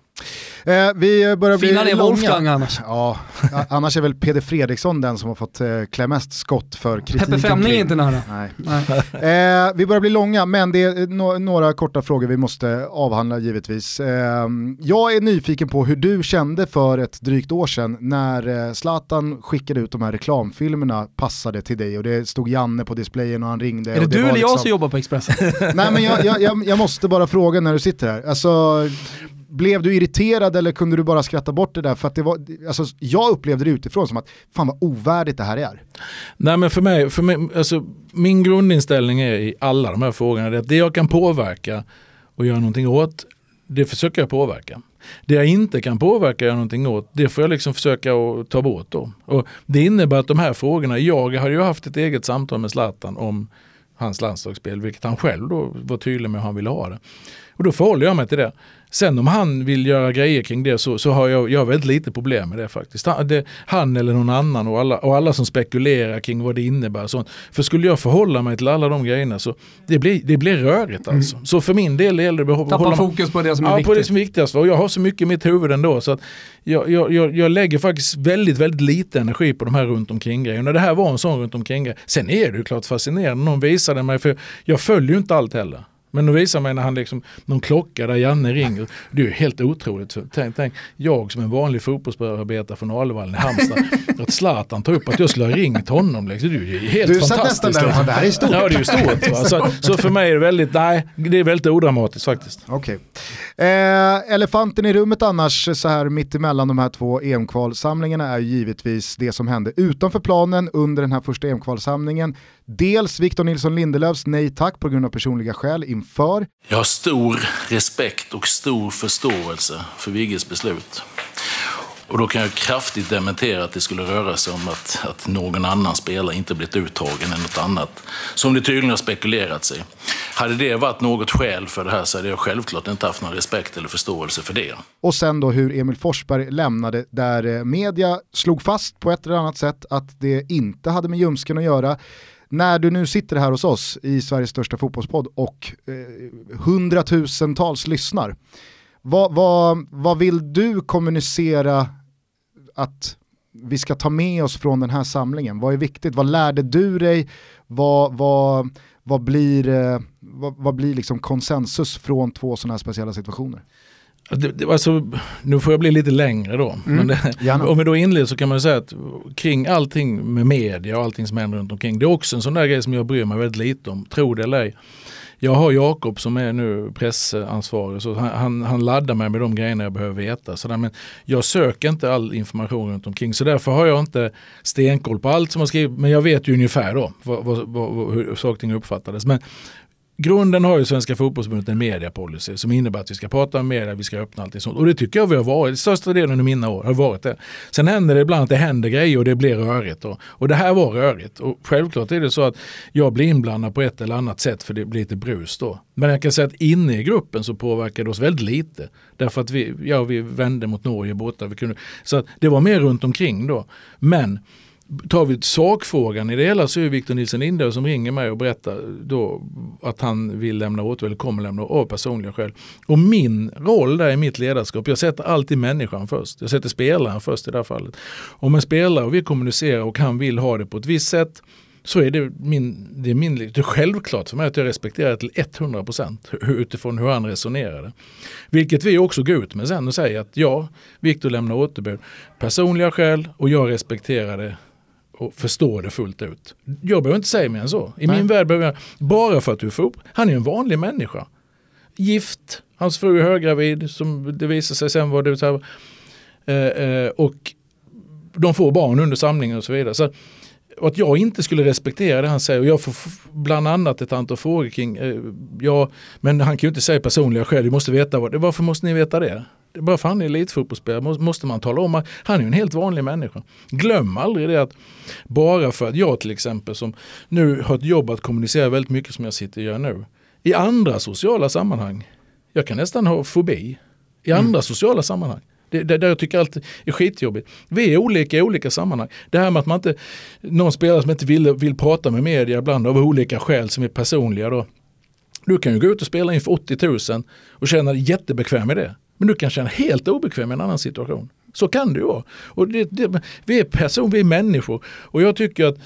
Eh, vi börjar bli Fina långa. Wolfgang annars. Ja, annars är väl Peder Fredriksson den som har fått eh, klä mest skott för kritiken. Peppe Femning är inte nära. Nej. Nej. Eh, vi börjar bli långa, men det är no- några korta frågor vi måste avhandla givetvis. Eh, jag är nyfiken på hur du kände för ett drygt år sedan när eh, Zlatan skickade ut de här reklamfilmerna passade till dig och det stod Janne på displayen och han ringde. Är det, och det du eller liksom... jag som jobbar på Expressen? Nej, men jag, jag, jag, jag måste bara fråga när du sitter här. Alltså... Blev du irriterad eller kunde du bara skratta bort det där? För att det var, alltså, jag upplevde det utifrån som att fan vad ovärdigt det här är. Nej, men för mig, för mig alltså, min grundinställning är i alla de här frågorna det att det jag kan påverka och göra någonting åt, det försöker jag påverka. Det jag inte kan påverka och göra någonting åt, det får jag liksom försöka att ta bort då. Och det innebär att de här frågorna, jag har ju haft ett eget samtal med Zlatan om hans landslagsspel, vilket han själv då var tydlig med hur han ville ha det. Och då förhåller jag mig till det. Sen om han vill göra grejer kring det så, så har jag, jag har väldigt lite problem med det faktiskt. Han, det, han eller någon annan och alla, och alla som spekulerar kring vad det innebär. Sånt. För skulle jag förhålla mig till alla de grejerna så det blir, det blir rörigt alltså. Mm. Så för min del gäller det att tappa hålla fokus på det som är ja, viktigt. på det som är viktigast. Och jag har så mycket i mitt huvud ändå så att jag, jag, jag, jag lägger faktiskt väldigt, väldigt lite energi på de här runt omkring grejerna. Det här var en sån runt omkring grej. Sen är det ju klart fascinerande. Någon visade mig, för jag följer ju inte allt heller. Men nu visar mig när han liksom, någon klocka där Janne ringer. Det är ju helt otroligt. Tänk, tänk jag som en vanlig fotbollsspelare från Alvallen i Halmstad att Zlatan tar upp att jag skulle ha ringt honom. Liksom. Det är ju helt du fantastiskt. Du satt nästan där, det här är stort. Ja, det är ju stort. Så, så för mig är det väldigt, nej, det är väldigt odramatiskt faktiskt. Okej. Okay. Eh, elefanten i rummet annars så här mitt emellan de här två E M-kvalsamlingarna är givetvis det som hände utanför planen under den här första E M-kvalsamlingen. Dels Victor Nilsson Lindelöfs nej tack på grund av personliga skäl inför. Jag har stor respekt och stor förståelse för Vigges beslut. Och då kan jag kraftigt dementera att det skulle röra sig om att, att någon annan spelare inte blivit uttagen än något annat. Som det tydligen har spekulerat sig. Hade det varit något skäl för det här så hade jag självklart inte haft någon respekt eller förståelse för det. Och sen då hur Emil Forsberg lämnade där media slog fast på ett eller annat sätt att det inte hade med ljumsken att göra. När du nu sitter här hos oss i Sveriges största fotbollspodd och eh, hundratusentals lyssnar. Vad, vad, vad vill du kommunicera att vi ska ta med oss från den här samlingen? Vad är viktigt? Vad lärde du dig? Vad, vad, vad blir, eh, vad, vad blir liksom konsensus från två sådana här speciella situationer? Det, det, alltså, nu får jag bli lite längre då. Mm. Men det, om vi då inleder så kan man säga att kring allting med media och allting som händer runt omkring. Det är också en sån där grej som jag bryr mig väldigt lite om. Tro det eller ej. Jag har Jakob som är nu pressansvarig, så han, han, han laddar mig med de grejerna jag behöver veta. Så där, men jag söker inte all information runt omkring, så därför har jag inte stenkoll på allt som har skrivit, men jag vet ju ungefär då vad, vad, vad, hur saker och ting uppfattades. Men grunden har ju Svenska fotbollsförbundet en mediapolicy som innebär att vi ska prata om media, vi ska öppna allting sånt. Och det tycker jag vi har varit, största delen av mina år har varit det. Sen händer det ibland att det händer grejer och det blir rörigt. Och, och det här var rörigt. Och självklart är det så att jag blir inblandad på ett eller annat sätt för det blir lite brus då. Men jag kan säga att inne i gruppen så påverkar det oss väldigt lite. Därför att vi, ja, vi vände mot Norge borta. Vi kunde, så att det var mer runt omkring då. Men tar vi sakfrågan i det hela så är Victor Nilsson Lindelöf som ringer mig och berättar då att han vill lämna åt eller kommer lämna av personliga skäl. Och min roll där i mitt ledarskap, jag sätter alltid människan först. Jag sätter spelaren först i det här fallet. Om en spelare och vi kommunicerar och han vill ha det på ett visst sätt, så är det min, det är min, det är självklart för mig att jag respekterar till hundra procent utifrån hur han resonerade. Vilket vi också går ut med sen och säger att ja, Victor lämnar återbud personliga skäl och jag respekterar det och förstår det fullt ut. Jag behöver inte säga mer än så. I Nej. min värld behöver jag, bara för att du får upp, han är en vanlig människa. Gift, hans fru är höggravid, som det visar sig sen var det så här, eh, eh, och de får barn under samlingen och så vidare. Så och att jag inte skulle respektera det han säger, och jag får bland annat ett antal frågor kring eh, ja, men han kan ju inte säga personliga skäl, vi måste veta vad det, varför måste ni veta det? Det är bara för han är elitfotbollsspelare måste man tala om att han är en helt vanlig människa. Glöm aldrig det att bara för att jag till exempel som nu har ett jobb att kommunicera väldigt mycket som jag sitter och gör nu. I andra sociala sammanhang, jag kan nästan ha fobi i andra mm. sociala sammanhang. Det, det, det jag tycker allt är skitjobbigt. Vi är olika i olika sammanhang. Det här med att man inte, någon spelare som inte vill, vill prata med media ibland av olika skäl som är personliga då. Du kan ju gå ut och spela inför åttio tusen och känna dig jättebekväm med det. Men du kan känna helt obekväm i en annan situation. Så kan det ju vara. Och det, det, vi är person, vi är människor. Och jag tycker att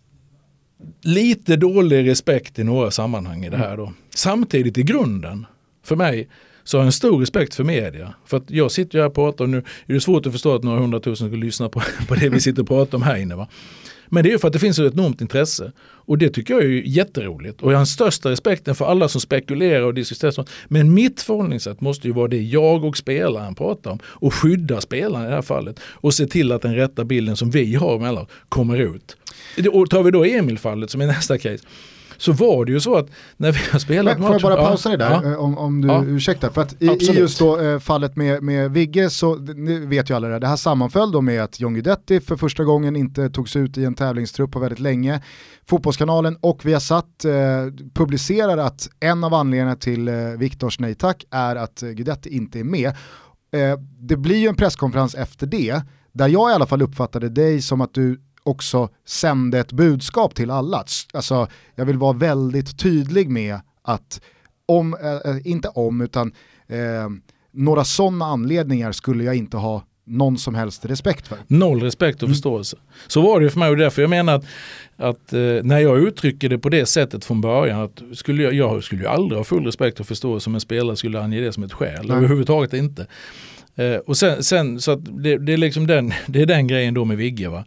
lite dålig respekt i några sammanhang i det här då. Samtidigt i grunden, för mig, så har jag en stor respekt för media. För att jag sitter här och pratar och nu är det svårt att förstå att några hundratusen skulle lyssna på, på det vi sitter och pratar om här inne, va? Men det är ju för att det finns ett enormt intresse. Och det tycker jag är jätteroligt. Och jag har den största respekten för alla som spekulerar och diskuterar. Men mitt förhållningssätt måste ju vara det jag och spelaren pratar om. Och skydda spelaren i det här fallet. Och se till att den rätta bilden som vi har mellan kommer ut. Och tar vi då Emil-fallet som är nästa case. Så var det ju så att när vi har spelat match... Får jag bara pausa dig där ja. om, om du ja. ursäktar. För att i, i just då eh, fallet med, med Vigge så ni vet ju alla det. Det här sammanföll då med att John Guidetti för första gången inte togs ut i en tävlingstrupp på väldigt länge. Fotbollskanalen och Viasat eh, publicerar att en av anledningarna till eh, Viktors nej tack är att eh, Guidetti inte är med. Eh, det blir ju en presskonferens efter det där jag i alla fall uppfattade dig som att du också sände ett budskap till alla. Alltså, jag vill vara väldigt tydlig med att om, äh, inte om, utan äh, några sådana anledningar skulle jag inte ha någon som helst respekt för. Noll respekt och förståelse. Mm. Så var det ju för mig och därför jag menar att, att eh, när jag uttrycker det på det sättet från början att skulle jag, jag skulle ju aldrig ha full respekt och förståelse om en spelare skulle ange det som ett skäl. Nej. Överhuvudtaget inte. Eh, och sen, sen så att det, det är liksom den, det är den grejen då med Vigge, va.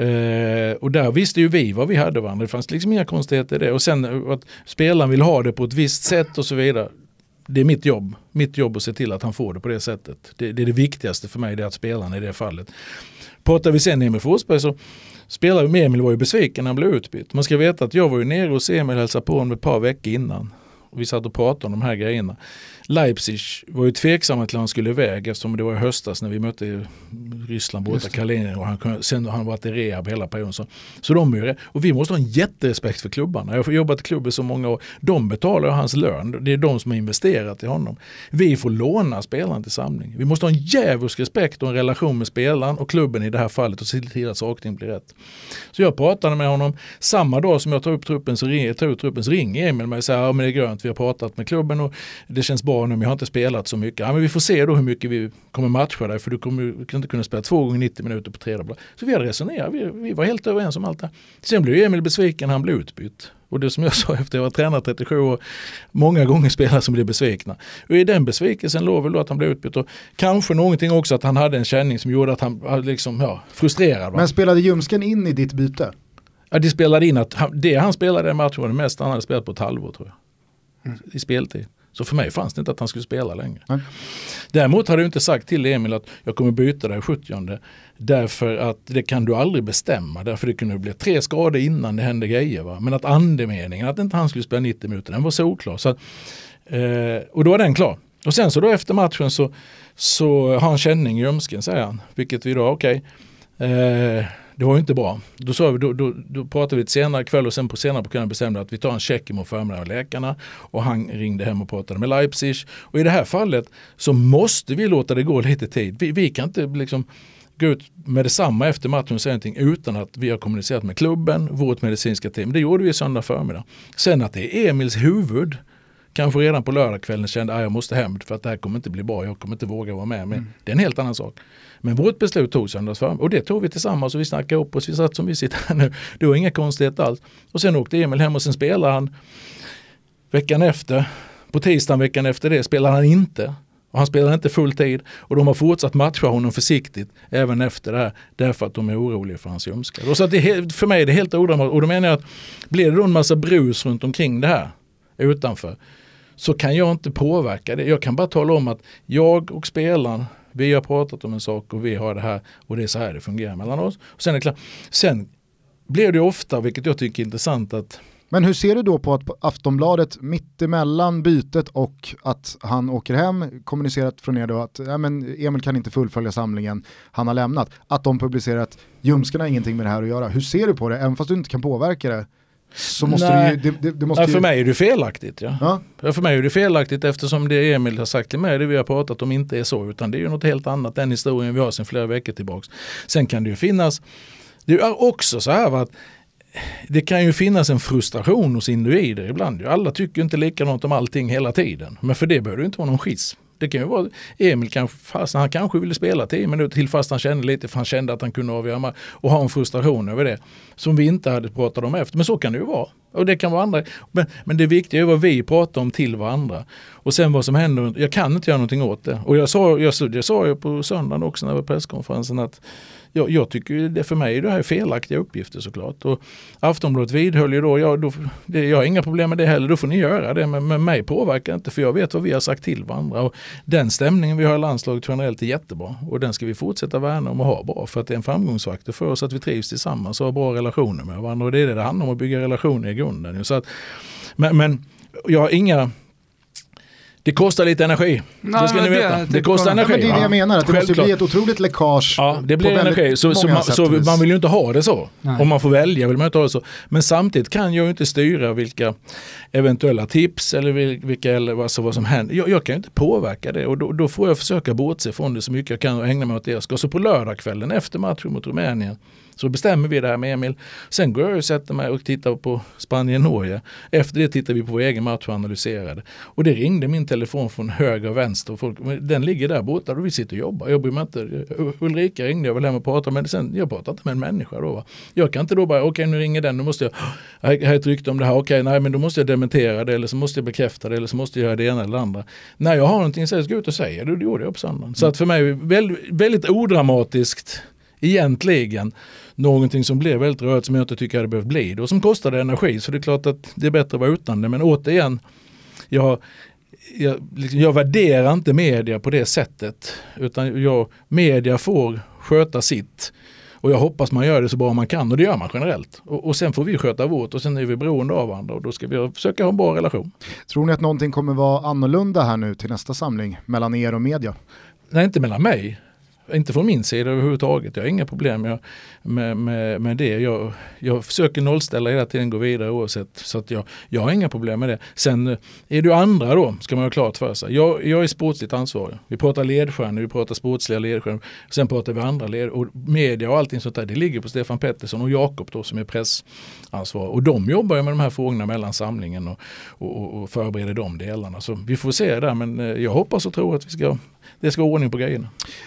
Eh, och där visste ju vi vad vi hade varandra. Det fanns liksom inga konstigheter i det. Och sen att spelaren vill ha det på ett visst sätt och så vidare. Det är mitt jobb. Mitt jobb att se till att han får det på det sättet. Det, det är det viktigaste för mig, det är att spelaren i det fallet. Pratar vi sen Emil Forsberg så spelade med Emil var ju besviken när han blev utbytt. Man ska veta att jag var ju nere och Emil hälsade på honom ett par veckor innan. Och vi satt och pratade om de här grejerna. Leipzig var ju tveksamma till att han skulle iväg eftersom det var i höstas när vi mötte Ryssland borta Kaliningrad och han, sen har han varit i rehab hela perioden. Så, så de är, och vi måste ha en jätterespekt för klubbarna. Jag har jobbat i klubben så många år. De betalar hans lön. Det är de som har investerat i honom. Vi får låna spelaren till samling. Vi måste ha en jävligt respekt och en relation med spelaren och klubben i det här fallet och se till att saken blir rätt. Så jag pratade med honom samma dag som jag tar upp truppen så ringer, tar ut truppen så ringer Emil mig och säger ja men det är grönt, vi har pratat med klubben och det känns bra nu, men jag har inte spelat så mycket. Ja, men vi får se då hur mycket vi kommer matcha där, för du kommer inte kunna spela två gånger nittio minuter på tre dagar. Så vi hade resonerat, vi, vi var helt överens om allt det. Sen blev Emil besviken, han blev utbytt. Och det som jag sa efter jag var tränare trettiosju år, många gånger spelare som blev besvikna. Och i den besvikelsen låg väl då att han blev utbytt och kanske någonting också att han hade en känning som gjorde att han var liksom, ja, frustrerad. Va? Men spelade Ljumsken in i ditt byte? Ja, det spelade in att han, det han spelade i matchen var det mest han hade spelat på ett halvår tror jag. Mm. I speltid. Så för mig fanns det inte att han skulle spela längre. Mm. Däremot hade jag inte sagt till Emil att jag kommer byta där i sjuttionde. Därför att det kan du aldrig bestämma. Därför det kunde bli tre skador innan det hände grejer. Va? Men att andemeningen, att inte han skulle spela nittio minuter, den var så oklar. Så att, eh, och då var den klar. Och sen så då efter matchen så, så har han känning i ljumsken, säger han. Vilket vi då, okej. Okay. Eh, Det var ju inte bra. Då, sa vi, då, då, då pratade vi ett senare kväll och sen på senare på kvällen bestämde att vi tar en check imorgon förmiddag av läkarna och han ringde hem och pratade med Leipzig. Och i det här fallet så måste vi låta det gå lite tid. Vi, vi kan inte liksom gå ut med detsamma efter matchen och säga någonting utan att vi har kommunicerat med klubben, vårt medicinska team. Det gjorde vi söndag förmiddag. Sen att det är Emils huvud kanske redan på lördagskvällen kände att jag måste hem för att det här kommer inte bli bra, jag kommer inte våga vara med. Men mm. det är en helt annan sak. Men vårt beslut tog söndags för och det tog vi tillsammans och vi snackade upp oss, vi satt som vi sitter här nu. Det var inga konstigheter alls. Och sen åkte Emil hem och sen spelade han veckan efter, på tisdagen veckan efter det spelade han inte. Och han spelade inte full tid och de har fortsatt matcha honom försiktigt även efter det här därför att de är oroliga för hans ljumskar. Och så att det, för mig är det helt odramatiskt och då menar jag att blir det då en massa brus runt omkring det här utanför så kan jag inte påverka det. Jag kan bara tala om att jag och spelaren vi har pratat om en sak och vi har det här och det är så här det fungerar mellan oss. Och sen är det klart, sen blir det ofta, vilket jag tycker är intressant att... Men hur ser du då på att på Aftonbladet mitt emellan bytet och att han åker hem kommunicerat från er då att ja, men Emil kan inte fullfölja samlingen, han har lämnat. Att de publicerar att Ljumsken har ingenting med det här att göra. Hur ser du på det? Även fast du inte kan påverka det så måste Nej. du ju... Det, det, det måste ja, ju... För mig är det felaktigt. Ja. Ja. Ja, för mig är det felaktigt eftersom det Emil har sagt till mig, det vi har pratat om inte är så utan det är ju något helt annat, den historien vi har sedan flera veckor tillbaka. Sen kan det ju finnas, det är också så här att det kan ju finnas en frustration hos individer ibland. Alla tycker inte likadant om allting hela tiden. Men för det behöver det inte vara någon schism. Det kan ju vara Emil kanske, fast han kanske ville spela tio minuter till fast han kände lite för han kände att han kunde avgöra och ha en frustration över det som vi inte hade pratat om efter. Men så kan det ju vara. Och det kan vara andra. Men, men det viktiga är vad vi pratar om till varandra. Och sen vad som händer. Jag kan inte göra någonting åt det. Och jag sa, jag, jag sa ju på söndagen också när det var presskonferensen att jag, jag tycker det för mig är det här felaktiga uppgifter såklart. Och Aftonbladet vidhöll ju då, ja, då det, jag har inga problem med det heller, då får ni göra det. Men, men mig påverkar inte för jag vet vad vi har sagt till varandra. Och den stämningen vi har i landslaget generellt är jättebra. Och den ska vi fortsätta värna om och ha bra. För att det är en framgångsfaktor för oss att vi trivs tillsammans och har bra relationer med varandra. Och det är det det handlar om, att bygga relationer i grunden. Så att, men, men jag har inga... Det kostar lite energi. Nej, det ska ni veta. Det, det kostar energi. Men det är det jag menar, att det Självklart. måste bli ett otroligt läckage. Ja, det blir energi. Så, så, man, så man vill ju inte ha det så. Nej. Om man får välja vill man inte ha det så. Men samtidigt kan jag ju inte styra vilka eventuella tips eller vilka eller alltså vad som händer. Jag, jag kan ju inte påverka det och då, då får jag försöka bortse från det så mycket jag kan och ägna mig åt det jag ska. Så på lördagskvällen efter matchen mot Rumänien så bestämmer vi det här med Emil. Sen går jag och sätter mig och tittar på Spanien-Norge. Efter det tittar vi på vår egen match och analyserar det. Och det ringde min telefon från höger och vänster. Och folk, den ligger där borta och vi sitter och jobbar. Jag bryr mig inte. Ulrika ringde, jag vill hem och prata men sen, jag pratar inte med en människa då. Va? Jag kan inte då bara, okej okay, nu ringer den, nu måste jag, jag har ett rykte om det här. Okej, okay, nej men då måste jag dementera det eller så måste jag bekräfta det eller så måste jag göra det ena eller det andra. När jag har någonting så jag ska ut och säga det, det gjorde jag på söndagen. Så att för mig väldigt, väldigt odramatiskt egentligen någonting som blev väldigt rört som jag inte tycker hade behövt bli det och som kostade energi så det är klart att det är bättre att vara utan det men återigen jag, jag, liksom, jag värderar inte media på det sättet utan jag, media får sköta sitt och jag hoppas man gör det så bra man kan och det gör man generellt och, och sen får vi sköta vårt och sen är vi beroende av varandra och då ska vi försöka ha en bra relation. Tror ni att någonting kommer vara annorlunda här nu till nästa samling mellan er och media? Nej, inte mellan mig. Inte från min sida överhuvudtaget. Jag har inga problem med, med, med, med det. Jag, jag försöker nollställa hela tiden, gå vidare oavsett. Så att jag, jag har inga problem med det. Sen är det ju andra då, ska man ha klart för sig. Jag, jag är sportsligt ansvarig. Vi pratar ledstjärnor, vi pratar sportsliga ledstjärnor. Sen pratar vi andra led. Och media och allting sånt där, det ligger på Stefan Pettersson och Jakob då som är pressansvarig. Och de jobbar ju med de här frågorna mellan samlingen och, och, och förbereder de delarna. Så vi får se där, men jag hoppas och tror att vi ska, det ska ha ordning på grejerna.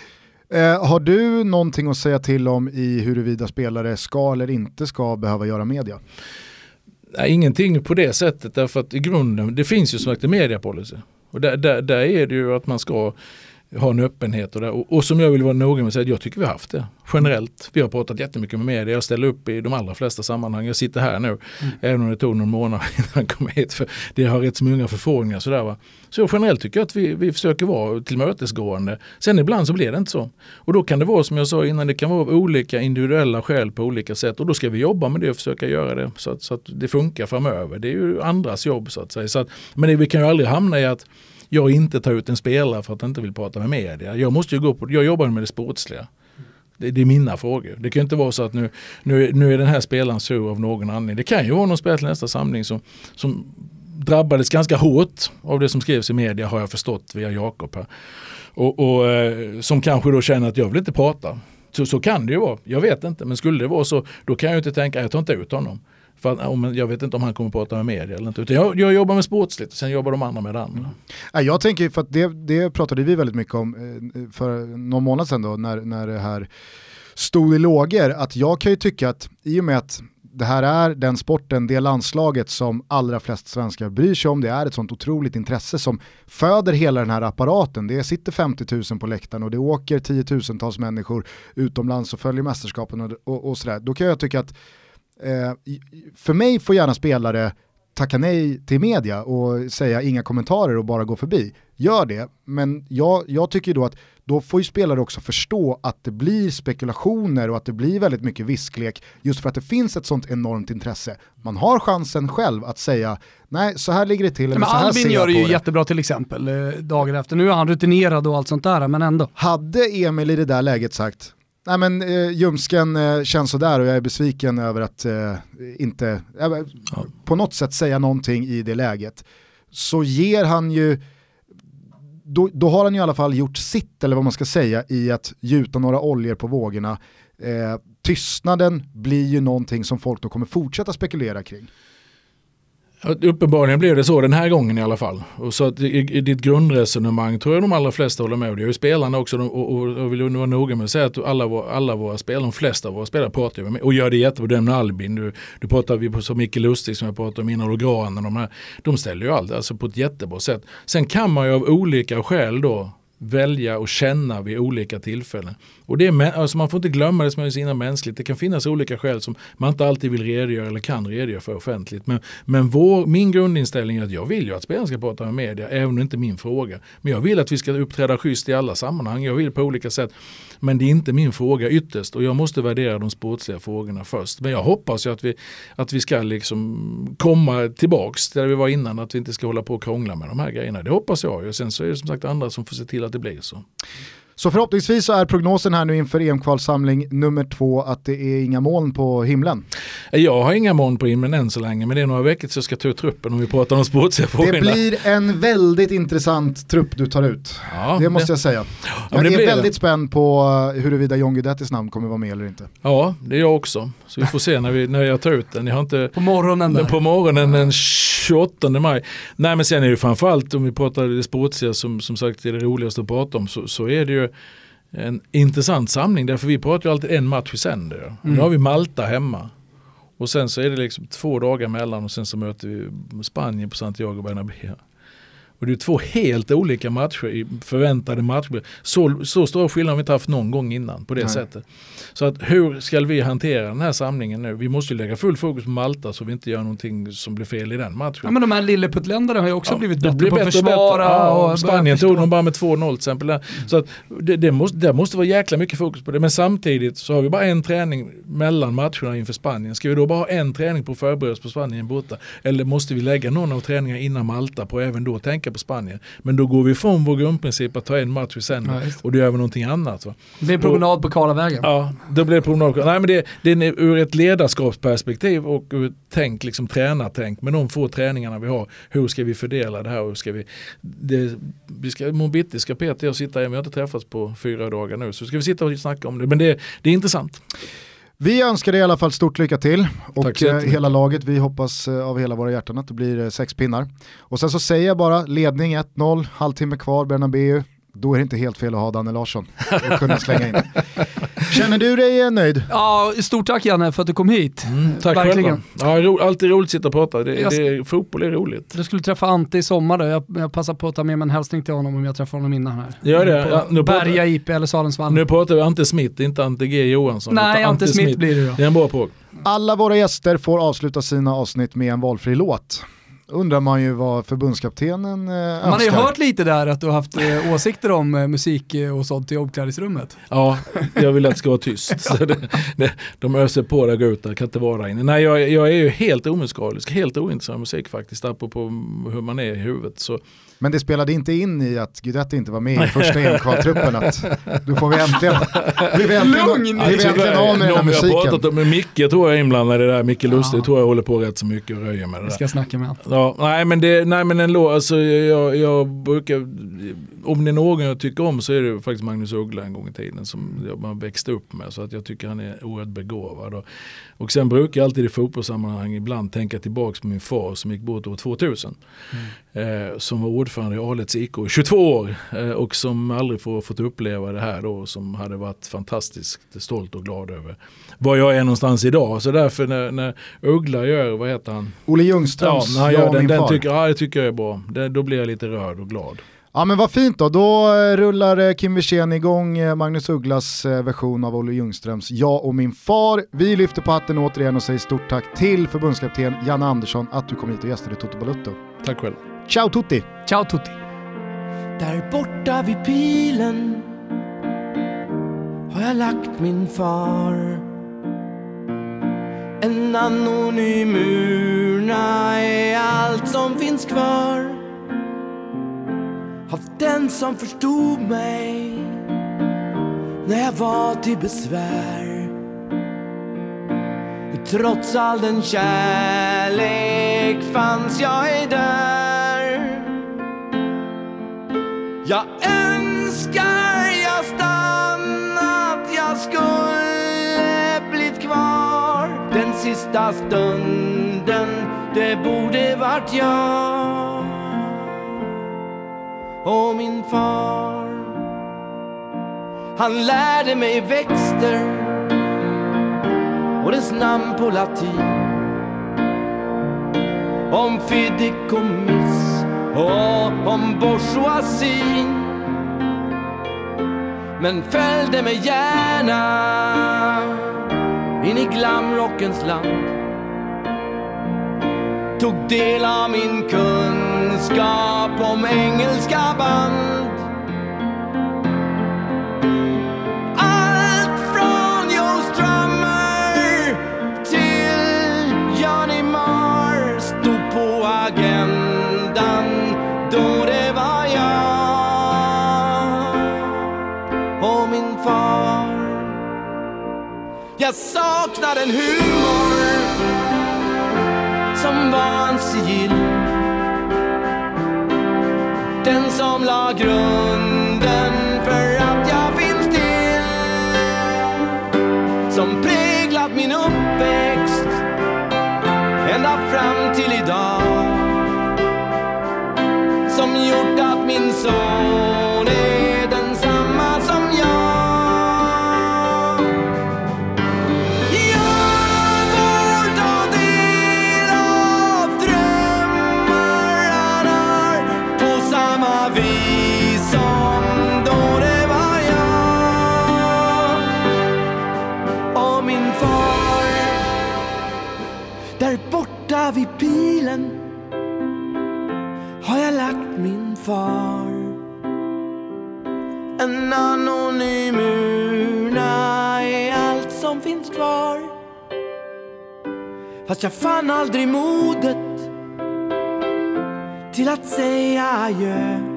Eh, har du någonting att säga till om i huruvida spelare ska eller inte ska behöva göra media? Nej, ingenting på det sättet, därför att i grunden, det finns ju som sagt en mediapolicy. Och där, där, där är det ju att man ska ha en öppenhet och, där. Och, och som jag vill vara noga med att säga, jag tycker vi har haft det generellt. Vi har pratat jättemycket med media, jag ställer upp i de allra flesta sammanhang. Jag sitter här nu, mm. även om det tog någon månad innan jag kom hit, för det har rätt så många förfrågningar. Sådär, va? Så jag generellt tycker jag att vi, vi försöker vara tillmötesgående. Sen ibland så blir det inte så. Och då kan det vara, som jag sa innan, det kan vara av olika individuella skäl på olika sätt. Och då ska vi jobba med det och försöka göra det så att, så att det funkar framöver. Det är ju andras jobb så att säga. Så att, men det, vi kan ju aldrig hamna i att jag inte tar ut en spelare för att jag inte vill prata med media. Jag måste ju gå på, jag jobbar med det sportsliga. Det, det är mina frågor. Det kan ju inte vara så att nu, nu, nu är den här spelaren sur av någon anledning. Det kan ju vara någon spelare till nästa samling som, som drabbades ganska hårt av det som skrevs i media, har jag förstått via Jakob här. Och, och eh, som kanske då känner att jag vill inte prata. Så, så kan det ju vara. Jag vet inte. Men skulle det vara så, då kan jag ju inte tänka att jag tar inte ut honom. För att, jag vet inte om han kommer att prata med media eller inte. Utan jag, jag jobbar med sportsligt och sen jobbar de andra med det andra. Mm. Jag tänker, för att det, det pratade vi väldigt mycket om för någon månad sedan då, när, när det här stod i lågor, att jag kan ju tycka att i och med att det här är den sporten, det landslaget som allra flest svenskar bryr sig om, det är ett sånt otroligt intresse som föder hela den här apparaten. Det sitter femtio tusen på läktaren och det åker tiotusentals människor utomlands och följer mästerskapen och, och, och sådär. Då kan jag tycka att eh, för mig får gärna spelare tacka nej till media och säga inga kommentarer och bara gå förbi. Gör det, men jag, jag tycker då att då får ju spelare också förstå att det blir spekulationer och att det blir väldigt mycket visklek just för att det finns ett sånt enormt intresse. Man har chansen själv att säga nej, så här ligger det till. Eller men så här Albin ser gör det ju det. jättebra till exempel eh, dagen efter. Nu är han rutinerad och allt sånt där, men ändå. Hade Emil i det där läget sagt nej men eh, Ljumsken eh, känns så där och jag är besviken över att eh, inte eh, ja. på något sätt säga någonting i det läget, så ger han ju Då, då har han ju i alla fall gjort sitt, eller vad man ska säga, i att gjuta några oljor på vågorna. Eh, tystnaden blir ju någonting som folk då kommer fortsätta spekulera kring. Ja, uppenbarligen blev det så den här gången i alla fall. Och så att i, i ditt grundresonemang tror jag de allra flesta håller med. Det är ju spelarna också, och, och, och vill vara noga med att säga att alla, vår, alla våra spelare, de flesta av våra spelare pratar med och gör det jättebra. Den med Albin, du, du pratar vi på så Micke Lustig som jag pratar om innan, och Gran, de här, de ställer ju allt alltså på ett jättebra sätt. Sen kan man ju av olika skäl då välja och känna vid olika tillfällen. Och det är, alltså man får inte glömma det som är sina mänskligt. Det kan finnas olika skäl som man inte alltid vill redogöra eller kan redogöra för offentligt. Men, men vår, min grundinställning är att jag vill ju att spelaren ska prata med media, även om det inte är min fråga. Men jag vill att vi ska uppträda schysst i alla sammanhang. Jag vill på olika sätt. Men det är inte min fråga ytterst. Och jag måste värdera de sportsliga frågorna först. Men jag hoppas ju att vi, att vi ska liksom komma tillbaks där vi var innan. Att vi inte ska hålla på och krångla med de här grejerna. Det hoppas jag. Och sen så är det som sagt andra som får se till att det blir så. Så förhoppningsvis så är prognosen här nu inför E M-kvalsamling nummer två att det är inga moln på himlen. Jag har inga moln på himlen än så länge, men det är några veckor så jag ska ta ut truppen om vi pratar om sportsiga frågorna. Det blir en väldigt intressant trupp du tar ut. Ja, det måste det, jag säga. Jag ja, är väldigt det. spänd på huruvida John Guidettis namn kommer vara med eller inte. Ja, det är jag också. Så vi får se när, vi, när jag tar ut den. Jag har inte, på morgonen där. På morgonen den tjugoåttonde maj. Nej, men sen är det framförallt, om vi pratar det sportsiga som, som sagt är det roligaste att prata om, så, så är det ju en intressant samling, därför vi pratar ju alltid en match i sänder. Mm. Nu har vi Malta hemma och sen så är det liksom två dagar mellan och sen så möter vi Spanien på Santiago Bernabéu. Och det är två helt olika matcher i förväntade matcher. Så, så stor skillnad har vi inte haft någon gång innan på det Nej. sättet. Så att hur ska vi hantera den här samlingen nu? Vi måste ju lägga full fokus på Malta så vi inte gör någonting som blir fel i den matchen. Ja, men de här lilleputländerna har ju också ja, blivit bättre blir på bättre att försvara. Ja, och Spanien tog dem bara med två noll till exempel. Mm. Så att det, det, måste, det måste vara jäkla mycket fokus på det. Men samtidigt så har vi bara en träning mellan matcherna inför Spanien. Ska vi då bara ha en träning på förberedelse på Spanien borta? Eller måste vi lägga någon av träningarna innan Malta på även då tänka på Spanien? Men då går vi från vår grundprincip att ta en match i sänder ja, och då gör vi någonting annat. Va? Det blir en promenad och, på Karlavägen. Ja, då blir det promenad. Nej, men det, det är ur ett ledarskapsperspektiv och ur ett tänk, liksom tränartänk. Med de få träningarna vi har, hur ska vi fördela det här? Hur ska vi, det, vi ska, Mobitti ska Peter och sitta, vi har inte träffats på fyra dagar nu, så ska vi sitta och snacka om det. Men det, det är intressant. Vi önskar dig i alla fall stort lycka till och eh, hela laget, vi hoppas eh, av hela våra hjärtan att det blir eh, sex pinnar. Och sen så säger jag bara ledning ett noll, halvtimme kvar Bernabéu, då är det inte helt fel att ha Danne Larsson och kunna slänga in. Känner du dig nöjd? Ja, stort tack Janne för att du kom hit. Mm, tack verkligen. Ja, ro, alltid roligt att sitta och prata. Det, jag, det, fotboll är roligt. Du skulle träffa Ante i sommar då. Jag, jag passar på att ta med mig en hälsning till honom om jag träffar honom innan här. Gör det. Ja, nu Berga pratar, I P eller Salensvall. Nu pratar vi Ante Smith, inte Ante G. Johansson. Nej, Ante Smith, Smith blir det då. Det är en bra på. Alla våra gäster får avsluta sina avsnitt med en valfri låt. Undrar man ju vad förbundskaptenen eh, önskar. Man har ju hört lite där att du har haft eh, åsikter om eh, musik och sånt i omklädningsrummet. Ja, jag vill att det ska vara tyst. Så det, det, de öser på där, gå ut där, kan inte vara där inne. Nej, jag, jag är ju helt omusikalisk, helt ointresserad av musik faktiskt, apropå hur man är i huvudet. Så. Men det spelade inte in i att Guidetti inte var med i första E M-kvaltruppen att då får vi äntligen blir vi äntligen, Lugn, blir vi äntligen av med den här musiken. Jag har pratat med Micke, tror jag är inblandad i det där. Micke Lustig, ja. tror jag håller på rätt så mycket och röjer med det där. Jag ska snacka med honom. Ja, nej men det, nej men en låt, alltså jag, jag brukar, om det är någon jag tycker om så är det faktiskt Magnus Uggla en gång i tiden som man växte upp med, så att jag tycker han är oerhört begåvad. Och, och sen brukar jag alltid i fotbollssammanhang ibland tänka tillbaka på min far som gick bort år tvåtusen. Mm. Eh, som var ordförande i Alets I K i tjugotvå år eh, och som aldrig får, fått uppleva det här då, som hade varit fantastiskt stolt och glad över var jag är någonstans idag. Så därför när, när Uggla gör, vad heter han? Olle Ljungströms, ja, när han gör den, den tycker, ja, det tycker jag är bra. Det, då blir jag lite rörd och glad. Ja men vad fint då, då rullar Kim Wirsén igång Magnus Ugglas version av Olle Ljungströms Jag och min far. Vi lyfter på hatten återigen och säger stort tack till förbundskapten Janne Andersson att du kom hit och gästade Toto Balutto. Tack själv. Ciao tutti! Ciao tutti! Där borta vid pilen har jag lagt min far. En anonym urna är allt som finns kvar av den som förstod mig när jag var till besvär. Trots all den kärlek fanns jag är där. Jag önskar jag stannat, jag skulle blivit kvar. Den sista stunden, det borde varit jag och min far. Han lärde mig växter och dess namn på latin, om fideikommiss och om bourgeoisie. Men följde mig gärna in i glamrockens land, tog del av min kunskap om engelska band. Allt från Joe Strummer till Johnny Marr stod på agendan då det var jag och min far. Jag saknar en humor som var en sigill, den som la grunden för att jag finns till, som präglat min uppväxt ända fram till idag, som gjort att min son är densamma som jag. Vid pilen har jag lagt min far. En anonym urna är allt som finns kvar. Fast jag fann aldrig modet till att säga adjö.